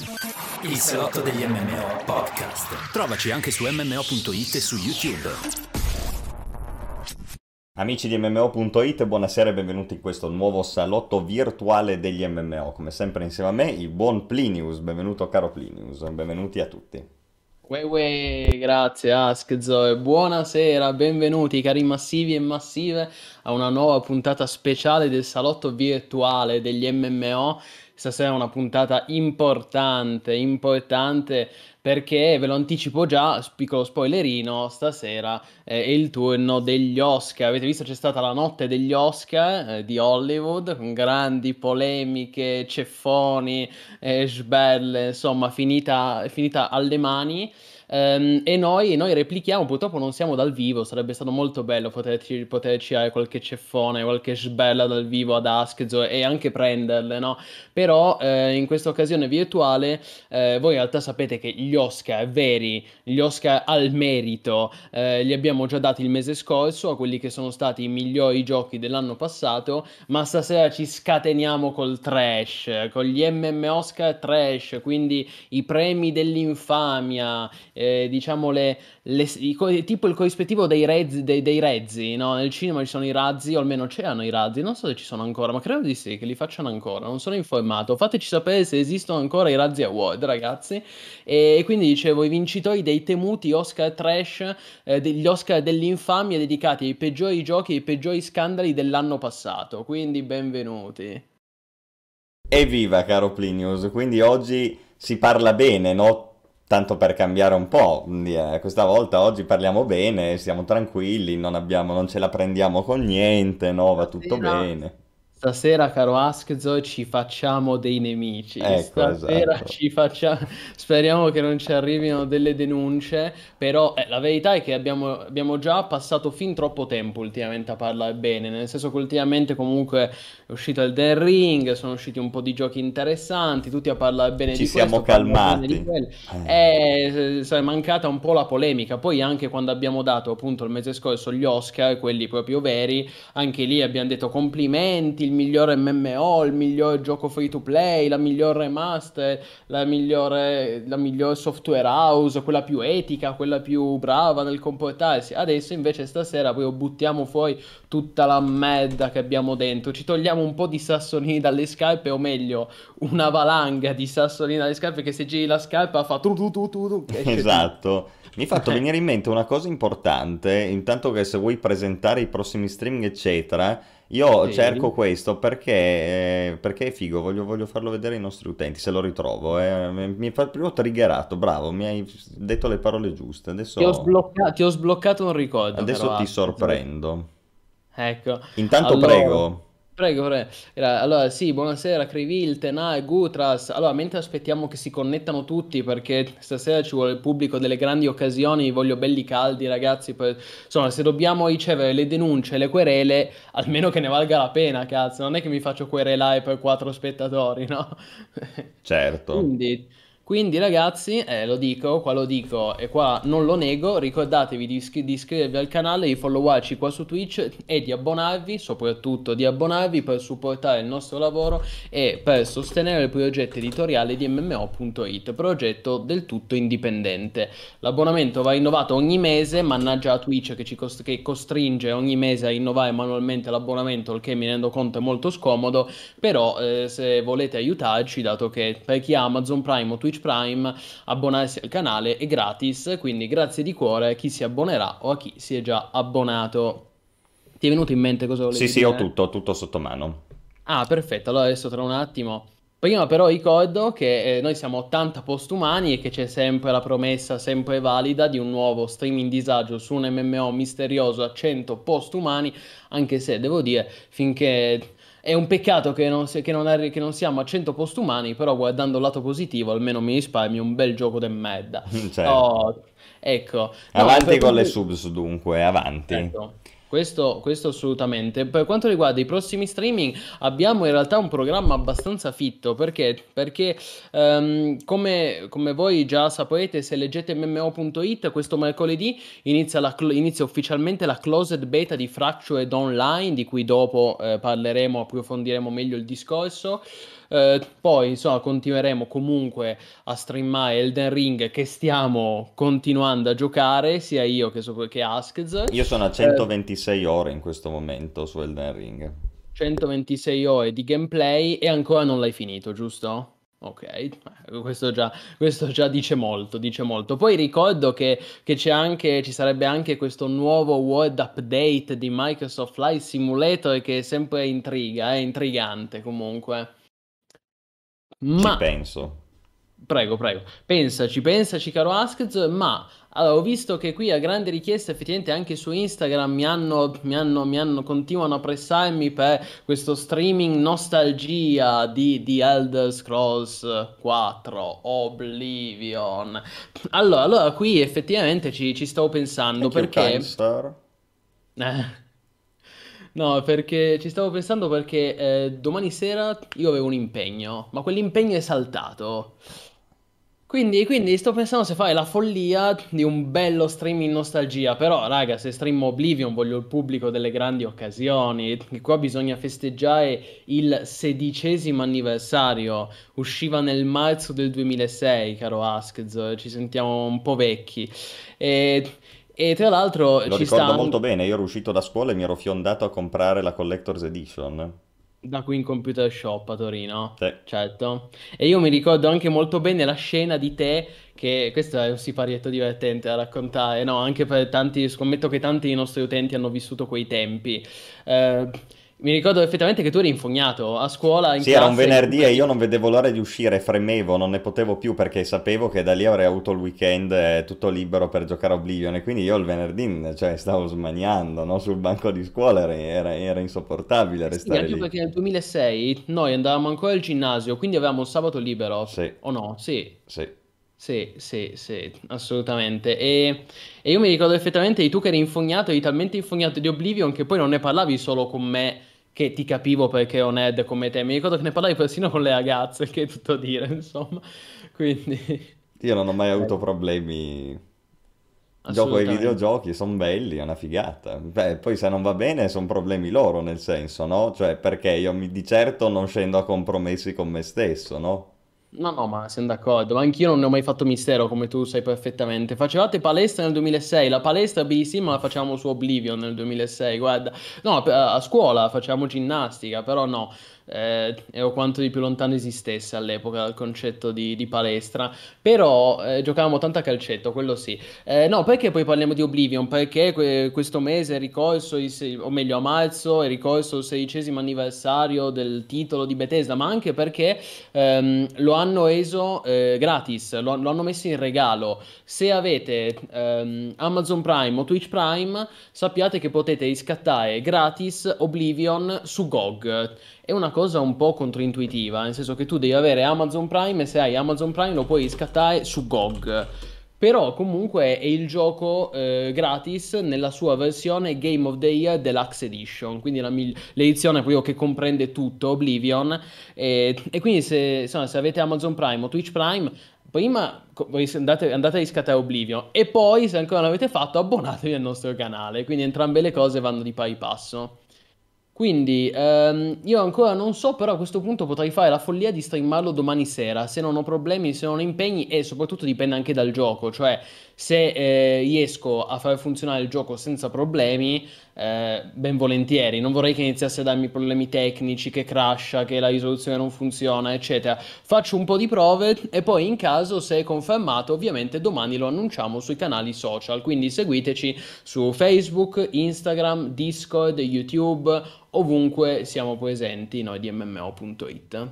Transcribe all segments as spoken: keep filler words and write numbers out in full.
Il salotto degli M M O podcast. Trovaci anche su M M O punto it e su YouTube. Amici di M M O punto it, buonasera e benvenuti in questo nuovo salotto virtuale degli M M O. Come sempre insieme a me il buon Plinius. Benvenuto caro Plinius, benvenuti a tutti. Uè, uè, grazie Ask Zoe, buonasera, benvenuti cari massivi e massive a una nuova puntata speciale del salotto virtuale degli M M O. Stasera è una puntata importante, importante perché ve lo anticipo già, piccolo spoilerino, stasera eh, è il turno degli Oscar. Avete visto c'è stata la notte degli Oscar eh, di Hollywood con grandi polemiche, ceffoni, eh, sbelle, insomma finita, finita alle mani. Ehm, e noi, noi replichiamo, purtroppo non siamo dal vivo, sarebbe stato molto bello poterci, poter girare qualche ceffone, qualche sbella dal vivo ad Askzo e anche prenderle, no? Però eh, in questa occasione virtuale eh, voi in realtà sapete che gli Oscar veri, gli Oscar al merito, eh, li abbiamo già dati il mese scorso a quelli che sono stati i migliori giochi dell'anno passato, ma stasera ci scateniamo col trash, con gli M M Oscar trash, quindi i premi dell'infamia, eh, diciamo le, le, i, tipo il corrispettivo dei rezzi, dei, dei rezzi, no? Nel cinema ci sono i razzi, o almeno c'erano i razzi, non so se ci sono ancora, ma credo di sì, che li facciano ancora, non sono informato. Fateci sapere se esistono ancora i razzi award, ragazzi. E quindi dicevo, i vincitori dei temuti Oscar trash, eh, degli Oscar dell'infamia dedicati ai peggiori giochi e ai peggiori scandali dell'anno passato, quindi benvenuti. Evviva caro Plinius, quindi oggi si parla bene, no? Tanto per cambiare un po', eh, questa volta oggi parliamo bene, siamo tranquilli, non abbiamo, non ce la prendiamo con niente, no? Va tutto Stasera- bene. Stasera, caro Askzo, ci facciamo dei nemici. Ecco, Stasera esatto. ci facciamo. Speriamo che non ci arrivino delle denunce. Però eh, la verità è che abbiamo, abbiamo già passato fin troppo tempo ultimamente a parlare bene. Nel senso che ultimamente comunque è uscito Elden Ring, sono usciti un po' di giochi interessanti, tutti a parlare bene Ci di siamo questo, parlare bene di calmati. quello. Eh, Eh, è mancata un po' la polemica. Poi anche quando abbiamo dato appunto il mese scorso gli Oscar, quelli proprio veri, anche lì abbiamo detto complimenti, il migliore M M O, il miglior gioco free to play, la migliore remaster, la migliore, la migliore software house, quella più etica, quella più brava nel comportarsi. Adesso invece stasera poi buttiamo fuori tutta la merda che abbiamo dentro, ci togliamo un po' di sassolini dalle scarpe, o meglio, una valanga di sassolini dalle scarpe che se giri la scarpa fa tu tu tu tu, tu che esce tutto. Esatto. Mi è fatto venire in mente una cosa importante, intanto che se vuoi presentare i prossimi streaming eccetera, io Sì. cerco questo perché, eh, perché è figo, voglio, voglio farlo vedere ai nostri utenti, se lo ritrovo. eh. Mi mi fa proprio triggerato, bravo, mi hai detto le parole giuste, Ti ho adesso, sblocca- ti ho sbloccato un ricordo, caro adesso ti Astrid. sorprendo. Ecco, Intanto allora, prego. prego, prego. Gra- Allora, sì, buonasera, Krivil, Tenai, Gutras. Allora, mentre aspettiamo che si connettano tutti, perché stasera ci vuole il pubblico delle grandi occasioni, vi voglio belli caldi, ragazzi. per- Insomma, se dobbiamo ricevere le denunce, le querele, almeno che ne valga la pena, cazzo. Non è che mi faccio querelare per quattro spettatori, no? Certo. Quindi, quindi ragazzi, eh, lo dico, qua lo dico e qua non lo nego, ricordatevi di, iscri- di iscrivervi al canale, di followarci qua su Twitch e di abbonarvi, soprattutto di abbonarvi per supportare il nostro lavoro e per sostenere il progetto editoriale di M M O punto it, progetto del tutto indipendente. L'abbonamento va rinnovato ogni mese, mannaggia a Twitch che ci cost- che costringe ogni mese a rinnovare manualmente l'abbonamento, il che mi rendo conto è molto scomodo, però eh, se volete aiutarci, dato che per chi ha Amazon Prime o Twitch Prime abbonarsi al canale è gratis, quindi grazie di cuore a chi si abbonerà o a chi si è già abbonato. Ti è venuto in mente cosa Sì, volevi sì, ho dire? tutto, ho tutto sotto mano. Ah, perfetto, allora adesso tra un attimo. Prima però ricordo che eh, noi siamo ottanta postumani e che c'è sempre la promessa, sempre valida, di un nuovo streaming disagio su un M M O misterioso a cento postumani, anche se devo dire, finché è un peccato che non, si- che non arri- che non siamo a cento postumani, però guardando il lato positivo almeno mi risparmio un bel gioco de merda. Certo. Oh, ecco, no, Avanti per con le quanto... subs dunque, avanti. Ecco, questo, questo assolutamente. Per quanto riguarda i prossimi streaming, abbiamo in realtà un programma abbastanza fitto. Perché? Perché ehm, come, come voi già saprete, se leggete M M O punto it, questo mercoledì inizia, la clo- inizia ufficialmente la closed beta di Fractured Online, di cui dopo eh, parleremo, approfondiremo meglio il discorso. Eh, poi, insomma, continueremo comunque a streamare Elden Ring che stiamo continuando a giocare, sia io che, so, che Askez. Io sono a Eh, centoventisei ore in questo momento su Elden Ring. centoventisei ore di gameplay e ancora non l'hai finito, giusto? Ok, eh, questo già, questo già dice molto, dice molto. Poi ricordo che, che c'è anche, ci sarebbe anche questo nuovo World Update di Microsoft Flight Simulator che è sempre intriga, è intrigante comunque. Ci Ma penso. Prego, prego. Pensaci, pensaci, caro Askez, ma allora, ho visto che qui a grande richiesta, effettivamente anche su Instagram mi hanno, mi hanno, mi hanno, continuano a pressarmi per questo streaming nostalgia di, di Elder Scrolls quattro Oblivion. Allora, allora qui effettivamente ci, ci stavo pensando Thank you, kind perché... sir. eh, No, perché ci stavo pensando perché eh, domani sera io avevo un impegno, ma quell'impegno è saltato. Quindi, quindi sto pensando se fare la follia di un bello stream in nostalgia, però raga, se stream Oblivion voglio il pubblico delle grandi occasioni, che qua bisogna festeggiare il sedicesimo anniversario, usciva nel marzo del duemilasei, caro Askez, ci sentiamo un po' vecchi. E, e tra l'altro Lo ci sta ricordo anche... molto bene, io ero uscito da scuola e mi ero fiondato a comprare la Collector's Edition. Da qui in Computer Shop a Torino, Sì. certo. E io mi ricordo anche molto bene la scena di te, che questo è un siparietto divertente da raccontare, no? Anche per tanti, scommetto che tanti dei nostri utenti hanno vissuto quei tempi. Eh, mi ricordo effettivamente che tu eri infognato a scuola, in Sì, era un classe, venerdì e io non vedevo l'ora di uscire, fremevo, non ne potevo più perché sapevo che da lì avrei avuto il weekend eh, tutto libero per giocare a Oblivion e quindi io il venerdì, cioè, stavo smaniando, no? Sul banco di scuola era, era- era insopportabile sì, restare anche lì. perché nel duemilasei noi andavamo ancora al ginnasio, quindi avevamo il sabato libero, Sì, o no? Sì. sì. Sì, sì, sì, assolutamente. E, e io mi ricordo effettivamente di tu che eri infognato, eri talmente infognato di Oblivion che poi non ne parlavi solo con me, che ti capivo perché ero nerd come te. Mi ricordo che ne parlavi persino con le ragazze, che è tutto dire, insomma. Quindi, Io non ho mai eh, avuto problemi. Gioco ai assolutamente. videogiochi, sono belli, è una figata. Beh, poi se non va bene sono problemi loro, nel senso, no? Cioè, perché io mi, di certo non scendo a compromessi con me stesso, no? No, no, ma siamo d'accordo. Ma anch'io non ne ho mai fatto mistero, come tu sai perfettamente. Facevate palestra nel duemilasei, la palestra bellissima ma la facevamo su Oblivion nel duemilasei, guarda. No, a a scuola facevamo ginnastica, però no, eh, ero quanto di più lontano esistesse all'epoca dal concetto di, di palestra. Però eh, giocavamo tanto a calcetto, quello sì. Eh, no, perché poi parliamo di Oblivion? Perché que- questo mese è ricorso, il se- o meglio a marzo, è ricorso il sedicesimo anniversario del titolo di Bethesda, ma anche perché ehm, lo hanno reso eh, gratis, lo, lo hanno messo in regalo. Se avete ehm, Amazon Prime o Twitch Prime, sappiate che potete riscattare gratis Oblivion su G O G. È una cosa un po' controintuitiva, nel senso che tu devi avere Amazon Prime e se hai Amazon Prime lo puoi riscattare su G O G. Però comunque è il gioco eh, gratis nella sua versione Game of the Year Deluxe Edition, quindi la migli- l'edizione proprio che comprende tutto Oblivion. E, e quindi se, insomma, se avete Amazon Prime o Twitch Prime, prima co- voi andate, andate a riscattare Oblivion e poi se ancora non l'avete fatto abbonatevi al nostro canale, quindi entrambe le cose vanno di pari passo. Quindi ehm, io ancora non so, però a questo punto potrei fare la follia di streamarlo domani sera, se non ho problemi, se non ho impegni e soprattutto dipende anche dal gioco, cioè se eh, riesco a far funzionare il gioco senza problemi, eh, ben volentieri, non vorrei che iniziasse a darmi problemi tecnici, che crasha, che la risoluzione non funziona, eccetera. Faccio un po' di prove e poi in caso, se è confermato, ovviamente domani lo annunciamo sui canali social, quindi seguiteci su Facebook, Instagram, Discord, YouTube, ovunque siamo presenti noi di M M O punto it.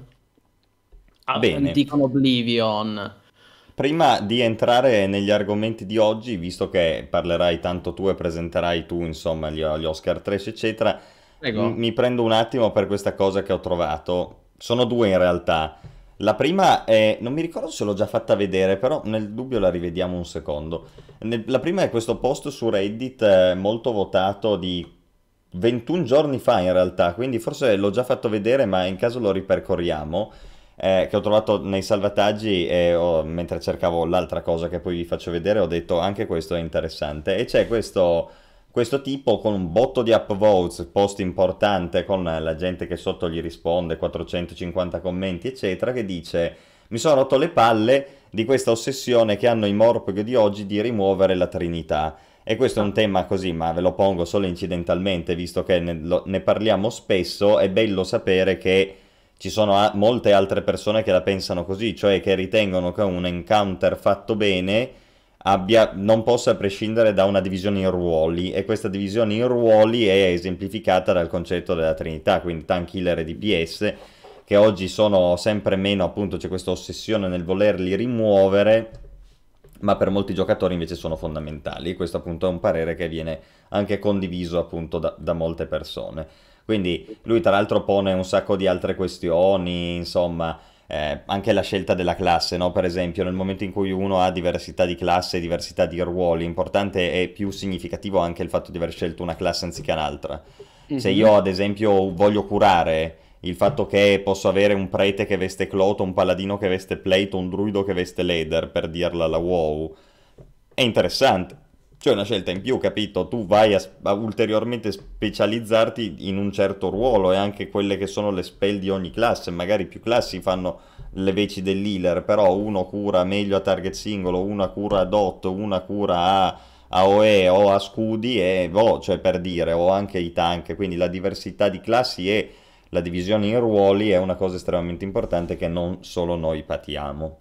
Bene. Avanti con Oblivion. Prima di entrare negli argomenti di oggi, visto che parlerai tanto tu e presenterai tu, insomma, gli, gli Oscar Trash, eccetera, m- Prego. mi prendo un attimo per questa cosa che ho trovato. Sono due in realtà. La prima è, non mi ricordo se l'ho già fatta vedere, però nel dubbio la rivediamo un secondo. Nel- la prima è questo post su Reddit eh, molto votato di ventuno giorni fa in realtà, quindi forse l'ho già fatto vedere, ma in caso lo ripercorriamo eh, che ho trovato nei salvataggi e ho- mentre cercavo l'altra cosa che poi vi faccio vedere ho detto anche questo è interessante e c'è questo, questo tipo con un botto di upvotes, post importante, con la gente che sotto gli risponde, quattrocentocinquanta commenti, eccetera, che dice: mi sono rotto le palle di questa ossessione che hanno i Morpg di oggi di rimuovere la Trinità. E questo è un tema così, ma ve lo pongo solo incidentalmente, visto che ne, lo- ne parliamo spesso. È bello sapere che ci sono a- molte altre persone che la pensano così, cioè che ritengono che un encounter fatto bene abbia, non possa prescindere da una divisione in ruoli, e questa divisione in ruoli è esemplificata dal concetto della Trinità, quindi tank, healer e D P S, che oggi sono sempre meno, appunto c'è questa ossessione nel volerli rimuovere, ma per molti giocatori invece sono fondamentali. Questo appunto è un parere che viene anche condiviso appunto da, da molte persone. Quindi lui tra l'altro pone un sacco di altre questioni, insomma, eh, anche la scelta della classe, no? Per esempio, nel momento in cui uno ha diversità di classe, diversità di ruoli, importante e più significativo anche il fatto di aver scelto una classe anziché un'altra. Se Mhm. io ad esempio voglio curare il fatto che posso avere un prete che veste Cloto, un paladino che veste Plate, un druido che veste Leder, per dirla alla WoW, è interessante. C'è una scelta in più, capito? Tu vai a, a ulteriormente specializzarti in un certo ruolo, e anche quelle che sono le spell di ogni classe. Magari più classi fanno le veci dell'healer, però uno cura meglio a target singolo, una cura a dot, una cura a, a O E o a scudi, e boh, cioè per dire, o anche i tank. Quindi la diversità di classi e la divisione in ruoli è una cosa estremamente importante che non solo noi patiamo.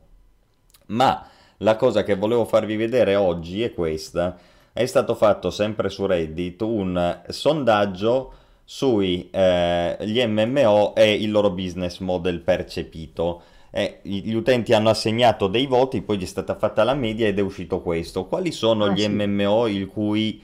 Ma la cosa che volevo farvi vedere oggi è questa. È stato fatto sempre su Reddit un sondaggio sui eh, gli M M O e il loro business model percepito. E gli utenti hanno assegnato dei voti, poi gli è stata fatta la media ed è uscito questo. Quali sono Ah, gli sì, M M O il cui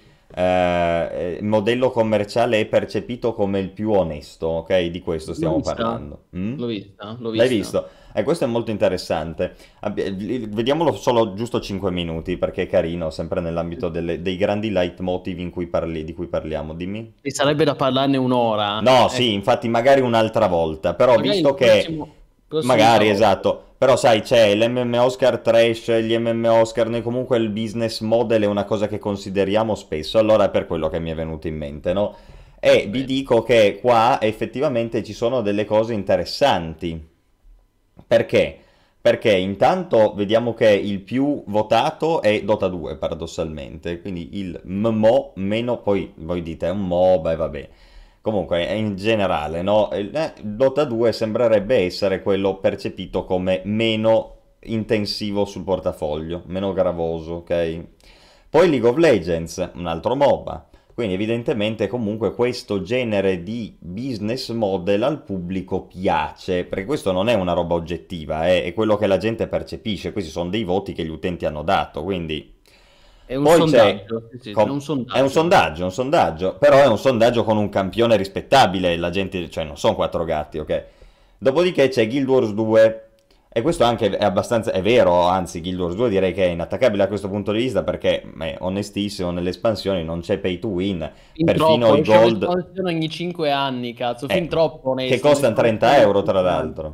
eh, modello commerciale è percepito come il più onesto? Ok, di questo l'ho stiamo vista, parlando. Mm? l'ho vista, l'ho L'hai vista. visto? E questo è molto interessante. Abbi- Vediamolo solo giusto cinque minuti perché è carino, sempre nell'ambito delle- dei grandi leitmotiv in cui parli- di cui parliamo. Dimmi. E sarebbe da parlarne un'ora. No, sì, Ecco, infatti magari un'altra volta, però magari visto il che prossimo, prossimo magari salotto. esatto, però sai, c'è l'M M Oscar Trash, gli M M Oscar, noi comunque il business model è una cosa che consideriamo spesso, allora è per quello che mi è venuto in mente, no? E vi Bene. dico che qua effettivamente ci sono delle cose interessanti. Perché? Perché intanto vediamo che il più votato è Dota due, paradossalmente, quindi il M M O meno, poi voi dite è un MOBA e vabbè. Comunque, in generale, no? Eh, Dota due sembrerebbe essere quello percepito come meno intensivo sul portafoglio, meno gravoso, ok? Poi League of Legends, un altro MOBA. Quindi evidentemente comunque questo genere di business model al pubblico piace, perché questo non è una roba oggettiva, eh, è quello che la gente percepisce, questi sono dei voti che gli utenti hanno dato, quindi... È un Poi c'è... sondaggio, sì, sì, è com- un È un sondaggio. sondaggio, un sondaggio, però è un sondaggio con un campione rispettabile, la gente, cioè non sono quattro gatti, ok? Dopodiché c'è Guild Wars due, e questo anche è abbastanza, è vero, anzi Guild Wars due direi che è inattaccabile da questo punto di vista, perché è onestissimo, nelle espansioni non c'è pay to win, Fin perfino troppo, i esce gold, un'espansione ogni cinque anni, cazzo, fin eh, troppo che onesti, costano un'espansione trenta ogni euro tra cinque anni. l'altro.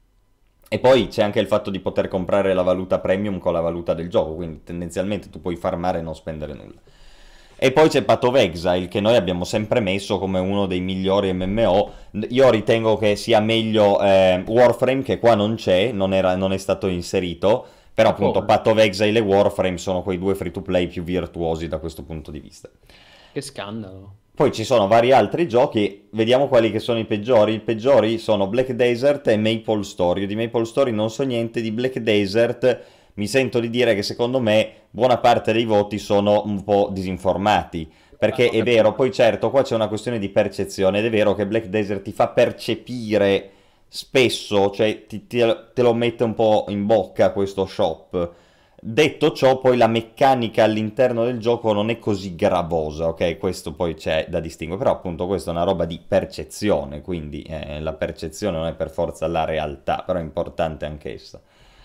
E poi c'è anche il fatto di poter comprare la valuta premium con la valuta del gioco, quindi tendenzialmente tu puoi farmare e non spendere nulla. E poi c'è Path of Exile, che noi abbiamo sempre messo come uno dei migliori M M O. Io ritengo che sia meglio eh, Warframe, che qua non c'è, non, era- non è stato inserito, però Ma appunto come? Path of Exile e Warframe sono quei due free to play più virtuosi da questo punto di vista. Che scandalo. Poi ci sono vari altri giochi, vediamo quali che sono i peggiori. I peggiori sono Black Desert e Maple Story. Io di Maple Story non so niente, di Black Desert mi sento di dire che secondo me buona parte dei voti sono un po' disinformati. Ah, Perché ho è vero, capito. poi certo, qua c'è una questione di percezione, ed è vero che Black Desert ti fa percepire spesso, cioè ti- ti- te lo mette un po' in bocca questo shop. Detto ciò, poi la meccanica all'interno del gioco non è così gravosa, ok? Questo poi c'è da distinguere, però appunto questa è una roba di percezione, quindi eh, la percezione non è per forza la realtà, però è importante anch'essa.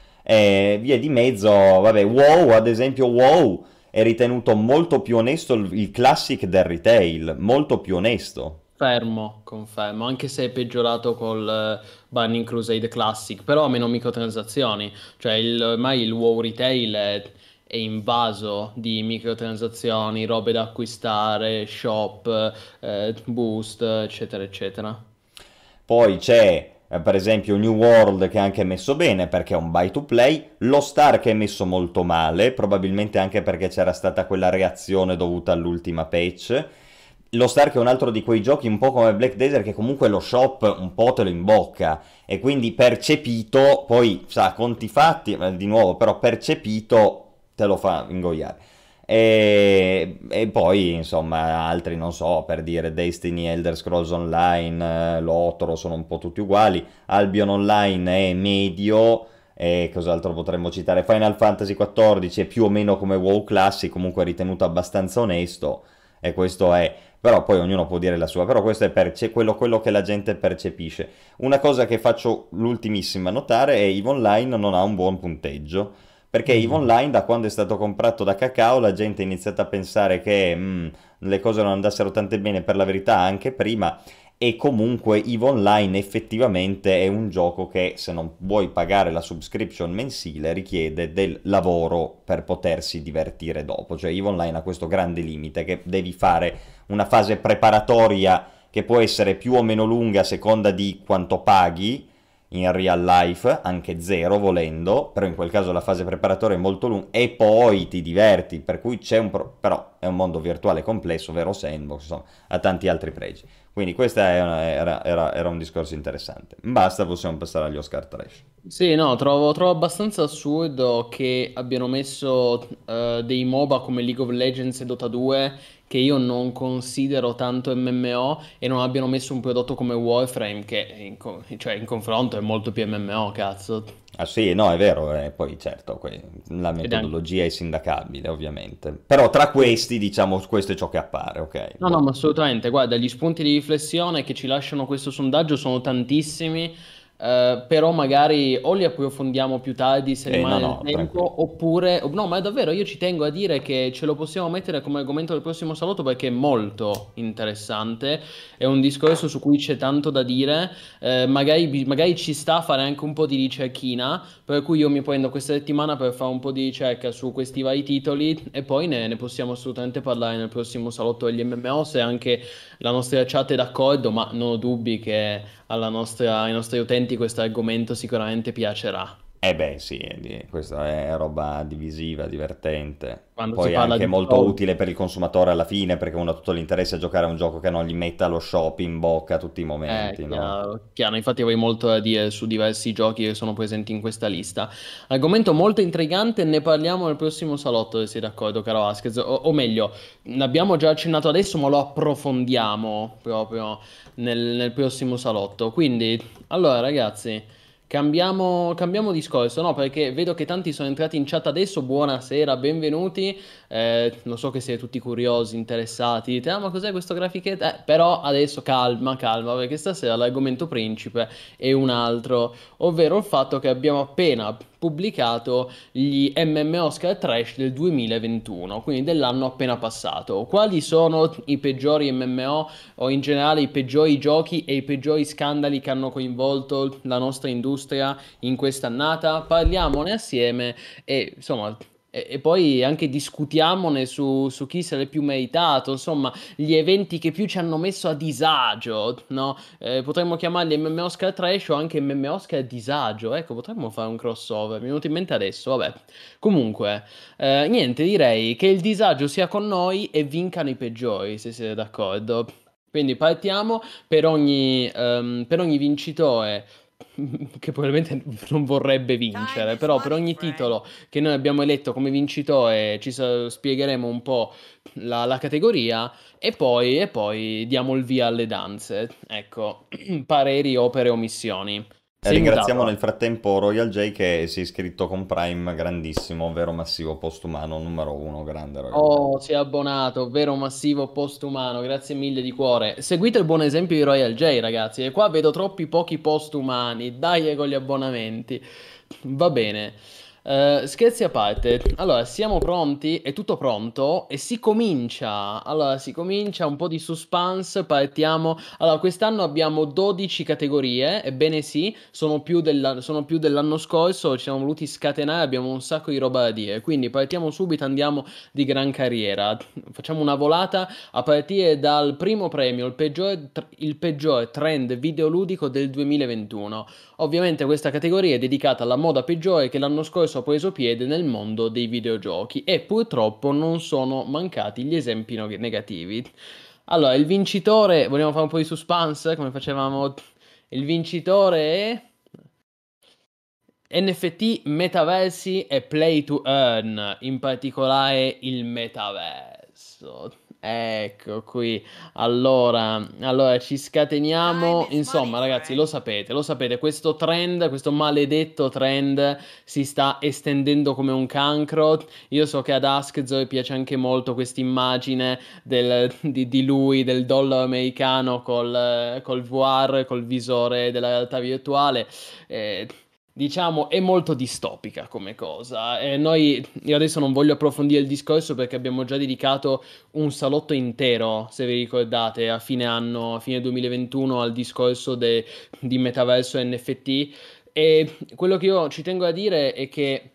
E via di mezzo, vabbè, WoW, ad esempio, WoW è ritenuto molto più onesto il, il classic del retail, molto più onesto. Fermo, confermo, anche se è peggiorato col eh, Burning Crusade Classic, però ha meno microtransazioni, cioè il, ormai il WoW Retail è, è invaso di microtransazioni, robe da acquistare, shop, eh, boost, eccetera, eccetera. Poi c'è eh, per esempio New World che è anche messo bene perché è un buy to play, lo Star che è messo molto male, probabilmente anche perché c'era stata quella reazione dovuta all'ultima patch. Lo Star che è un altro di quei giochi un po' come Black Desert che comunque lo shop un po' te lo imbocca e quindi percepito, poi sa, conti fatti, eh, di nuovo, però percepito te lo fa ingoiare. E, e poi, insomma, altri non so, per dire Destiny, Elder Scrolls Online, eh, Lotro sono un po' tutti uguali. Albion Online è medio. E cos'altro potremmo citare? Final Fantasy quattordici è più o meno come WoW Classic, comunque ritenuto abbastanza onesto. E questo è. Però poi ognuno può dire la sua. Però questo è perce- quello, quello che la gente percepisce. Una cosa che faccio l'ultimissima notare è EVE Online non ha un buon punteggio. Perché EVE Mm. Online, da quando è stato comprato da Kakao, la gente ha iniziato a pensare che mm, le cose non andassero tante bene, per la verità anche prima, e comunque EVE Online effettivamente è un gioco che, se non vuoi pagare la subscription mensile, richiede del lavoro per potersi divertire dopo. Cioè EVE Online ha questo grande limite che devi fare una fase preparatoria che può essere più o meno lunga a seconda di quanto paghi, in real life, anche zero volendo, però in quel caso la fase preparatoria è molto lunga e poi ti diverti, per cui c'è un pro- però è un mondo virtuale complesso, vero sandbox, insomma, ha tanti altri pregi. Quindi questo era, era, era un discorso interessante. Basta, possiamo passare agli Oscar Trash. Sì, no, trovo, trovo abbastanza assurdo che abbiano messo eh, dei MOBA come League of Legends e Dota due, che io non considero tanto M M O, e non abbiano messo un prodotto come Warframe, che in, co- cioè, in confronto è molto più M M O, cazzo. Ah sì, no, è vero, e poi certo, que- la Ed è anche- metodologia è sindacabile, ovviamente. Però tra questi, diciamo, questo è ciò che appare, ok? No, no, Boh. ma assolutamente, guarda, gli spunti di riflessione che ci lasciano questo sondaggio sono tantissimi, eh, però magari o li approfondiamo più tardi se Eh, no, rimane il no, tranquillo. tempo, oppure... No, ma davvero io ci tengo a dire che ce lo possiamo mettere come argomento del prossimo saluto perché è molto interessante, è un discorso su cui c'è tanto da dire, eh, magari, bi- magari ci sta a fare anche un po' di ricerchina, per cui io mi prendo questa settimana per fare un po' di ricerca su questi vari titoli e poi ne, ne possiamo assolutamente parlare nel prossimo salotto degli M M O se anche la nostra chat è d'accordo, ma non ho dubbi che alla nostra- ai nostri utenti questo argomento sicuramente piacerà. Eh beh, sì, è di- questa è roba divisiva, divertente. Quando si Poi parla anche di molto soldi, utile per il consumatore alla fine, perché uno ha tutto l'interesse a giocare a un gioco che non gli metta lo shop in bocca a tutti i è momenti, no? chiaro, chiaro. Infatti avrei molto da dire su diversi giochi che sono presenti in questa lista. Argomento molto intrigante, ne parliamo nel prossimo salotto, se sei d'accordo, caro Vasquez. O, o meglio, ne abbiamo già accennato adesso, ma lo approfondiamo proprio nel, nel prossimo salotto. Quindi, allora, ragazzi, cambiamo, cambiamo discorso, no? Perché vedo che tanti sono entrati in chat adesso. Buonasera, benvenuti. Eh, lo so che siete tutti curiosi, interessati. Dite, ah, ma cos'è questo grafichetto? Eh, però adesso calma, calma, perché stasera l'argomento principe è un altro, ovvero il fatto che abbiamo appena pubblicato gli M M O Oscar Trash del duemilaventuno, quindi dell'anno appena passato. Quali sono i peggiori M M O o in generale i peggiori giochi e i peggiori scandali che hanno coinvolto la nostra industria in quest'annata? Parliamone assieme e insomma. E, e poi anche discutiamone su, su chi se l'è più meritato, insomma, gli eventi che più ci hanno messo a disagio, no? Eh, potremmo chiamarli M M O Oscar Trash o anche M M O Oscar Disagio, ecco, potremmo fare un crossover, mi è venuto in mente adesso, vabbè. Comunque, eh, niente, direi che il disagio sia con noi e vincano i peggiori, se siete d'accordo. Quindi partiamo per ogni, ehm, per ogni vincitore, che probabilmente non vorrebbe vincere, però per ogni titolo che noi abbiamo eletto come vincitore ci sa- spiegheremo un po' la, la categoria e poi, e poi diamo il via alle danze. Ecco, pareri, opere, omissioni. E Sei ringraziamo mutato. nel frattempo Royal J che si è iscritto con Prime, grandissimo, vero massivo postumano numero uno, grande Royal J. Oh, si è abbonato, vero massivo postumano, grazie mille di cuore. Seguite il buon esempio di Royal J, ragazzi, e qua vedo troppi pochi postumani, dai con gli abbonamenti. Va bene. Eh, scherzi a parte, allora siamo pronti, è tutto pronto e si comincia. Allora, si comincia un po' di suspense, partiamo. Allora, quest'anno abbiamo dodici categorie, ebbene sì, sono più, della- sono più dell'anno scorso, ci siamo voluti scatenare, abbiamo un sacco di roba da dire, quindi partiamo subito, andiamo di gran carriera. Facciamo una volata a partire dal primo premio, il peggiore, il peggiore trend videoludico del duemilaventuno. Ovviamente questa categoria è dedicata alla moda peggiore che l'anno scorso ha preso piede nel mondo dei videogiochi e purtroppo non sono mancati gli esempi no- negativi. Allora, il vincitore, vogliamo fare un po' di suspense come facevamo? Il vincitore è N F T, metaversi e play to earn, in particolare il metaverso. Ecco qui. Allora, allora ci scateniamo. Insomma, ragazzi, lo sapete, lo sapete, questo trend, questo maledetto trend si sta estendendo come un cancro. Io so che ad Askzo piace anche molto questa immagine del- di, di lui, del dollaro americano col, col V R, col visore della realtà virtuale. Eh, Diciamo, è molto distopica come cosa. E noi, io adesso non voglio approfondire il discorso perché abbiamo già dedicato un salotto intero, se vi ricordate, a fine anno, a fine duemilaventuno, al discorso de- di metaverso e N F T. E quello che io ci tengo a dire è che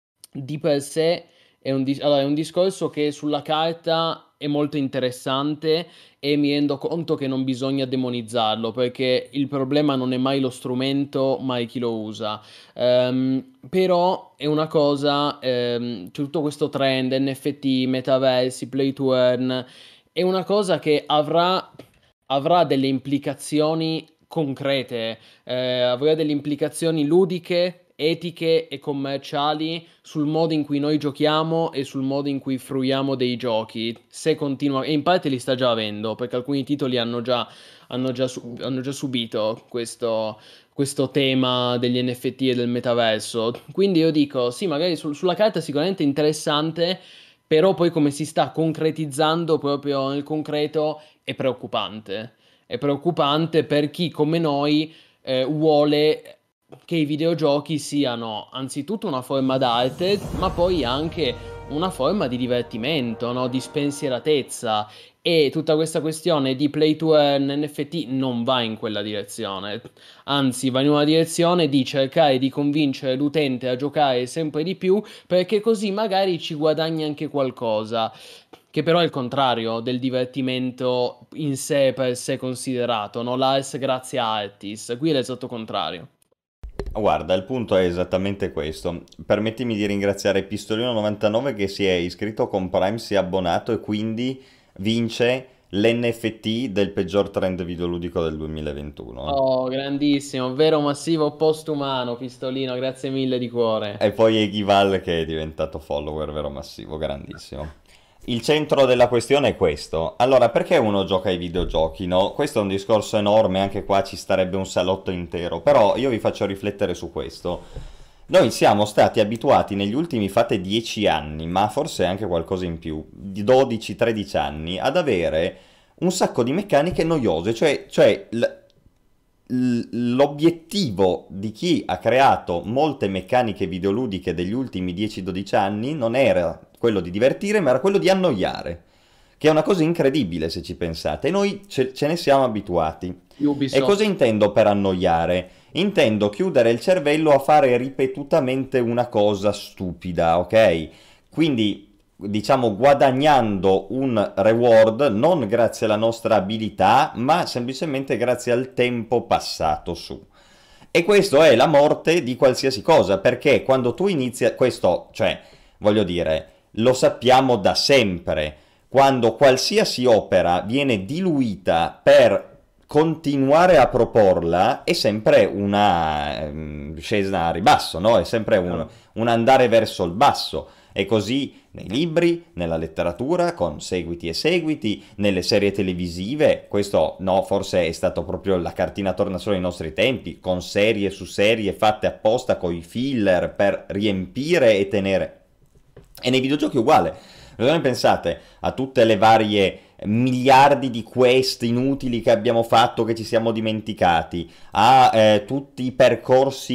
di per sé è un, dis- allora, è un discorso che sulla carta è molto interessante e mi rendo conto che non bisogna demonizzarlo perché il problema non è mai lo strumento, mai chi lo usa. Ehm, però è una cosa, ehm, tutto questo trend, N F T, metaversi, play to earn, è una cosa che avrà, avrà delle implicazioni concrete, eh, avrà delle implicazioni ludiche, etiche e commerciali sul modo in cui noi giochiamo e sul modo in cui fruiamo dei giochi. Se continua, e in parte li sta già avendo, perché alcuni titoli hanno già, hanno già, su- hanno già subito questo, questo tema degli N F T e del metaverso. Quindi io dico, sì, magari sul- sulla carta sicuramente interessante, però poi come si sta concretizzando proprio nel concreto è preoccupante. È preoccupante per chi come noi eh, vuole che i videogiochi siano anzitutto una forma d'arte, ma poi anche una forma di divertimento, no? Di spensieratezza. E tutta questa questione di play to earn N F T non va in quella direzione, anzi va in una direzione di cercare di convincere l'utente a giocare sempre di più perché così magari ci guadagni anche qualcosa, che però è il contrario del divertimento in sé per sé considerato, no? L'ars grazie a artis, qui è l'esatto contrario. Guarda, il punto è esattamente questo. Permettimi di ringraziare Pistolino novantanove che si è iscritto con Prime, si è abbonato e quindi vince l'N F T del peggior trend videoludico del duemilaventuno. Oh, grandissimo, vero massivo postumano, Pistolino, grazie mille di cuore. E poi Egival che è diventato follower vero massivo, grandissimo. Il centro della questione è questo. Allora, perché uno gioca ai videogiochi, no? Questo è un discorso enorme, anche qua ci starebbe un salotto intero, però io vi faccio riflettere su questo. Noi siamo stati abituati negli ultimi, fate dieci anni, ma forse anche qualcosa in più, di dodici tredici anni, ad avere un sacco di meccaniche noiose, cioè, cioè l- l- l'obiettivo di chi ha creato molte meccaniche videoludiche degli ultimi dieci dodici anni non era quello di divertire, ma era quello di annoiare, che è una cosa incredibile se ci pensate, e noi ce, ce ne siamo abituati. E cosa Ubisoft. intendo per annoiare? Intendo chiudere il cervello a fare ripetutamente una cosa stupida, ok? Quindi diciamo guadagnando un reward non grazie alla nostra abilità, ma semplicemente grazie al tempo passato su. E questo è la morte di qualsiasi cosa, perché quando tu inizi, questo, cioè, voglio dire, lo sappiamo da sempre, quando qualsiasi opera viene diluita per continuare a proporla, è sempre una ehm, scesa a ribasso, no? È sempre un, un andare verso il basso. E così nei libri, nella letteratura, con seguiti e seguiti, nelle serie televisive, questo no, forse è stato proprio la cartina tornasole ai nostri tempi, con serie su serie fatte apposta con i filler per riempire e tenere. E nei videogiochi è uguale. Cosa pensate a tutte le varie miliardi di quest inutili che abbiamo fatto, che ci siamo dimenticati, a eh, tutti i percorsi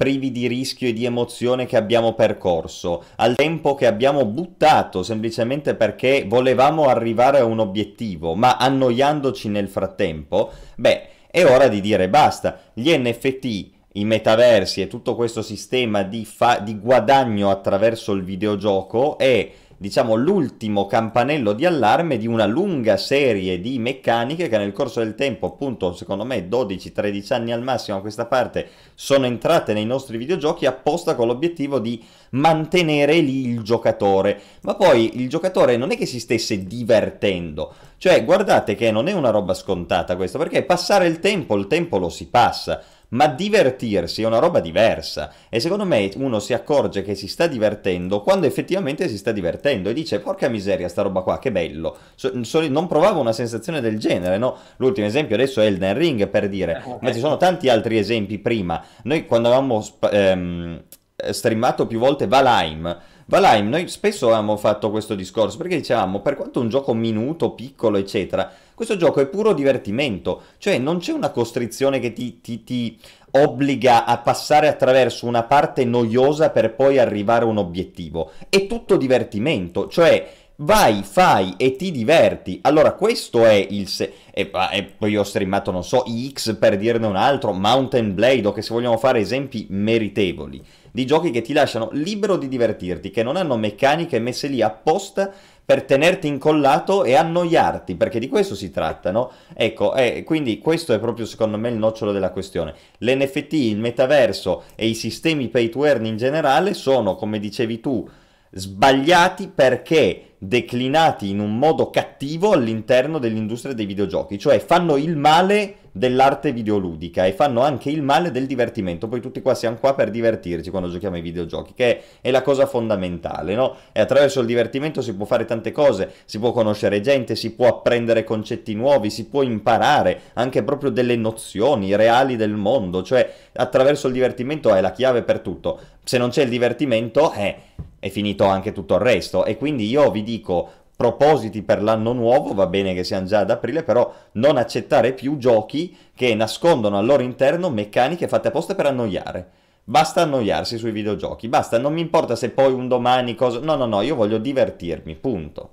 privi di rischio e di emozione che abbiamo percorso, al tempo che abbiamo buttato semplicemente perché volevamo arrivare a un obiettivo, ma annoiandoci nel frattempo, beh, è ora di dire basta. Gli N F T, i metaversi e tutto questo sistema di, fa- di guadagno attraverso il videogioco è, diciamo, l'ultimo campanello di allarme di una lunga serie di meccaniche che nel corso del tempo, appunto, secondo me dodici tredici anni al massimo a questa parte, sono entrate nei nostri videogiochi apposta con l'obiettivo di mantenere lì il giocatore. Ma poi il giocatore non è che si stesse divertendo, cioè guardate che non è una roba scontata questo, perché passare il tempo, il tempo lo si passa, ma divertirsi è una roba diversa, e secondo me uno si accorge che si sta divertendo quando effettivamente si sta divertendo e dice porca miseria sta roba qua, che bello. So, so, non provavo una sensazione del genere, no? L'ultimo esempio adesso è Elden Ring, per dire, ma ci sono tanti altri esempi prima. Noi quando avevamo sp- ehm, streamato più volte Valheim, Valheim, noi spesso avevamo fatto questo discorso perché dicevamo, per quanto un gioco minuto, piccolo, eccetera, questo gioco è puro divertimento, cioè non c'è una costrizione che ti, ti, ti obbliga a passare attraverso una parte noiosa per poi arrivare a un obiettivo, è tutto divertimento, cioè vai, fai e ti diverti. Allora questo è il se- e, e poi ho streamato, non so, X per dirne un altro, Mountain Blade, o che se vogliamo fare esempi meritevoli di giochi che ti lasciano libero di divertirti, che non hanno meccaniche messe lì apposta per tenerti incollato e annoiarti, perché di questo si tratta, no? Ecco, eh, quindi questo è proprio secondo me il nocciolo della questione. L'N F T, il metaverso e i sistemi pay to earn in generale sono, come dicevi tu, sbagliati perché declinati in un modo cattivo all'interno dell'industria dei videogiochi, cioè fanno il male dell'arte videoludica e fanno anche il male del divertimento. Poi tutti qua siamo qua per divertirci quando giochiamo ai videogiochi, che è la cosa fondamentale, no? E attraverso il divertimento si può fare tante cose, si può conoscere gente, si può apprendere concetti nuovi, si può imparare anche proprio delle nozioni reali del mondo, cioè attraverso il divertimento è la chiave per tutto. Se non c'è il divertimento, eh, è finito anche tutto il resto. E quindi io vi dico, propositi per l'anno nuovo, va bene che siamo già ad aprile, però non accettare più giochi che nascondono al loro interno meccaniche fatte apposta per annoiare. Basta annoiarsi sui videogiochi, basta, non mi importa se poi un domani cosa... No, no, no, io voglio divertirmi, punto.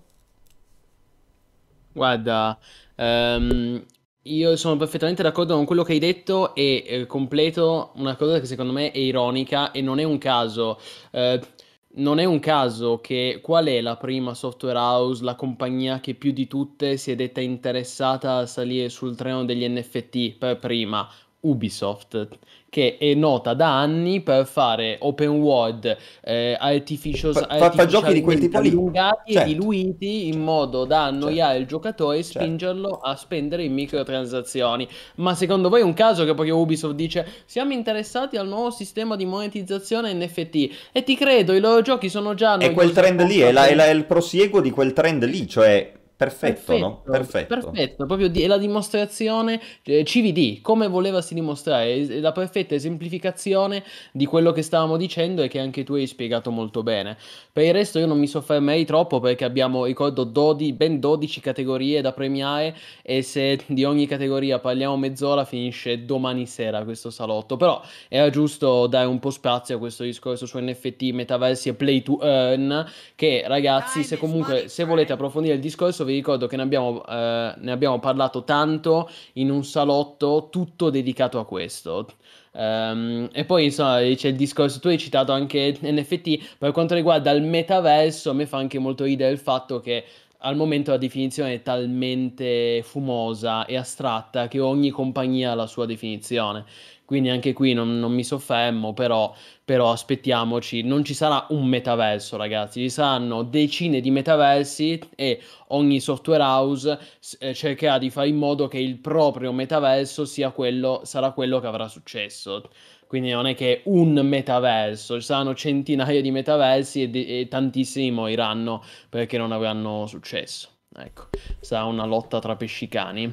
Guarda, ehm, io sono perfettamente d'accordo con quello che hai detto e eh, completo una cosa che secondo me è ironica e non è un caso. eh, Non è un caso che qual è la prima software house, la compagnia che più di tutte si è detta interessata a salire sul treno degli N F T per prima? Ubisoft, che è nota da anni per fare open world, eh, artificial, Fa, fa- fa giochi di quel artificialmente tipo lì, allungati e certo, diluiti in modo da certo, annoiare il giocatore e certo. spingerlo a spendere in microtransazioni. Ma secondo voi è un caso che poi Ubisoft dice siamo interessati al nuovo sistema di monetizzazione N F T? E ti credo, i loro giochi sono già È quel noiosi a trend lì, è, la- è la- combattere. è il prosieguo di quel trend lì, cioè perfetto, no? Perfetto, Perfetto. perfetto, proprio di- è la dimostrazione, eh, C V D, come volevasi dimostrare, è è la perfetta esemplificazione di quello che stavamo dicendo e che anche tu hai spiegato molto bene. Per il resto io non mi soffermerei troppo perché abbiamo, ricordo, dodici, ben dodici categorie da premiare e se di ogni categoria parliamo mezz'ora finisce domani sera questo salotto, però era giusto dare un po' spazio a questo discorso su N F T, metaversi e play to earn che ragazzi, se comunque se volete approfondire il discorso, vi ricordo che ne abbiamo, eh, ne abbiamo parlato tanto in un salotto tutto dedicato a questo. Ehm, e poi insomma c'è il discorso, tu hai citato anche N F T, per quanto riguarda il metaverso, a me fa anche molto ridere il fatto che al momento la definizione è talmente fumosa e astratta che ogni compagnia ha la sua definizione. Quindi anche qui non, non mi soffermo, però però aspettiamoci, non ci sarà un metaverso, ragazzi, ci saranno decine di metaversi e ogni software house s- eh, cercherà di fare in modo che il proprio metaverso sia quello, sarà quello che avrà successo. Quindi non è che un metaverso, ci saranno centinaia di metaversi e, de- e tantissimi moriranno perché non avranno successo. Ecco, sarà una lotta tra pescicani.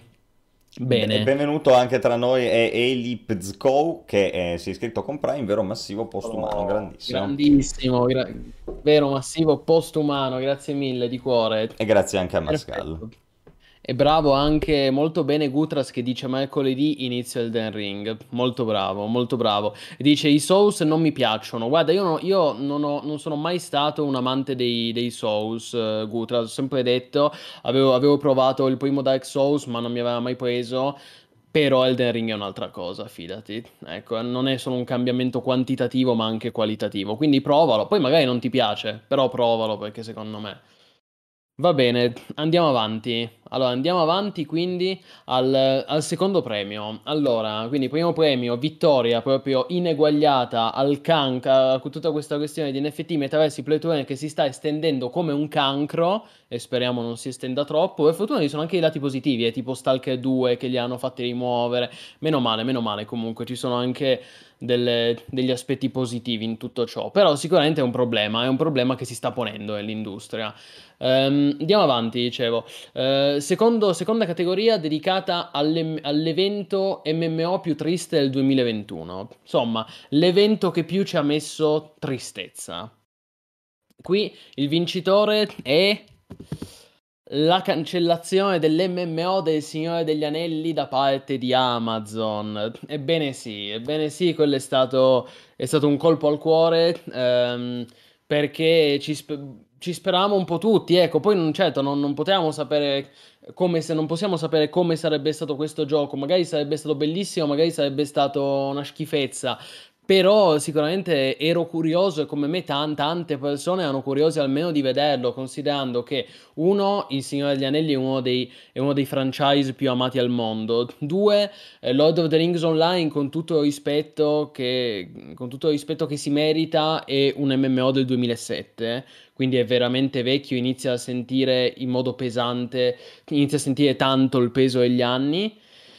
B- Bene. benvenuto anche tra noi è Elipzko che eh, si è iscritto con Prime, vero massivo postumano, Oh, grandissimo. grandissimo, gra- vero massivo postumano, grazie mille di cuore. E grazie anche a Mascal. Perfetto. E bravo anche molto bene Gutras che dice mercoledì inizio Elden Ring. Molto bravo, molto bravo. E dice i Souls non mi piacciono. Guarda, io, no- io non, ho- non sono mai stato un amante dei, dei Souls, eh, Gutras. Ho sempre detto, avevo, avevo provato il primo Dark Souls, ma non mi aveva mai preso. Però Elden Ring è un'altra cosa, fidati. Ecco, non è solo un cambiamento quantitativo, ma anche qualitativo. Quindi provalo. Poi magari non ti piace, però provalo perché secondo me. Va bene, andiamo avanti. Allora, andiamo avanti quindi al, al secondo premio. Allora, quindi primo premio, vittoria proprio ineguagliata al cancro, con tutta questa questione di N F T metaversi Play to Earn che si sta estendendo come un cancro, e speriamo non si estenda troppo. Per fortuna ci sono anche i lati positivi, eh, tipo Stalker due che li hanno fatti rimuovere. Meno male, meno male, comunque ci sono anche delle- degli aspetti positivi in tutto ciò. Però sicuramente è un problema, è un problema che si sta ponendo nell'industria. Ehm, andiamo avanti, dicevo. Eh, secondo- seconda categoria dedicata alle- all'evento M M O più triste del duemilaventuno. Insomma, l'evento che più ci ha messo tristezza. Qui il vincitore è la cancellazione dell'M M O del Signore degli Anelli da parte di Amazon. Ebbene sì, ebbene sì, quello è stato, è stato un colpo al cuore, ehm, perché ci, spe- ci speravamo un po' tutti, ecco, poi non, certo non, non potevamo sapere come se non possiamo sapere come sarebbe stato questo gioco, magari sarebbe stato bellissimo, magari sarebbe stato una schifezza. Però sicuramente ero curioso e come me tan- tante persone erano curiose almeno di vederlo, considerando che uno, Il Signore degli Anelli è uno dei, è uno dei franchise più amati al mondo. Due, eh, Lord of the Rings Online, con tutto il rispetto che, con tutto il rispetto che si merita, è un M M O del duemilasette, quindi è veramente vecchio, inizia a sentire in modo pesante, inizia a sentire tanto il peso degli anni.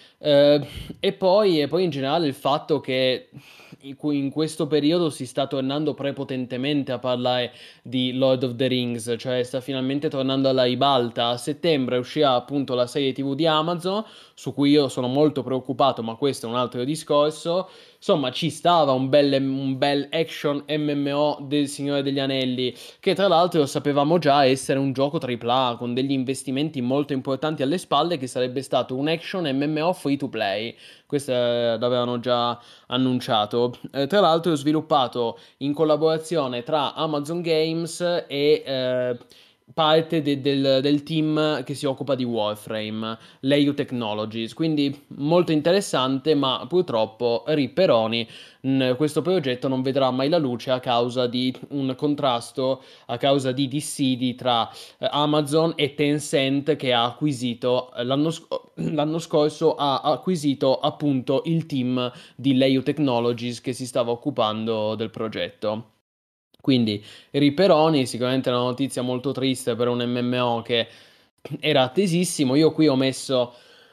Eh, e poi, e poi in generale il fatto che in cui in questo periodo si sta tornando prepotentemente a parlare di Lord of the Rings, cioè sta finalmente tornando alla ribalta. A settembre uscirà appunto la serie T V di Amazon, su cui io sono molto preoccupato, ma questo è un altro discorso. Insomma, ci stava un bel, un bel action M M O del Signore degli Anelli, che tra l'altro sapevamo già essere un gioco tripla A, con degli investimenti molto importanti alle spalle, che sarebbe stato un action M M O free to play. Questo eh, l'avevano già annunciato. Eh, tra l'altro è sviluppato in collaborazione tra Amazon Games e eh, parte de- del, del team che si occupa di Warframe, l'E U Technologies, quindi molto interessante, ma purtroppo Ripperoni, mh, questo progetto non vedrà mai la luce a causa di un contrasto, a causa di dissidi tra eh, Amazon e Tencent che ha acquisito eh, l'anno, sc- l'anno scorso ha acquisito appunto il team di Lei U Technologies che si stava occupando del progetto. Quindi Ripperoni, sicuramente una notizia molto triste per un M M O che era attesissimo. Io qui ho messo,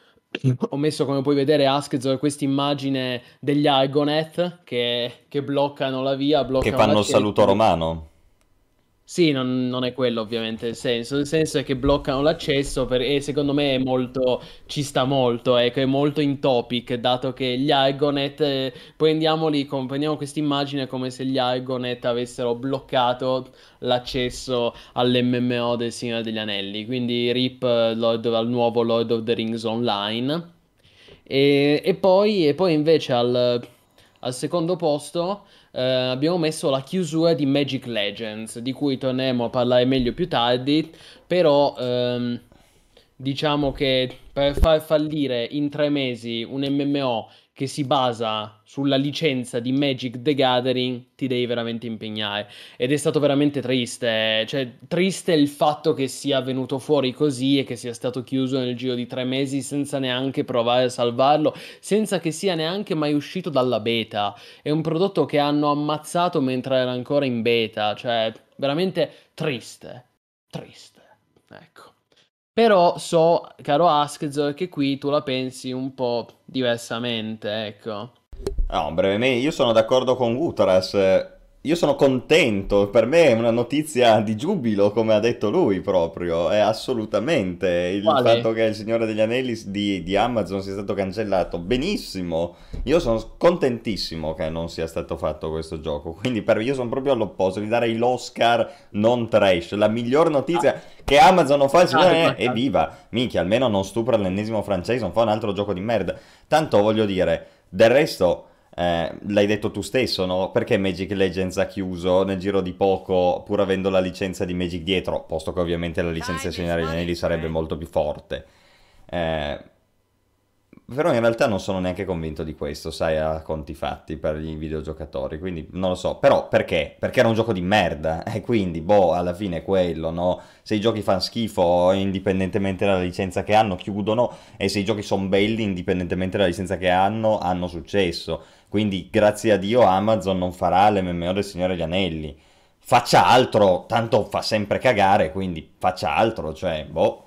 ho messo come puoi vedere, Askzor, questa immagine degli Argoneth che, che bloccano la via, Che bloccano fanno il l'accesso. saluto romano. Sì, non, non è quello ovviamente il senso, il senso è che bloccano l'accesso per- e secondo me è molto, ci sta molto, ecco, è molto in topic, dato che gli Argonet, eh, prendiamoli, com- prendiamo questa immagine come se gli Argonet avessero bloccato l'accesso all'M M O del Signore degli Anelli, quindi RIP eh, Lord, al nuovo Lord of the Rings Online. E, e poi, e poi invece al, al secondo posto eh, abbiamo messo la chiusura di Magic Legends, di cui torneremo a parlare meglio più tardi, però ehm, diciamo che per far fallire in tre mesi un M M O che si basa sulla licenza di Magic the Gathering, ti devi veramente impegnare. Ed è stato veramente triste, cioè triste il fatto che sia venuto fuori così e che sia stato chiuso nel giro di tre mesi senza neanche provare a salvarlo, senza che sia neanche mai uscito dalla beta. È un prodotto che hanno ammazzato mentre era ancora in beta, cioè veramente triste, triste, ecco. Però so, caro Askzor, che qui tu la pensi un po' diversamente, ecco. No, brevemente, io sono d'accordo con Gutras. io sono contento, per me è una notizia di giubilo, come ha detto lui proprio, è assolutamente il Quale? fatto che il Signore degli Anelli di, di Amazon sia stato cancellato. Benissimo, io sono contentissimo che non sia stato fatto questo gioco, quindi per, io sono proprio all'opposto, gli darei l'Oscar non trash, la miglior Ah, notizia che Amazon non fa il Signore degli calma, Anelli, calma. evviva, minchia, almeno non stupra l'ennesimo franchise, non fa un altro gioco di merda. Tanto voglio dire, del resto... Eh, l'hai detto tu stesso, no? Perché Magic Legends ha chiuso nel giro di poco, pur avendo la licenza di Magic dietro, posto che ovviamente la licenza del Signore degli Anelli sarebbe molto più forte. Eh, Però in realtà non sono neanche convinto di questo, sai, a conti fatti per i videogiocatori, quindi non lo so. Però perché? Perché era un gioco di merda, e quindi, boh, alla fine è quello, no? Se i giochi fanno schifo, indipendentemente dalla licenza che hanno, chiudono, e se i giochi sono belli, indipendentemente dalla licenza che hanno, hanno successo. Quindi, grazie a Dio, Amazon non farà l'M M O del Signore degli Anelli. Faccia altro, tanto fa sempre cagare, quindi faccia altro, cioè, boh.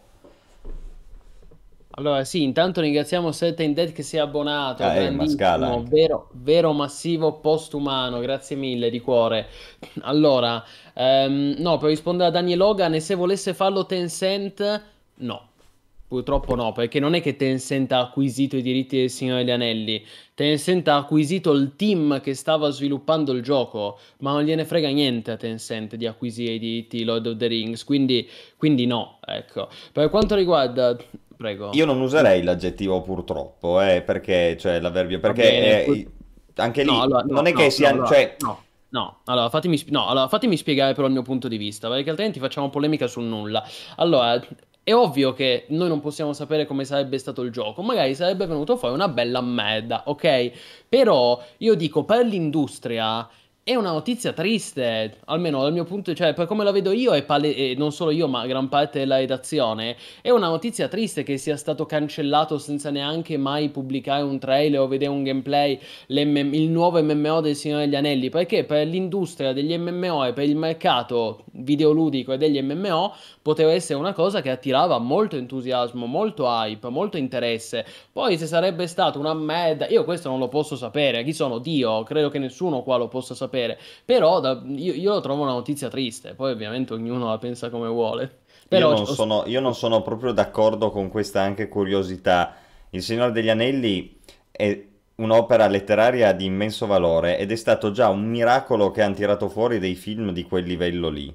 Allora, sì, intanto ringraziamo Certain Dead che si è abbonato, Ah, eh, ma scala grandissimo, anche. vero, vero massivo postumano, grazie mille di cuore. Allora, ehm, no, per rispondere a Daniel Logan, e se volesse farlo Tencent, no, purtroppo no, perché non è che Tencent ha acquisito i diritti del Signore degli Anelli, Tencent ha acquisito il team che stava sviluppando il gioco, ma non gliene frega niente a Tencent di acquisire i diritti di Lord of the Rings, quindi, quindi no, ecco. Per quanto riguarda... Io Prego. non userei l'aggettivo purtroppo, eh, perché, cioè, l'avverbio, Va perché bene. pu- eh, anche No, lì allora, non no, è che no, no, sia, allora, cioè, no, no. Allora, fatemi, sp- no, allora, fatemi spiegare però il mio punto di vista, perché altrimenti facciamo polemica sul nulla. Allora, è ovvio che noi non possiamo sapere come sarebbe stato il gioco, magari sarebbe venuto fuori una bella merda, ok? Però io dico, per l'industria è una notizia triste, almeno dal mio punto, cioè, per come la vedo io e, pale- e non solo io, ma gran parte della redazione. È una notizia triste che sia stato cancellato senza neanche mai pubblicare un trailer o vedere un gameplay, l'M- il nuovo M M O del Signore degli Anelli, perché per l'industria degli M M O e per il mercato videoludico e degli M M O poteva essere una cosa che attirava molto entusiasmo, molto hype, molto interesse. Poi se sarebbe stato una merda, io questo non lo posso sapere, chi sono Dio, credo che nessuno qua lo possa sapere, però da- io, io lo trovo una notizia triste, poi ovviamente ognuno la pensa come vuole. io Però non ho- sono, io non sono proprio d'accordo con questa anche curiosità. Il Signore degli Anelli è un'opera letteraria di immenso valore ed è stato già un miracolo che hanno tirato fuori dei film di quel livello lì.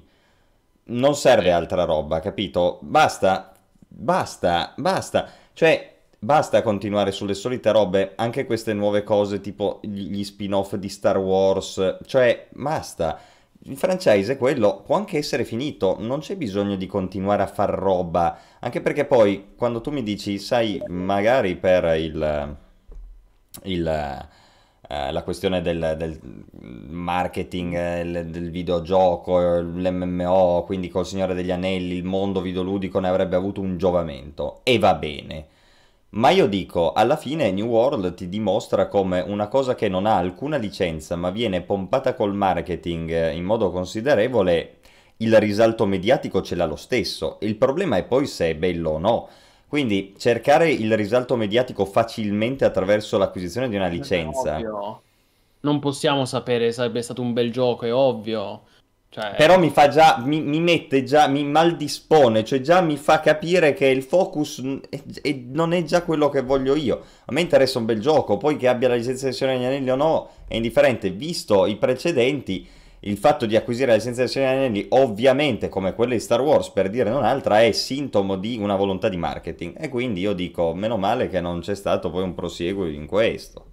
Non serve sì. altra roba, capito? Basta, basta, basta. Cioè, basta continuare sulle solite robe, anche queste nuove cose tipo gli gli spin-off di Star Wars. Cioè, basta. Il franchise è quello, può anche essere finito, non c'è bisogno di continuare a far roba. Anche perché poi, quando tu mi dici, sai, magari per il il, eh, la questione del, del marketing, eh, il- del videogioco, l'M M O, quindi col Signore degli Anelli, il mondo videoludico ne avrebbe avuto un giovamento. E va bene. Ma io dico, alla fine New World ti dimostra come una cosa che non ha alcuna licenza, ma viene pompata col marketing eh, in modo considerevole, il risalto mediatico ce l'ha lo stesso. Il problema è poi se è bello o no. Quindi cercare il risalto mediatico facilmente attraverso l'acquisizione di una Eh beh, licenza. ovvio. Non possiamo sapere se sarebbe stato un bel gioco, è ovvio. Però Cioè, mi fa già, mi, mi mette già, mi maldispone, cioè già mi fa capire che il focus n- è- è- non è già quello che voglio io. A me interessa un bel gioco, poi che abbia la licenza del Signore degli Anelli o no, è indifferente. Visto i precedenti, il fatto di acquisire la licenza del Signore degli Anelli, ovviamente, come quella di Star Wars, per dire non altra, è sintomo di una volontà di marketing. E quindi io dico, meno male che non c'è stato poi un prosieguo in questo.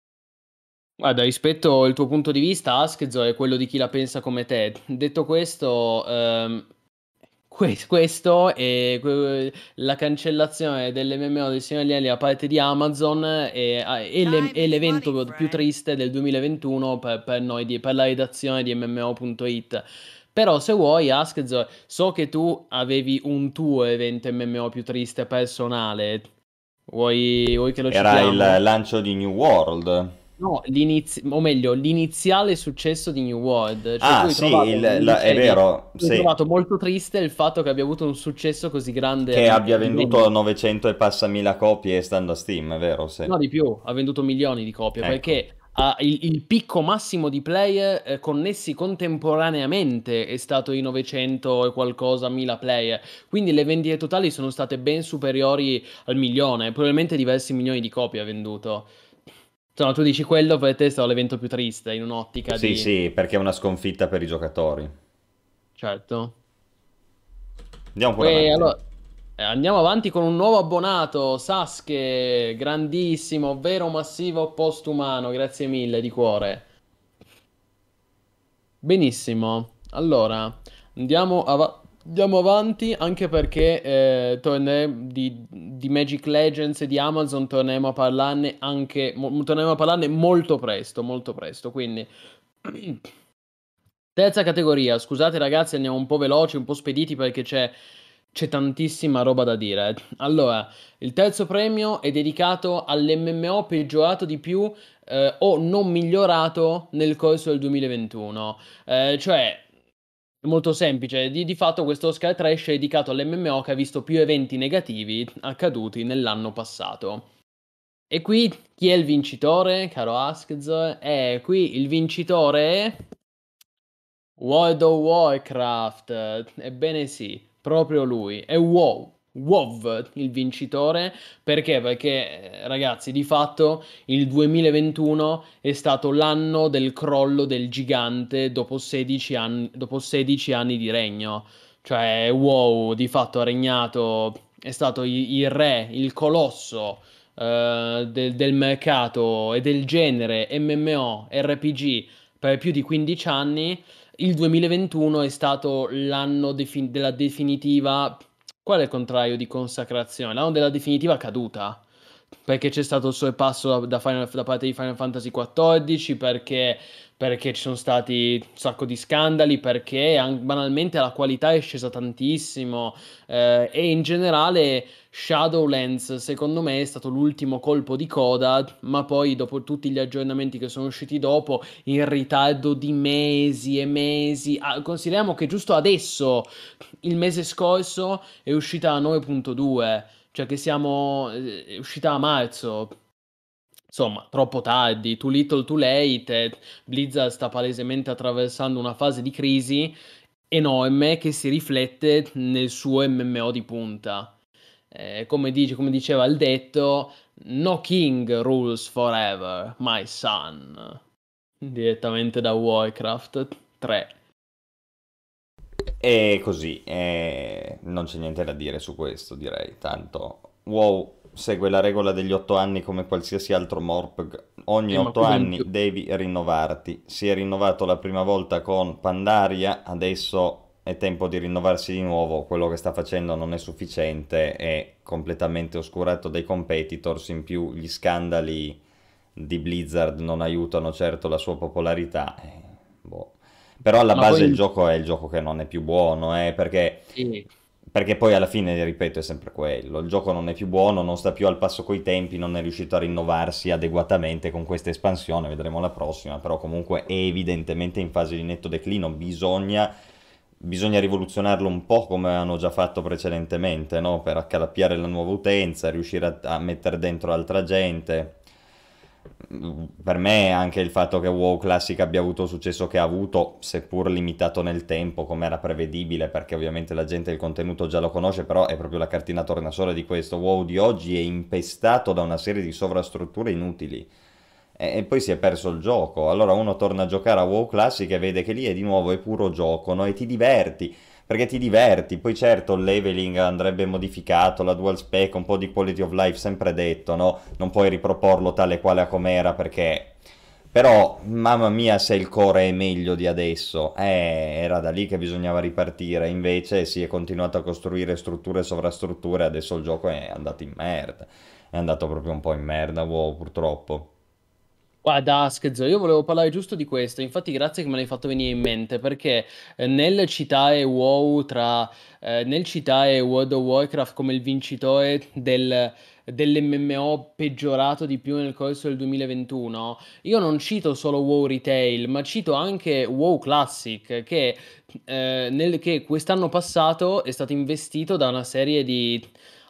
guarda, rispetto il tuo punto di vista, Askzo è quello di chi la pensa come te. Detto questo, ehm, que- questo e que- la cancellazione dell'M M O del Signore degli Anelli da parte di Amazon è, è l'e- è l'evento più triste del duemilaventuno per, per noi, di- per la redazione di M M O punto it. Però se vuoi, Askzo, so che tu avevi un tuo evento M M O più triste personale. Vuoi, vuoi che lo Era il citiamo? lancio di New World. No, l'iniz- o meglio, l'iniziale successo di New World. Cioè, tu Ah, hai sì, trovato, il- mi la- è dicevi, vero, tu hai sì. trovato molto triste il fatto che abbia avuto un successo così grande a Che di, abbia di venduto vendita. novecento e passa mila copie stando a Steam, è vero, sì. No, di più, ha venduto milioni di copie Ecco. perché ha il, il picco massimo di player eh, connessi contemporaneamente è stato i novecento e qualcosa mila player, quindi le vendite totali sono state ben superiori al milione, probabilmente diversi milioni di copie ha venduto. Insomma, tu dici quello per te è stato l'evento più triste in un'ottica Sì, di... sì, perché è una sconfitta per i giocatori. Certo. Andiamo pure Poi, avanti. allora, eh, andiamo avanti con un nuovo abbonato, Sasuke, grandissimo, vero massivo postumano, grazie mille di cuore. Benissimo, allora andiamo, ava- andiamo avanti anche perché eh, torne- di, di Magic Legends e di Amazon torneremo a parlarne anche, mo- torneremo a parlarne molto presto, molto presto, quindi terza categoria, scusate ragazzi, andiamo un po' veloci, un po' spediti perché c'è c'è tantissima roba da dire. Allora, il terzo premio è dedicato all'M M O peggiorato di più eh, o non migliorato nel corso del duemilaventuno. Eh, cioè, è molto semplice, di, di fatto questo Oscar Trash è dedicato all'M M O che ha visto più eventi negativi accaduti nell'anno passato. E qui chi è il vincitore, caro Askz? Eh, qui il vincitore è World of Warcraft. Ebbene sì, proprio lui. È WoW. WoW il vincitore. Perché? Perché, eh, ragazzi, di fatto il duemilaventuno è stato l'anno del crollo del gigante dopo sedici anni, dopo sedici anni di regno. Cioè, WoW di fatto ha regnato, è stato i- il re, il colosso eh, del, del mercato e del genere M M O, R P G per più di quindici anni. Il duemilaventuno è stato l'anno defin- della definitiva. Qual è il contrario di consacrazione? L'anno della definitiva caduta. Perché c'è stato il sorpasso da, da Final- da parte di Final Fantasy quattordici, perché, perché ci sono stati un sacco di scandali, perché an- banalmente la qualità è scesa tantissimo eh, e in generale Shadowlands secondo me è stato l'ultimo colpo di coda, ma poi dopo tutti gli aggiornamenti che sono usciti dopo in ritardo di mesi e mesi. Ah, consideriamo che giusto adesso, il mese scorso, è uscita la nove punto due, cioè che siamo, eh, è uscita a marzo. Insomma, troppo tardi, too little too late. e Blizzard sta palesemente attraversando una fase di crisi enorme che si riflette nel suo M M O di punta. Eh, come, dice, come diceva il detto, no king rules forever, my son. Direttamente da Warcraft tre. E così, eh, non c'è niente da dire su questo, direi. Tanto, WoW segue la regola degli otto anni come qualsiasi altro MORPG. Ogni Eh, ma otto qui ben anni più. devi rinnovarti. Si è rinnovato la prima volta con Pandaria, adesso è tempo di rinnovarsi di nuovo. Quello che sta facendo non è sufficiente, è completamente oscurato dai competitors. In più, gli scandali di Blizzard non aiutano certo la sua popolarità. Eh, boh. Però alla Ma base il poi gioco è il gioco che non è più buono, eh, perché, sì. perché poi alla fine, ripeto, è sempre quello. Il gioco non è più buono, non sta più al passo coi tempi, non è riuscito a rinnovarsi adeguatamente con questa espansione, vedremo la prossima, però comunque è evidentemente in fase di netto declino, bisogna, bisogna rivoluzionarlo un po' come hanno già fatto precedentemente, no? Per accalappiare la nuova utenza, riuscire a, a mettere dentro altra gente. Per me anche il fatto che WoW Classic abbia avuto il successo che ha avuto, seppur limitato nel tempo, come era prevedibile, perché ovviamente la gente il contenuto già lo conosce, però è proprio la cartina tornasole di questo. WoW di oggi è impestato da una serie di sovrastrutture inutili. E, e poi si è perso il gioco. Allora uno torna a giocare a WoW Classic e vede che lì è di nuovo è puro gioco, no? E ti diverti perché ti diverti. Poi certo il leveling andrebbe modificato, la dual spec, un po' di quality of life sempre detto, no? Non puoi riproporlo tale quale a com'era perché... Però, mamma mia, se il core è meglio di adesso, eh, era da lì che bisognava ripartire. Invece si è continuato a costruire strutture e sovrastrutture, adesso il gioco è andato in merda. È andato proprio un po' in merda, wow, purtroppo. Guarda, Askzo, io volevo parlare giusto di questo, infatti grazie che me l'hai fatto venire in mente, perché eh, nel citare WoW tra, eh, nel citare World of Warcraft come il vincitore del, dell'M M O peggiorato di più nel corso del duemilaventuno, io non cito solo WoW Retail, ma cito anche WoW Classic, che, eh, nel, che quest'anno passato è stato investito da una serie di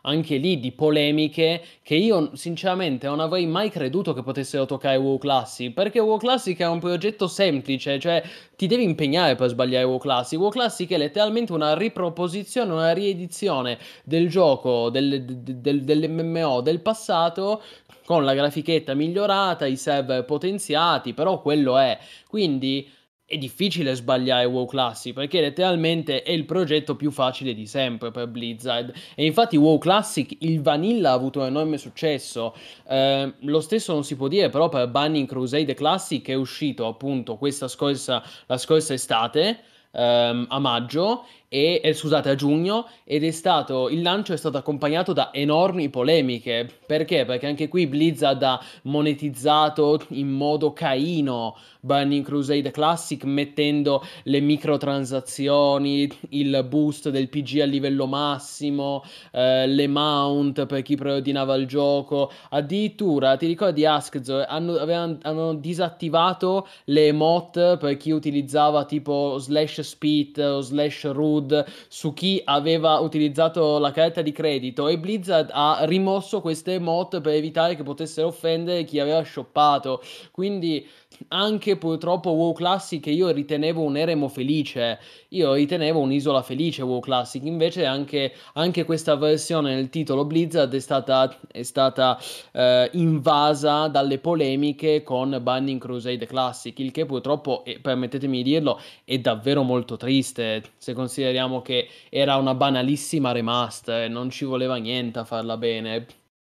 anche lì di polemiche che io sinceramente non avrei mai creduto che potessero toccare WoW Classic, perché WoW Classic è un progetto semplice, cioè ti devi impegnare per sbagliare WoW Classic. WoW Classic è letteralmente una riproposizione, una riedizione del gioco, del, del, dell'M M O del passato, con la grafichetta migliorata, i server potenziati, però quello è. Quindi è difficile sbagliare WoW Classic, perché letteralmente è il progetto più facile di sempre per Blizzard. E infatti WoW Classic, il Vanilla ha avuto un enorme successo. Eh, lo stesso non si può dire però per Burning Crusade Classic, che è uscito appunto questa scorsa, la scorsa estate, ehm, a maggio, e, eh, scusate, a giugno, ed è stato, il lancio è stato accompagnato da enormi polemiche. Perché? Perché anche qui Blizzard ha monetizzato in modo caino Burning Crusade Classic, mettendo le microtransazioni, il boost del P G a livello massimo, eh, le mount per chi preordinava il gioco. Addirittura, ti ricordi Askzo, hanno, avevano, hanno disattivato le emote per chi utilizzava tipo slash speed o slash rude su chi aveva utilizzato la carta di credito, e Blizzard ha rimosso queste emote per evitare che potessero offendere chi aveva shoppato. Quindi anche purtroppo WoW Classic, che io ritenevo un eremo felice, io ritenevo un'isola felice WoW Classic, invece anche, anche questa versione nel titolo Blizzard è stata, è stata eh, invasa dalle polemiche con Burning Crusade Classic, il che purtroppo, eh, permettetemi di dirlo, è davvero molto triste, se consideriamo che era una banalissima remaster, non ci voleva niente a farla bene.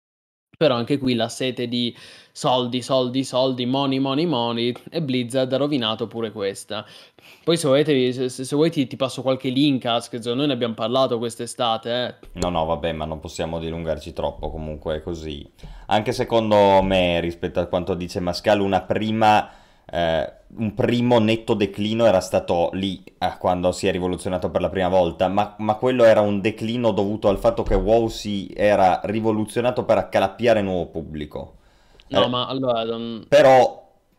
Però anche qui la sete di soldi, soldi, soldi, money, money, money, e Blizzard ha rovinato pure questa. Poi se volete, se, se vuoi ti, ti passo qualche link, Ask, noi ne abbiamo parlato quest'estate, eh. No, no, vabbè, ma non possiamo dilungarci troppo, comunque è così. Anche secondo me, rispetto a quanto dice Mascal, una prima, eh, un primo netto declino era stato lì, eh, quando si è rivoluzionato per la prima volta, ma, ma quello era un declino dovuto al fatto che WoW si era rivoluzionato per accalappiare nuovo pubblico. No, Eh, ma allora, non- Però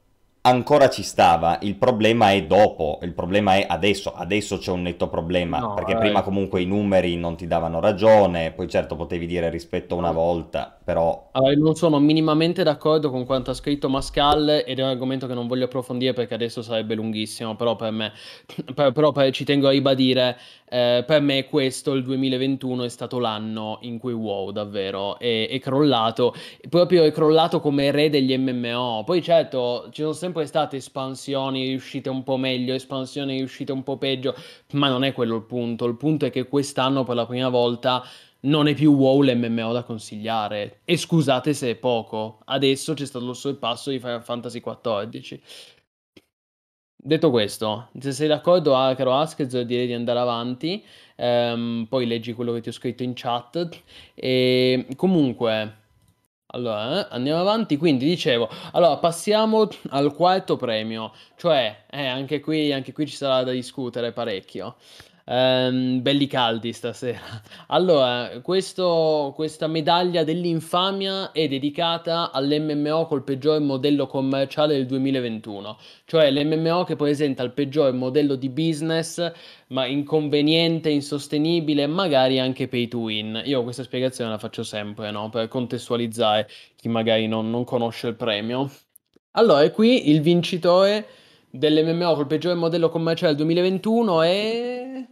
ancora ci stava, il problema è dopo, il problema è adesso, adesso c'è un netto problema, no, perché eh, prima comunque i numeri non ti davano ragione, poi certo potevi dire rispetto a una no. volta, però Allora, non sono minimamente d'accordo con quanto ha scritto Mascal, ed è un argomento che non voglio approfondire perché adesso sarebbe lunghissimo, però per me, per- però per- ci tengo a ribadire, eh, per me questo, il duemilaventuno, è stato l'anno in cui WoW davvero è, è crollato, proprio è crollato come re degli M M O. Poi certo, ci sono sempre state espansioni riuscite un po' meglio, espansioni riuscite un po' peggio, ma non è quello il punto. Il punto è che quest'anno per la prima volta non è più WoW l'M M O da consigliare. E scusate se è poco, adesso c'è stato lo sorpasso di Final Fantasy quattordici. Detto questo, se sei d'accordo, ah, caro Askez, direi di andare avanti. Ehm, poi leggi quello che ti ho scritto in chat. E comunque, allora, eh, andiamo avanti. Quindi dicevo, allora passiamo al quarto premio. Cioè, eh, anche qui, anche qui ci sarà da discutere parecchio. Ehm, belli caldi stasera. Allora, questo- questa medaglia dell'infamia è dedicata all'M M O col peggior modello commerciale del duemilaventuno, cioè l'M M O che presenta il peggior modello di business, ma inconveniente, insostenibile, magari anche pay to win. Io questa spiegazione la faccio sempre, no? Per contestualizzare chi magari non, non conosce il premio. Allora, e qui il vincitore dell'M M O col peggiore modello commerciale del duemilaventuno è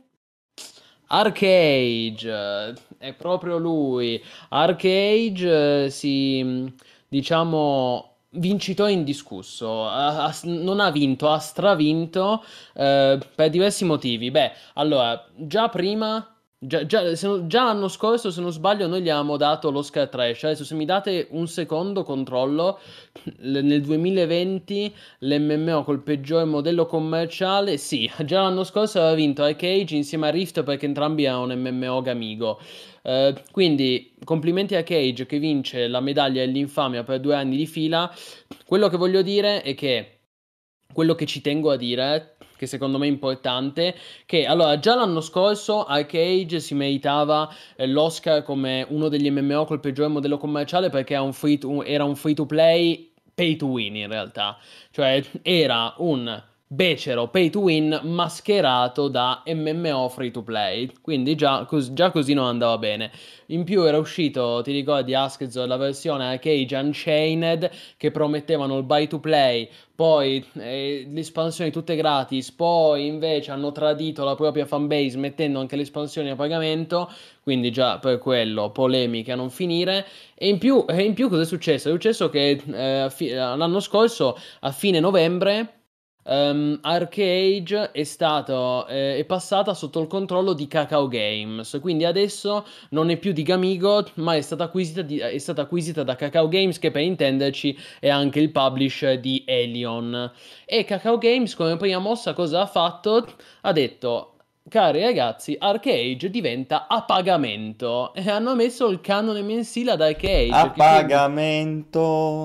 Arcade, è proprio lui. Arcade, eh, si, diciamo, vincitore indiscusso. Ha- ha- non ha vinto, ha stravinto, eh, per diversi motivi. Beh, allora, già prima, già, già- se non- già l'anno scorso, se non sbaglio, noi gli avevamo dato l'Oscar Trash. Adesso, se mi date un secondo controllo, l- nel duemilaventi l'M M O col peggiore modello commerciale, sì, già l'anno scorso aveva vinto Arcade insieme a Rift, perché entrambi erano un M M O Gamigo. Eh, quindi complimenti a Cage che vince la medaglia dell'infamia per due anni di fila. Quello che voglio dire è che quello che ci tengo a dire, che secondo me è importante, che allora già l'anno scorso Arcade si meritava eh, l'Oscar come uno degli M M O col peggiore modello commerciale, perché era un free to, era un free to play pay to win in realtà, cioè era un becero pay to win mascherato da M M O free to play, quindi già, cos- già così non andava bene. In più era uscito, ti ricordi Askzo, la versione Arcade Unchained che promettevano il buy to play, poi eh, le espansioni tutte gratis, poi invece hanno tradito la propria fanbase mettendo anche le espansioni a pagamento, quindi già per quello polemiche a non finire. E in più, e in più cosa è successo? È successo che eh, a fi- l'anno scorso, a fine novembre, ehm, Arcade è stato, eh, è passata sotto il controllo di Kakao Games, quindi adesso non è più di Gamigo, ma è stata acquisita, di- è stata acquisita da Kakao Games, che per intenderci è anche il publisher di Elion. E Kakao Games, come prima mossa, cosa ha fatto? Ha detto: cari ragazzi, Arcade diventa a pagamento. E hanno messo il canone mensile ad A Arcade, che quindi pagamento.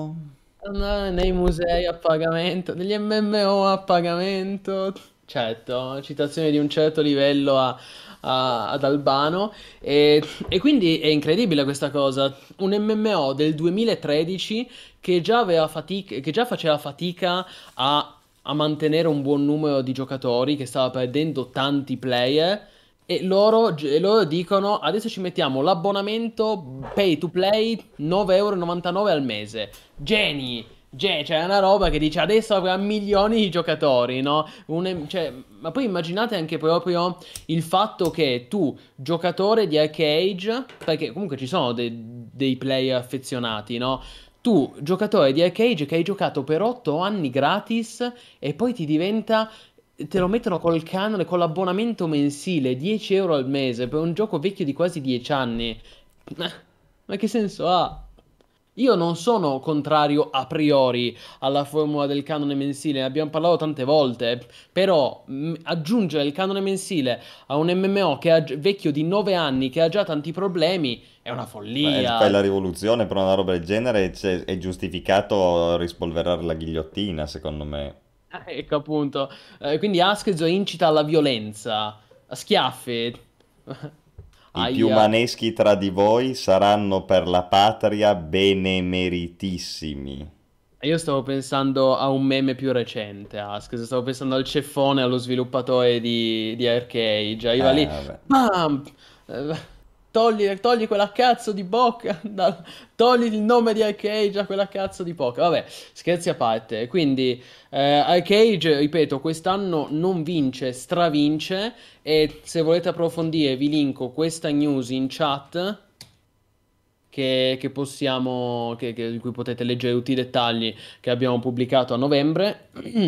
andare nei musei a pagamento, negli M M O a pagamento. Certo, citazioni di un certo livello a- a- ad Albano. E, e quindi è incredibile questa cosa. Un M M O del duemilatredici che già aveva fatica, che già faceva fatica a, a mantenere un buon numero di giocatori, che stava perdendo tanti player. E loro, e loro dicono: adesso ci mettiamo l'abbonamento pay to play nove e novantanove euro al mese. Geni! Ge- cioè, è una roba che dice adesso avrà milioni di giocatori, no? Un- cioè, ma poi immaginate anche proprio il fatto che tu, giocatore di Arcade, perché comunque ci sono de- dei player affezionati, no? Tu, giocatore di Arcade che hai giocato per otto anni gratis e poi ti diventa, te lo mettono col canone, con l'abbonamento mensile, dieci euro al mese per un gioco vecchio di quasi dieci anni. Ma, ma che senso ha? Io non sono contrario a priori alla formula del canone mensile, ne abbiamo parlato tante volte, però mh, aggiungere il canone mensile a un M M O che ha gi- vecchio di nove anni, che ha già tanti problemi, è una Ma eh, fai follia. la rivoluzione per una roba del genere, c'è- è giustificato rispolverare la ghigliottina, secondo me. Eh, Ecco appunto. Eh, quindi Askzo incita alla violenza, a schiaffi. I più Aia. maneschi tra di voi saranno per la patria benemeritissimi. Io stavo pensando a un meme più recente, Ask. Stavo pensando al ceffone, allo sviluppatore di, di Arcade. Arriva Eh, lì, vabbè. bam! Eh, Togli, togli quella cazzo di bocca, dal- togli il nome di Arcade a quella cazzo di bocca. Vabbè, scherzi a parte. Quindi, eh, Arcade, ripeto, quest'anno non vince, stravince. E se volete approfondire, vi linko questa news in chat che, che possiamo, che, che- di cui potete leggere tutti i dettagli che abbiamo pubblicato a novembre.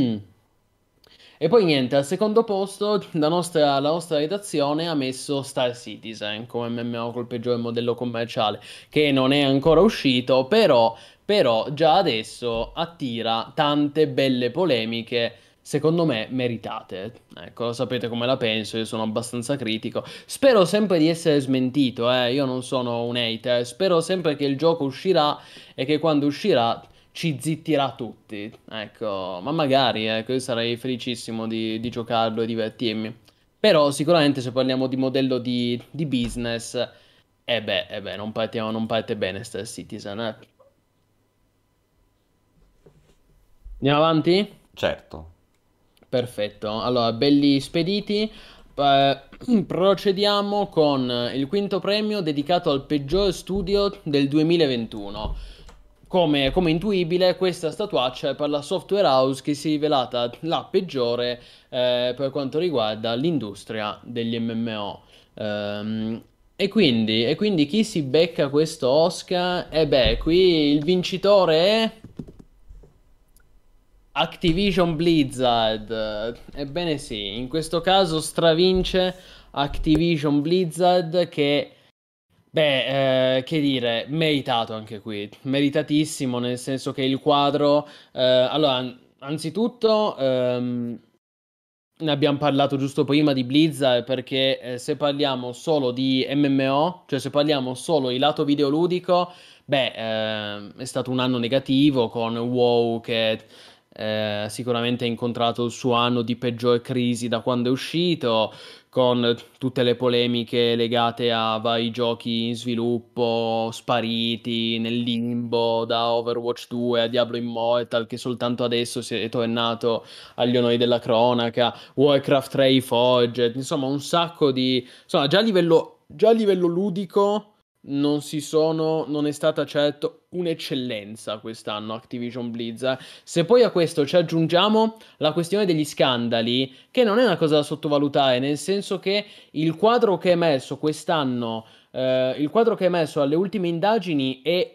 E poi niente, al secondo posto la nostra, la nostra redazione ha messo Star Citizen come M M O col peggiore modello commerciale, che non è ancora uscito, però, però già adesso attira tante belle polemiche, secondo me meritate. Ecco, lo sapete come la penso, io sono abbastanza critico. Spero sempre di essere smentito, eh, io non sono un hater, spero sempre che il gioco uscirà e che quando uscirà ci zittirà tutti. Ecco, ma magari, ecco, io sarei felicissimo di, di giocarlo e divertirmi. Però sicuramente se parliamo di modello di, di business, eh beh, eh beh, non partiamo, non parte bene Star Citizen, eh. Andiamo avanti? Certo. Perfetto, allora, belli spediti. Eh, procediamo con il quinto premio dedicato al peggior studio del duemilaventuno. Come, come intuibile, questa statuaccia è per la software house che si è rivelata la peggiore eh, per quanto riguarda l'industria degli M M O. Ehm, e quindi, e quindi chi si becca questo Oscar? E beh, qui il vincitore è Activision Blizzard. Ebbene sì, in questo caso stravince Activision Blizzard che, beh, eh, che dire, meritato anche qui, meritatissimo nel senso che il quadro, eh, allora, an- anzitutto, ehm, ne abbiamo parlato giusto prima di Blizzard perché eh, se parliamo solo di M M O, cioè se parliamo solo di lato videoludico, beh, ehm, è stato un anno negativo con WoW che eh, sicuramente ha incontrato il suo anno di peggior crisi da quando è uscito, con tutte le polemiche legate a vari giochi in sviluppo, spariti nel limbo, da Overwatch due a Diablo Immortal, che soltanto adesso si è tornato agli onori della cronaca, Warcraft tre Reforged, insomma un sacco di... insomma già a livello, già a livello ludico non si sono, non è stata certo un'eccellenza quest'anno Activision Blizzard. Se poi a questo ci aggiungiamo la questione degli scandali, che non è una cosa da sottovalutare, nel senso che il quadro che è emerso quest'anno, eh, il quadro che è emerso alle ultime indagini è,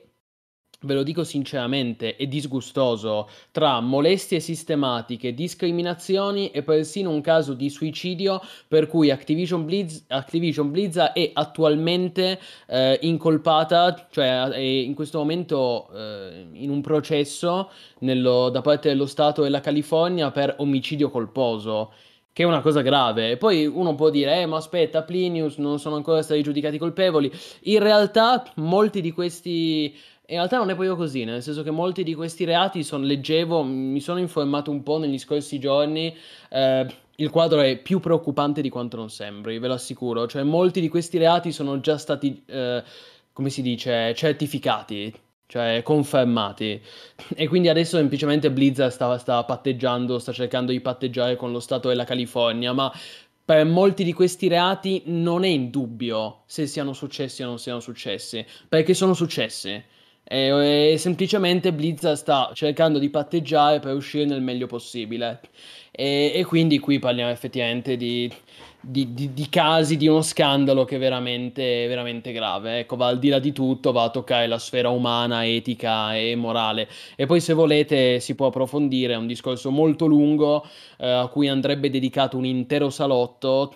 ve lo dico sinceramente, è disgustoso, tra molestie sistematiche, discriminazioni e persino un caso di suicidio per cui Activision, Blizz- Activision Blizzard è attualmente eh, incolpata, cioè è in questo momento eh, in un processo nello- da parte dello Stato della California per omicidio colposo. Che è una cosa grave. E poi uno può dire, eh, ma aspetta, Plinius non sono ancora stati giudicati colpevoli. In realtà, molti di questi in realtà non è proprio così, nel senso che molti di questi reati sono, leggevo, mi sono informato un po' negli scorsi giorni, eh, il quadro è più preoccupante di quanto non sembri, ve lo assicuro, cioè molti di questi reati sono già stati, eh, come si dice, certificati, cioè confermati, e quindi adesso semplicemente Blizzard sta, sta patteggiando, sta cercando di patteggiare con lo Stato della California, ma per molti di questi reati non è in dubbio se siano successi o non siano successi, perché sono successi. E, e semplicemente Blizzard sta cercando di patteggiare per uscire nel meglio possibile. E, e quindi qui parliamo effettivamente di, di- di- di casi di uno scandalo che è veramente, veramente grave. Ecco, va al di là di tutto, va a toccare la sfera umana, etica e morale. E poi se volete si può approfondire, è un discorso molto lungo eh, a cui andrebbe dedicato un intero salotto.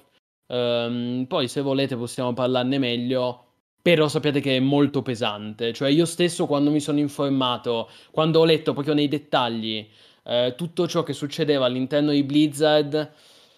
Ehm, poi se volete possiamo parlarne meglio. Però sappiate che è molto pesante, cioè io stesso quando mi sono informato, quando ho letto proprio nei dettagli eh, tutto ciò che succedeva all'interno di Blizzard,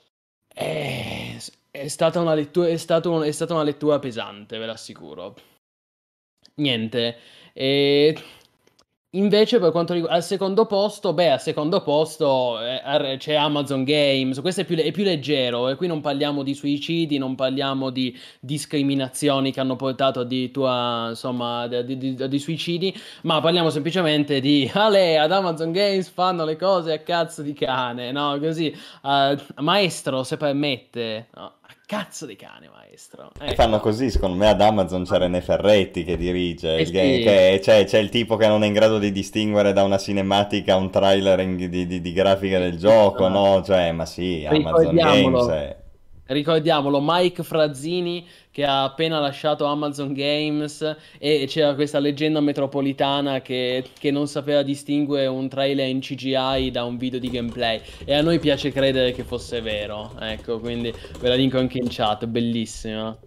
è, è stata una lettura, è stato un- è stata una lettura pesante, ve l'assicuro. Niente. E invece per quanto riguarda al secondo posto, beh, al secondo posto eh, ar- c'è Amazon Games, questo è più, le- è più leggero e qui non parliamo di suicidi, non parliamo di discriminazioni che hanno portato addirittura, insomma, di, di- di- di suicidi, ma parliamo semplicemente di, Ale, ad Amazon Games fanno le cose a cazzo di cane, no? Così, eh, maestro, se permette, no? A cazzo di cane, maestro, E fanno ecco. così, secondo me ad Amazon c'è René Ferretti che dirige, Eh il game, sì, che c'è, c'è il tipo che non è in grado di distinguere da una cinematica un trailer in- di, di- di grafica del gioco, esatto. no? Cioè, ma sì, Amazon Games Ricordiamolo, è... ricordiamolo, Mike Frazzini che ha appena lasciato Amazon Games e c'era questa leggenda metropolitana che, che non sapeva distinguere un trailer in C G I da un video di gameplay e a noi piace credere che fosse vero, ecco, quindi ve la linko anche in chat, bellissima.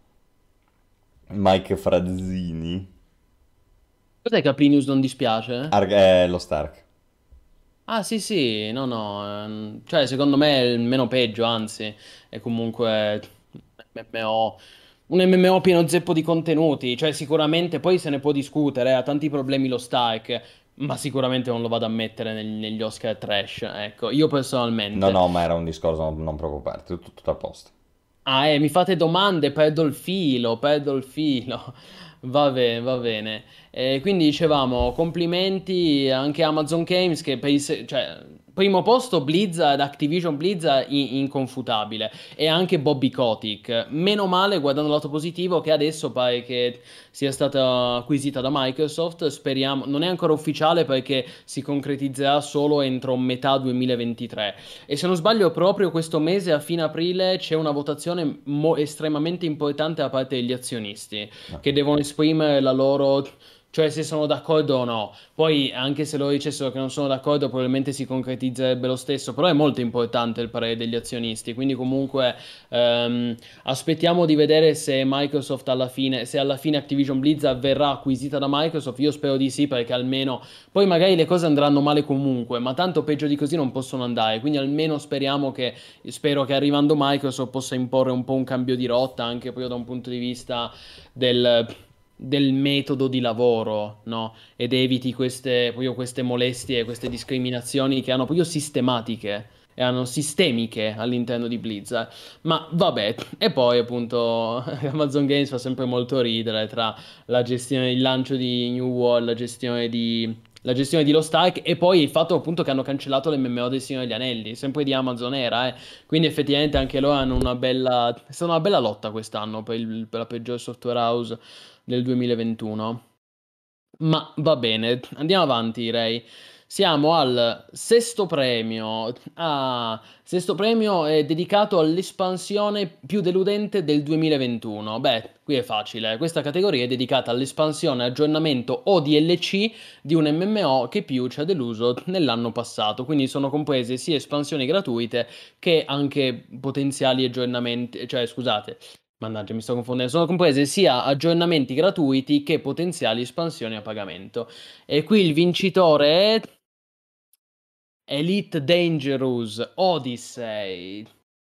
Mike Frazzini. Cos'è che a Plinius non dispiace? Ar- eh, lo Stark. Ah sì sì, no no, ehm, cioè secondo me è il meno peggio, anzi, è comunque un M M O, un M M O pieno zeppo di contenuti, cioè sicuramente poi se ne può discutere, ha tanti problemi lo Stark, ma sicuramente non lo vado a mettere neg- negli Oscar trash, ecco, io No, personalmente. no, ma era un discorso, non, non preoccuparti, tutto, tutto a posto. Ah, eh, mi fate domande, perdo il filo, perdo il filo. Va bene, va bene. Eh, quindi dicevamo, complimenti anche a Amazon Games che per il se- cioè, primo posto Blizzard, Activision Blizzard i- inconfutabile e anche Bobby Kotick. Meno male, guardando il lato positivo, che adesso pare che sia stata acquisita da Microsoft, speriamo, non è ancora ufficiale perché si concretizzerà solo entro metà duemilaventitré. E se non sbaglio, proprio questo mese, a fine aprile, c'è una votazione mo- estremamente importante da parte degli azionisti, No. che devono esprimere la loro, cioè se sono d'accordo o no. Poi, anche se loro dicessero che non sono d'accordo, probabilmente si concretizzerebbe lo stesso. Però è molto importante il parere degli azionisti. Quindi, comunque, ehm, aspettiamo di vedere se Microsoft alla fine, se alla fine Activision Blizzard verrà acquisita da Microsoft. Io spero di sì, perché almeno poi magari le cose andranno male comunque, ma tanto peggio di così non possono andare. Quindi almeno speriamo che, spero che arrivando Microsoft possa imporre un po' un cambio di rotta, anche proprio da un punto di vista del, del metodo di lavoro, no? Ed eviti queste, proprio queste molestie, queste discriminazioni che hanno proprio sistematiche. erano sistemiche all'interno di Blizzard. Ma vabbè, e poi appunto Amazon Games fa sempre molto ridere tra la gestione, il lancio di New World, la gestione di, la gestione di Lost Ark e poi il fatto appunto che hanno cancellato l'M M O del Signore degli Anelli, sempre di Amazon era, eh. Quindi effettivamente anche loro hanno una bella, è stata una bella lotta quest'anno per, il- per la peggior software house del duemilaventuno. Ma va bene, andiamo avanti, direi. Siamo al sesto premio. Ah, sesto premio è dedicato all'espansione più deludente del duemilaventuno. Beh, qui è facile. Questa categoria è dedicata all'espansione, aggiornamento o D L C di un M M O che più ci ha deluso nell'anno passato. Quindi sono comprese sia espansioni gratuite che anche potenziali aggiornamenti. Cioè, scusate. Mannaggia, mi sto confondendo. Sono comprese sia aggiornamenti gratuiti che potenziali espansioni a pagamento. E qui il vincitore è Elite Dangerous Odyssey.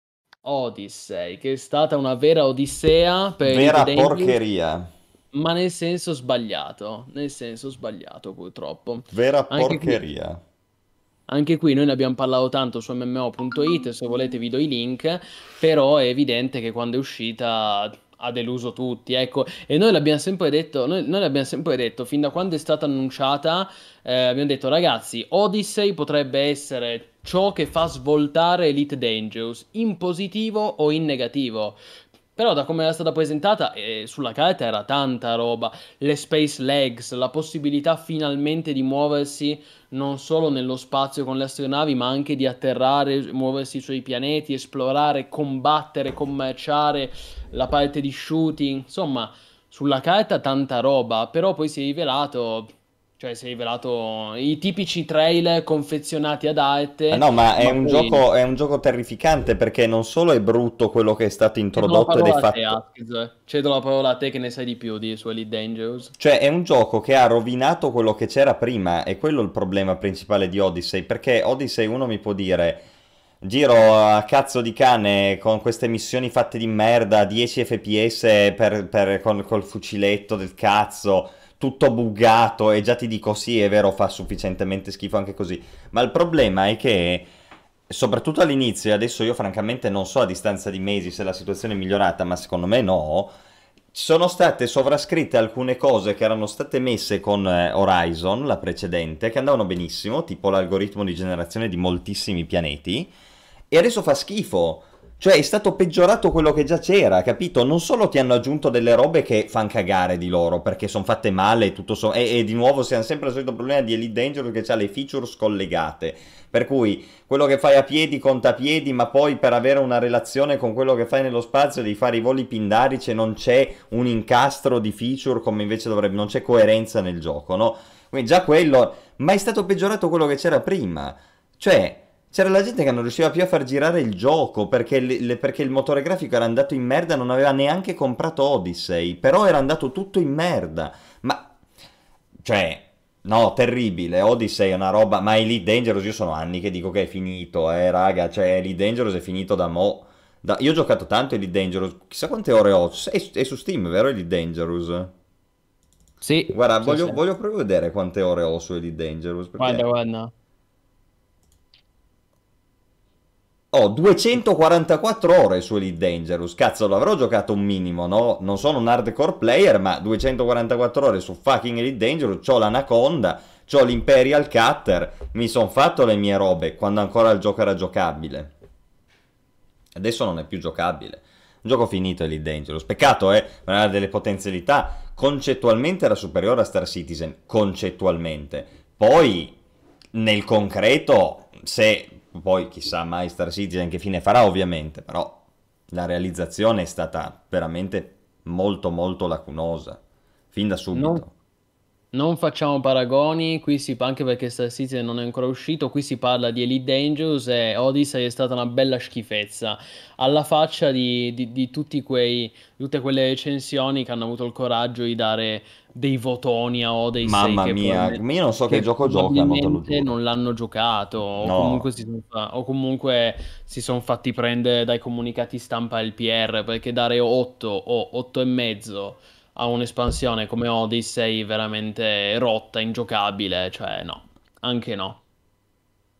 Odyssey, che è stata una vera odissea per Elite Vera Dangerous, porcheria. ma nel senso sbagliato. Nel senso sbagliato, purtroppo. Vera Anche qui. porcheria. Anche qui noi ne abbiamo parlato tanto su M M O punto it, se volete vi do i link, però è evidente che quando è uscita ha deluso tutti, ecco, e noi l'abbiamo sempre detto, noi, noi l'abbiamo sempre detto, fin da quando è stata annunciata, eh, abbiamo detto ragazzi, Odyssey potrebbe essere ciò che fa svoltare Elite Dangerous, in positivo o in negativo. Però da come era stata presentata, eh, sulla carta era tanta roba, le space legs, la possibilità finalmente di muoversi non solo nello spazio con le astronavi, ma anche di atterrare, muoversi sui pianeti, esplorare, combattere, commerciare, la parte di shooting, insomma, sulla carta tanta roba, però poi si è rivelato, cioè si è rivelato i tipici trailer confezionati ad Ah, arte, no, ma è ma un poi gioco, è un gioco terrificante perché non solo è brutto quello che è stato cedo la introdotto ed è parola a te, fatto. Askiz, cedo la parola a te che ne sai di più di su Elite Dangerous. Cioè, è un gioco che ha rovinato quello che c'era prima, e quello è il problema principale di Odyssey, perché Odyssey uno mi può dire, giro a cazzo di cane con queste missioni fatte di merda, dieci F P S per, per- con, col fuciletto del cazzo, tutto buggato, e già ti dico sì, è vero, fa sufficientemente schifo anche così. Ma il problema è che, soprattutto all'inizio, e adesso io francamente non so a distanza di mesi se la situazione è migliorata, ma secondo me no, sono state sovrascritte alcune cose che erano state messe con eh, Horizon, la precedente, che andavano benissimo, tipo l'algoritmo di generazione di moltissimi pianeti, e adesso fa schifo. Cioè è stato peggiorato quello che già c'era, capito? Non solo ti hanno aggiunto delle robe che fan cagare di loro, perché sono fatte male e tutto so- e, e di nuovo siamo sempre al solito problema di Elite Dangerous che ha le feature scollegate. Per cui quello che fai a piedi conta a piedi, ma poi per avere una relazione con quello che fai nello spazio devi fare i voli pindarici e non c'è un incastro di feature come invece dovrebbe, non c'è coerenza nel gioco, no? Quindi già quello, ma è stato peggiorato quello che c'era prima. Cioè, c'era la gente che non riusciva più a far girare il gioco perché, le- le- perché il motore grafico era andato in merda, non aveva neanche comprato Odyssey, però era andato tutto in merda. Ma, cioè, no, terribile, Odyssey è una roba, ma Elite Dangerous io sono anni che dico che è finito, eh, raga, cioè Elite Dangerous è finito da mo'. Da- io ho giocato tanto Elite Dangerous, chissà quante ore ho, è, è su Steam, vero Elite Dangerous? Sì, Guarda, sì, voglio, sì. voglio proprio vedere quante ore ho su Elite Dangerous, Guarda, perché guarda. ho duecentoquarantaquattro ore su Elite Dangerous. Cazzo, l'avrò giocato un minimo, no? Non sono un hardcore player, ma duecentoquarantaquattro ore su fucking Elite Dangerous. C'ho l'Anaconda, c'ho l'Imperial Cutter. Mi son fatto le mie robe quando ancora il gioco era giocabile. Adesso non è più giocabile. Un gioco finito Elite Dangerous. Peccato, eh, ma aveva delle potenzialità. Concettualmente era superiore a Star Citizen. Concettualmente. Poi, nel concreto, se poi chissà mai Star Citizen che fine farà ovviamente, però la realizzazione è stata veramente molto molto lacunosa, fin da Non, subito. non facciamo paragoni, qui si, anche perché Star Citizen non è ancora uscito, qui si parla di Elite Dangerous e Odyssey è stata una bella schifezza, alla faccia di, di- di tutti quei, tutte quelle recensioni che hanno avuto il coraggio di dare dei votoni a Odyssey Mamma che mia, probabilmente, ma io non so che che gioco giocano, te lo probabilmente giuro. non l'hanno giocato o No. comunque si sono fa- o comunque si sono fatti prendere dai comunicati stampa L P R perché dare otto o otto e mezzo a un'espansione come Odyssey veramente rotta, ingiocabile, cioè no, anche no.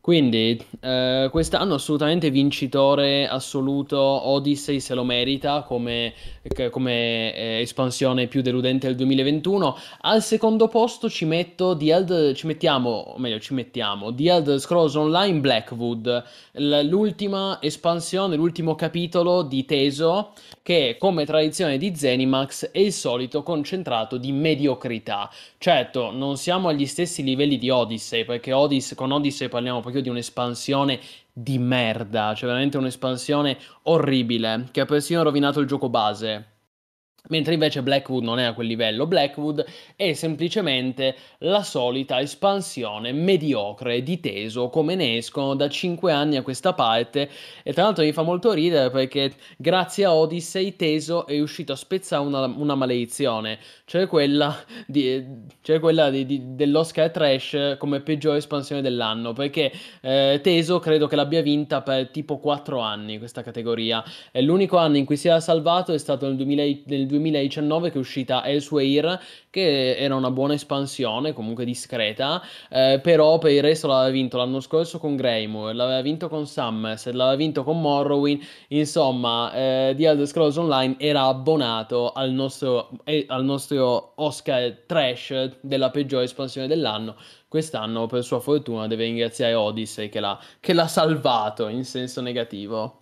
Quindi, eh, quest'anno assolutamente vincitore assoluto, Odyssey se lo merita come, che- come, eh, espansione più deludente del duemilaventuno. Al secondo posto ci metto The Elder, ci mettiamo, o meglio ci mettiamo, The Elder Scrolls Online Blackwood, l- l'ultima espansione, l'ultimo capitolo di Teso, che come tradizione di Zenimax è il solito concentrato di mediocrità. Certo, non siamo agli stessi livelli di Odyssey, perché Odyssey, con Odyssey parliamo proprio di un'espansione di merda, cioè veramente un'espansione orribile, che ha persino rovinato il gioco base. Mentre invece Blackwood non è a quel livello, Blackwood è semplicemente la solita espansione mediocre di Teso, come ne escono da cinque anni a questa parte, e tra l'altro mi fa molto ridere perché grazie a Odyssey Teso è riuscito a spezzare una, una maledizione, cioè quella, di, cioè quella di, di, dell'Oscar Trash come peggiore espansione dell'anno, perché eh, Teso credo che l'abbia vinta per tipo quattro anni questa categoria. E l'unico anno in cui si era salvato è stato nel duemila nel duemiladiciannove, che è uscita Elsewhere, che era una buona espansione, comunque discreta, eh, però per il resto l'aveva vinto l'anno scorso con Greymore, l'aveva vinto con Summerset, l'aveva vinto con Morrowind, insomma, eh, The Elder Scrolls Online era abbonato al nostro, eh, al nostro Oscar Trash della peggiore espansione dell'anno. Quest'anno, per sua fortuna, deve ringraziare Odyssey che l'ha che l'ha salvato in senso negativo.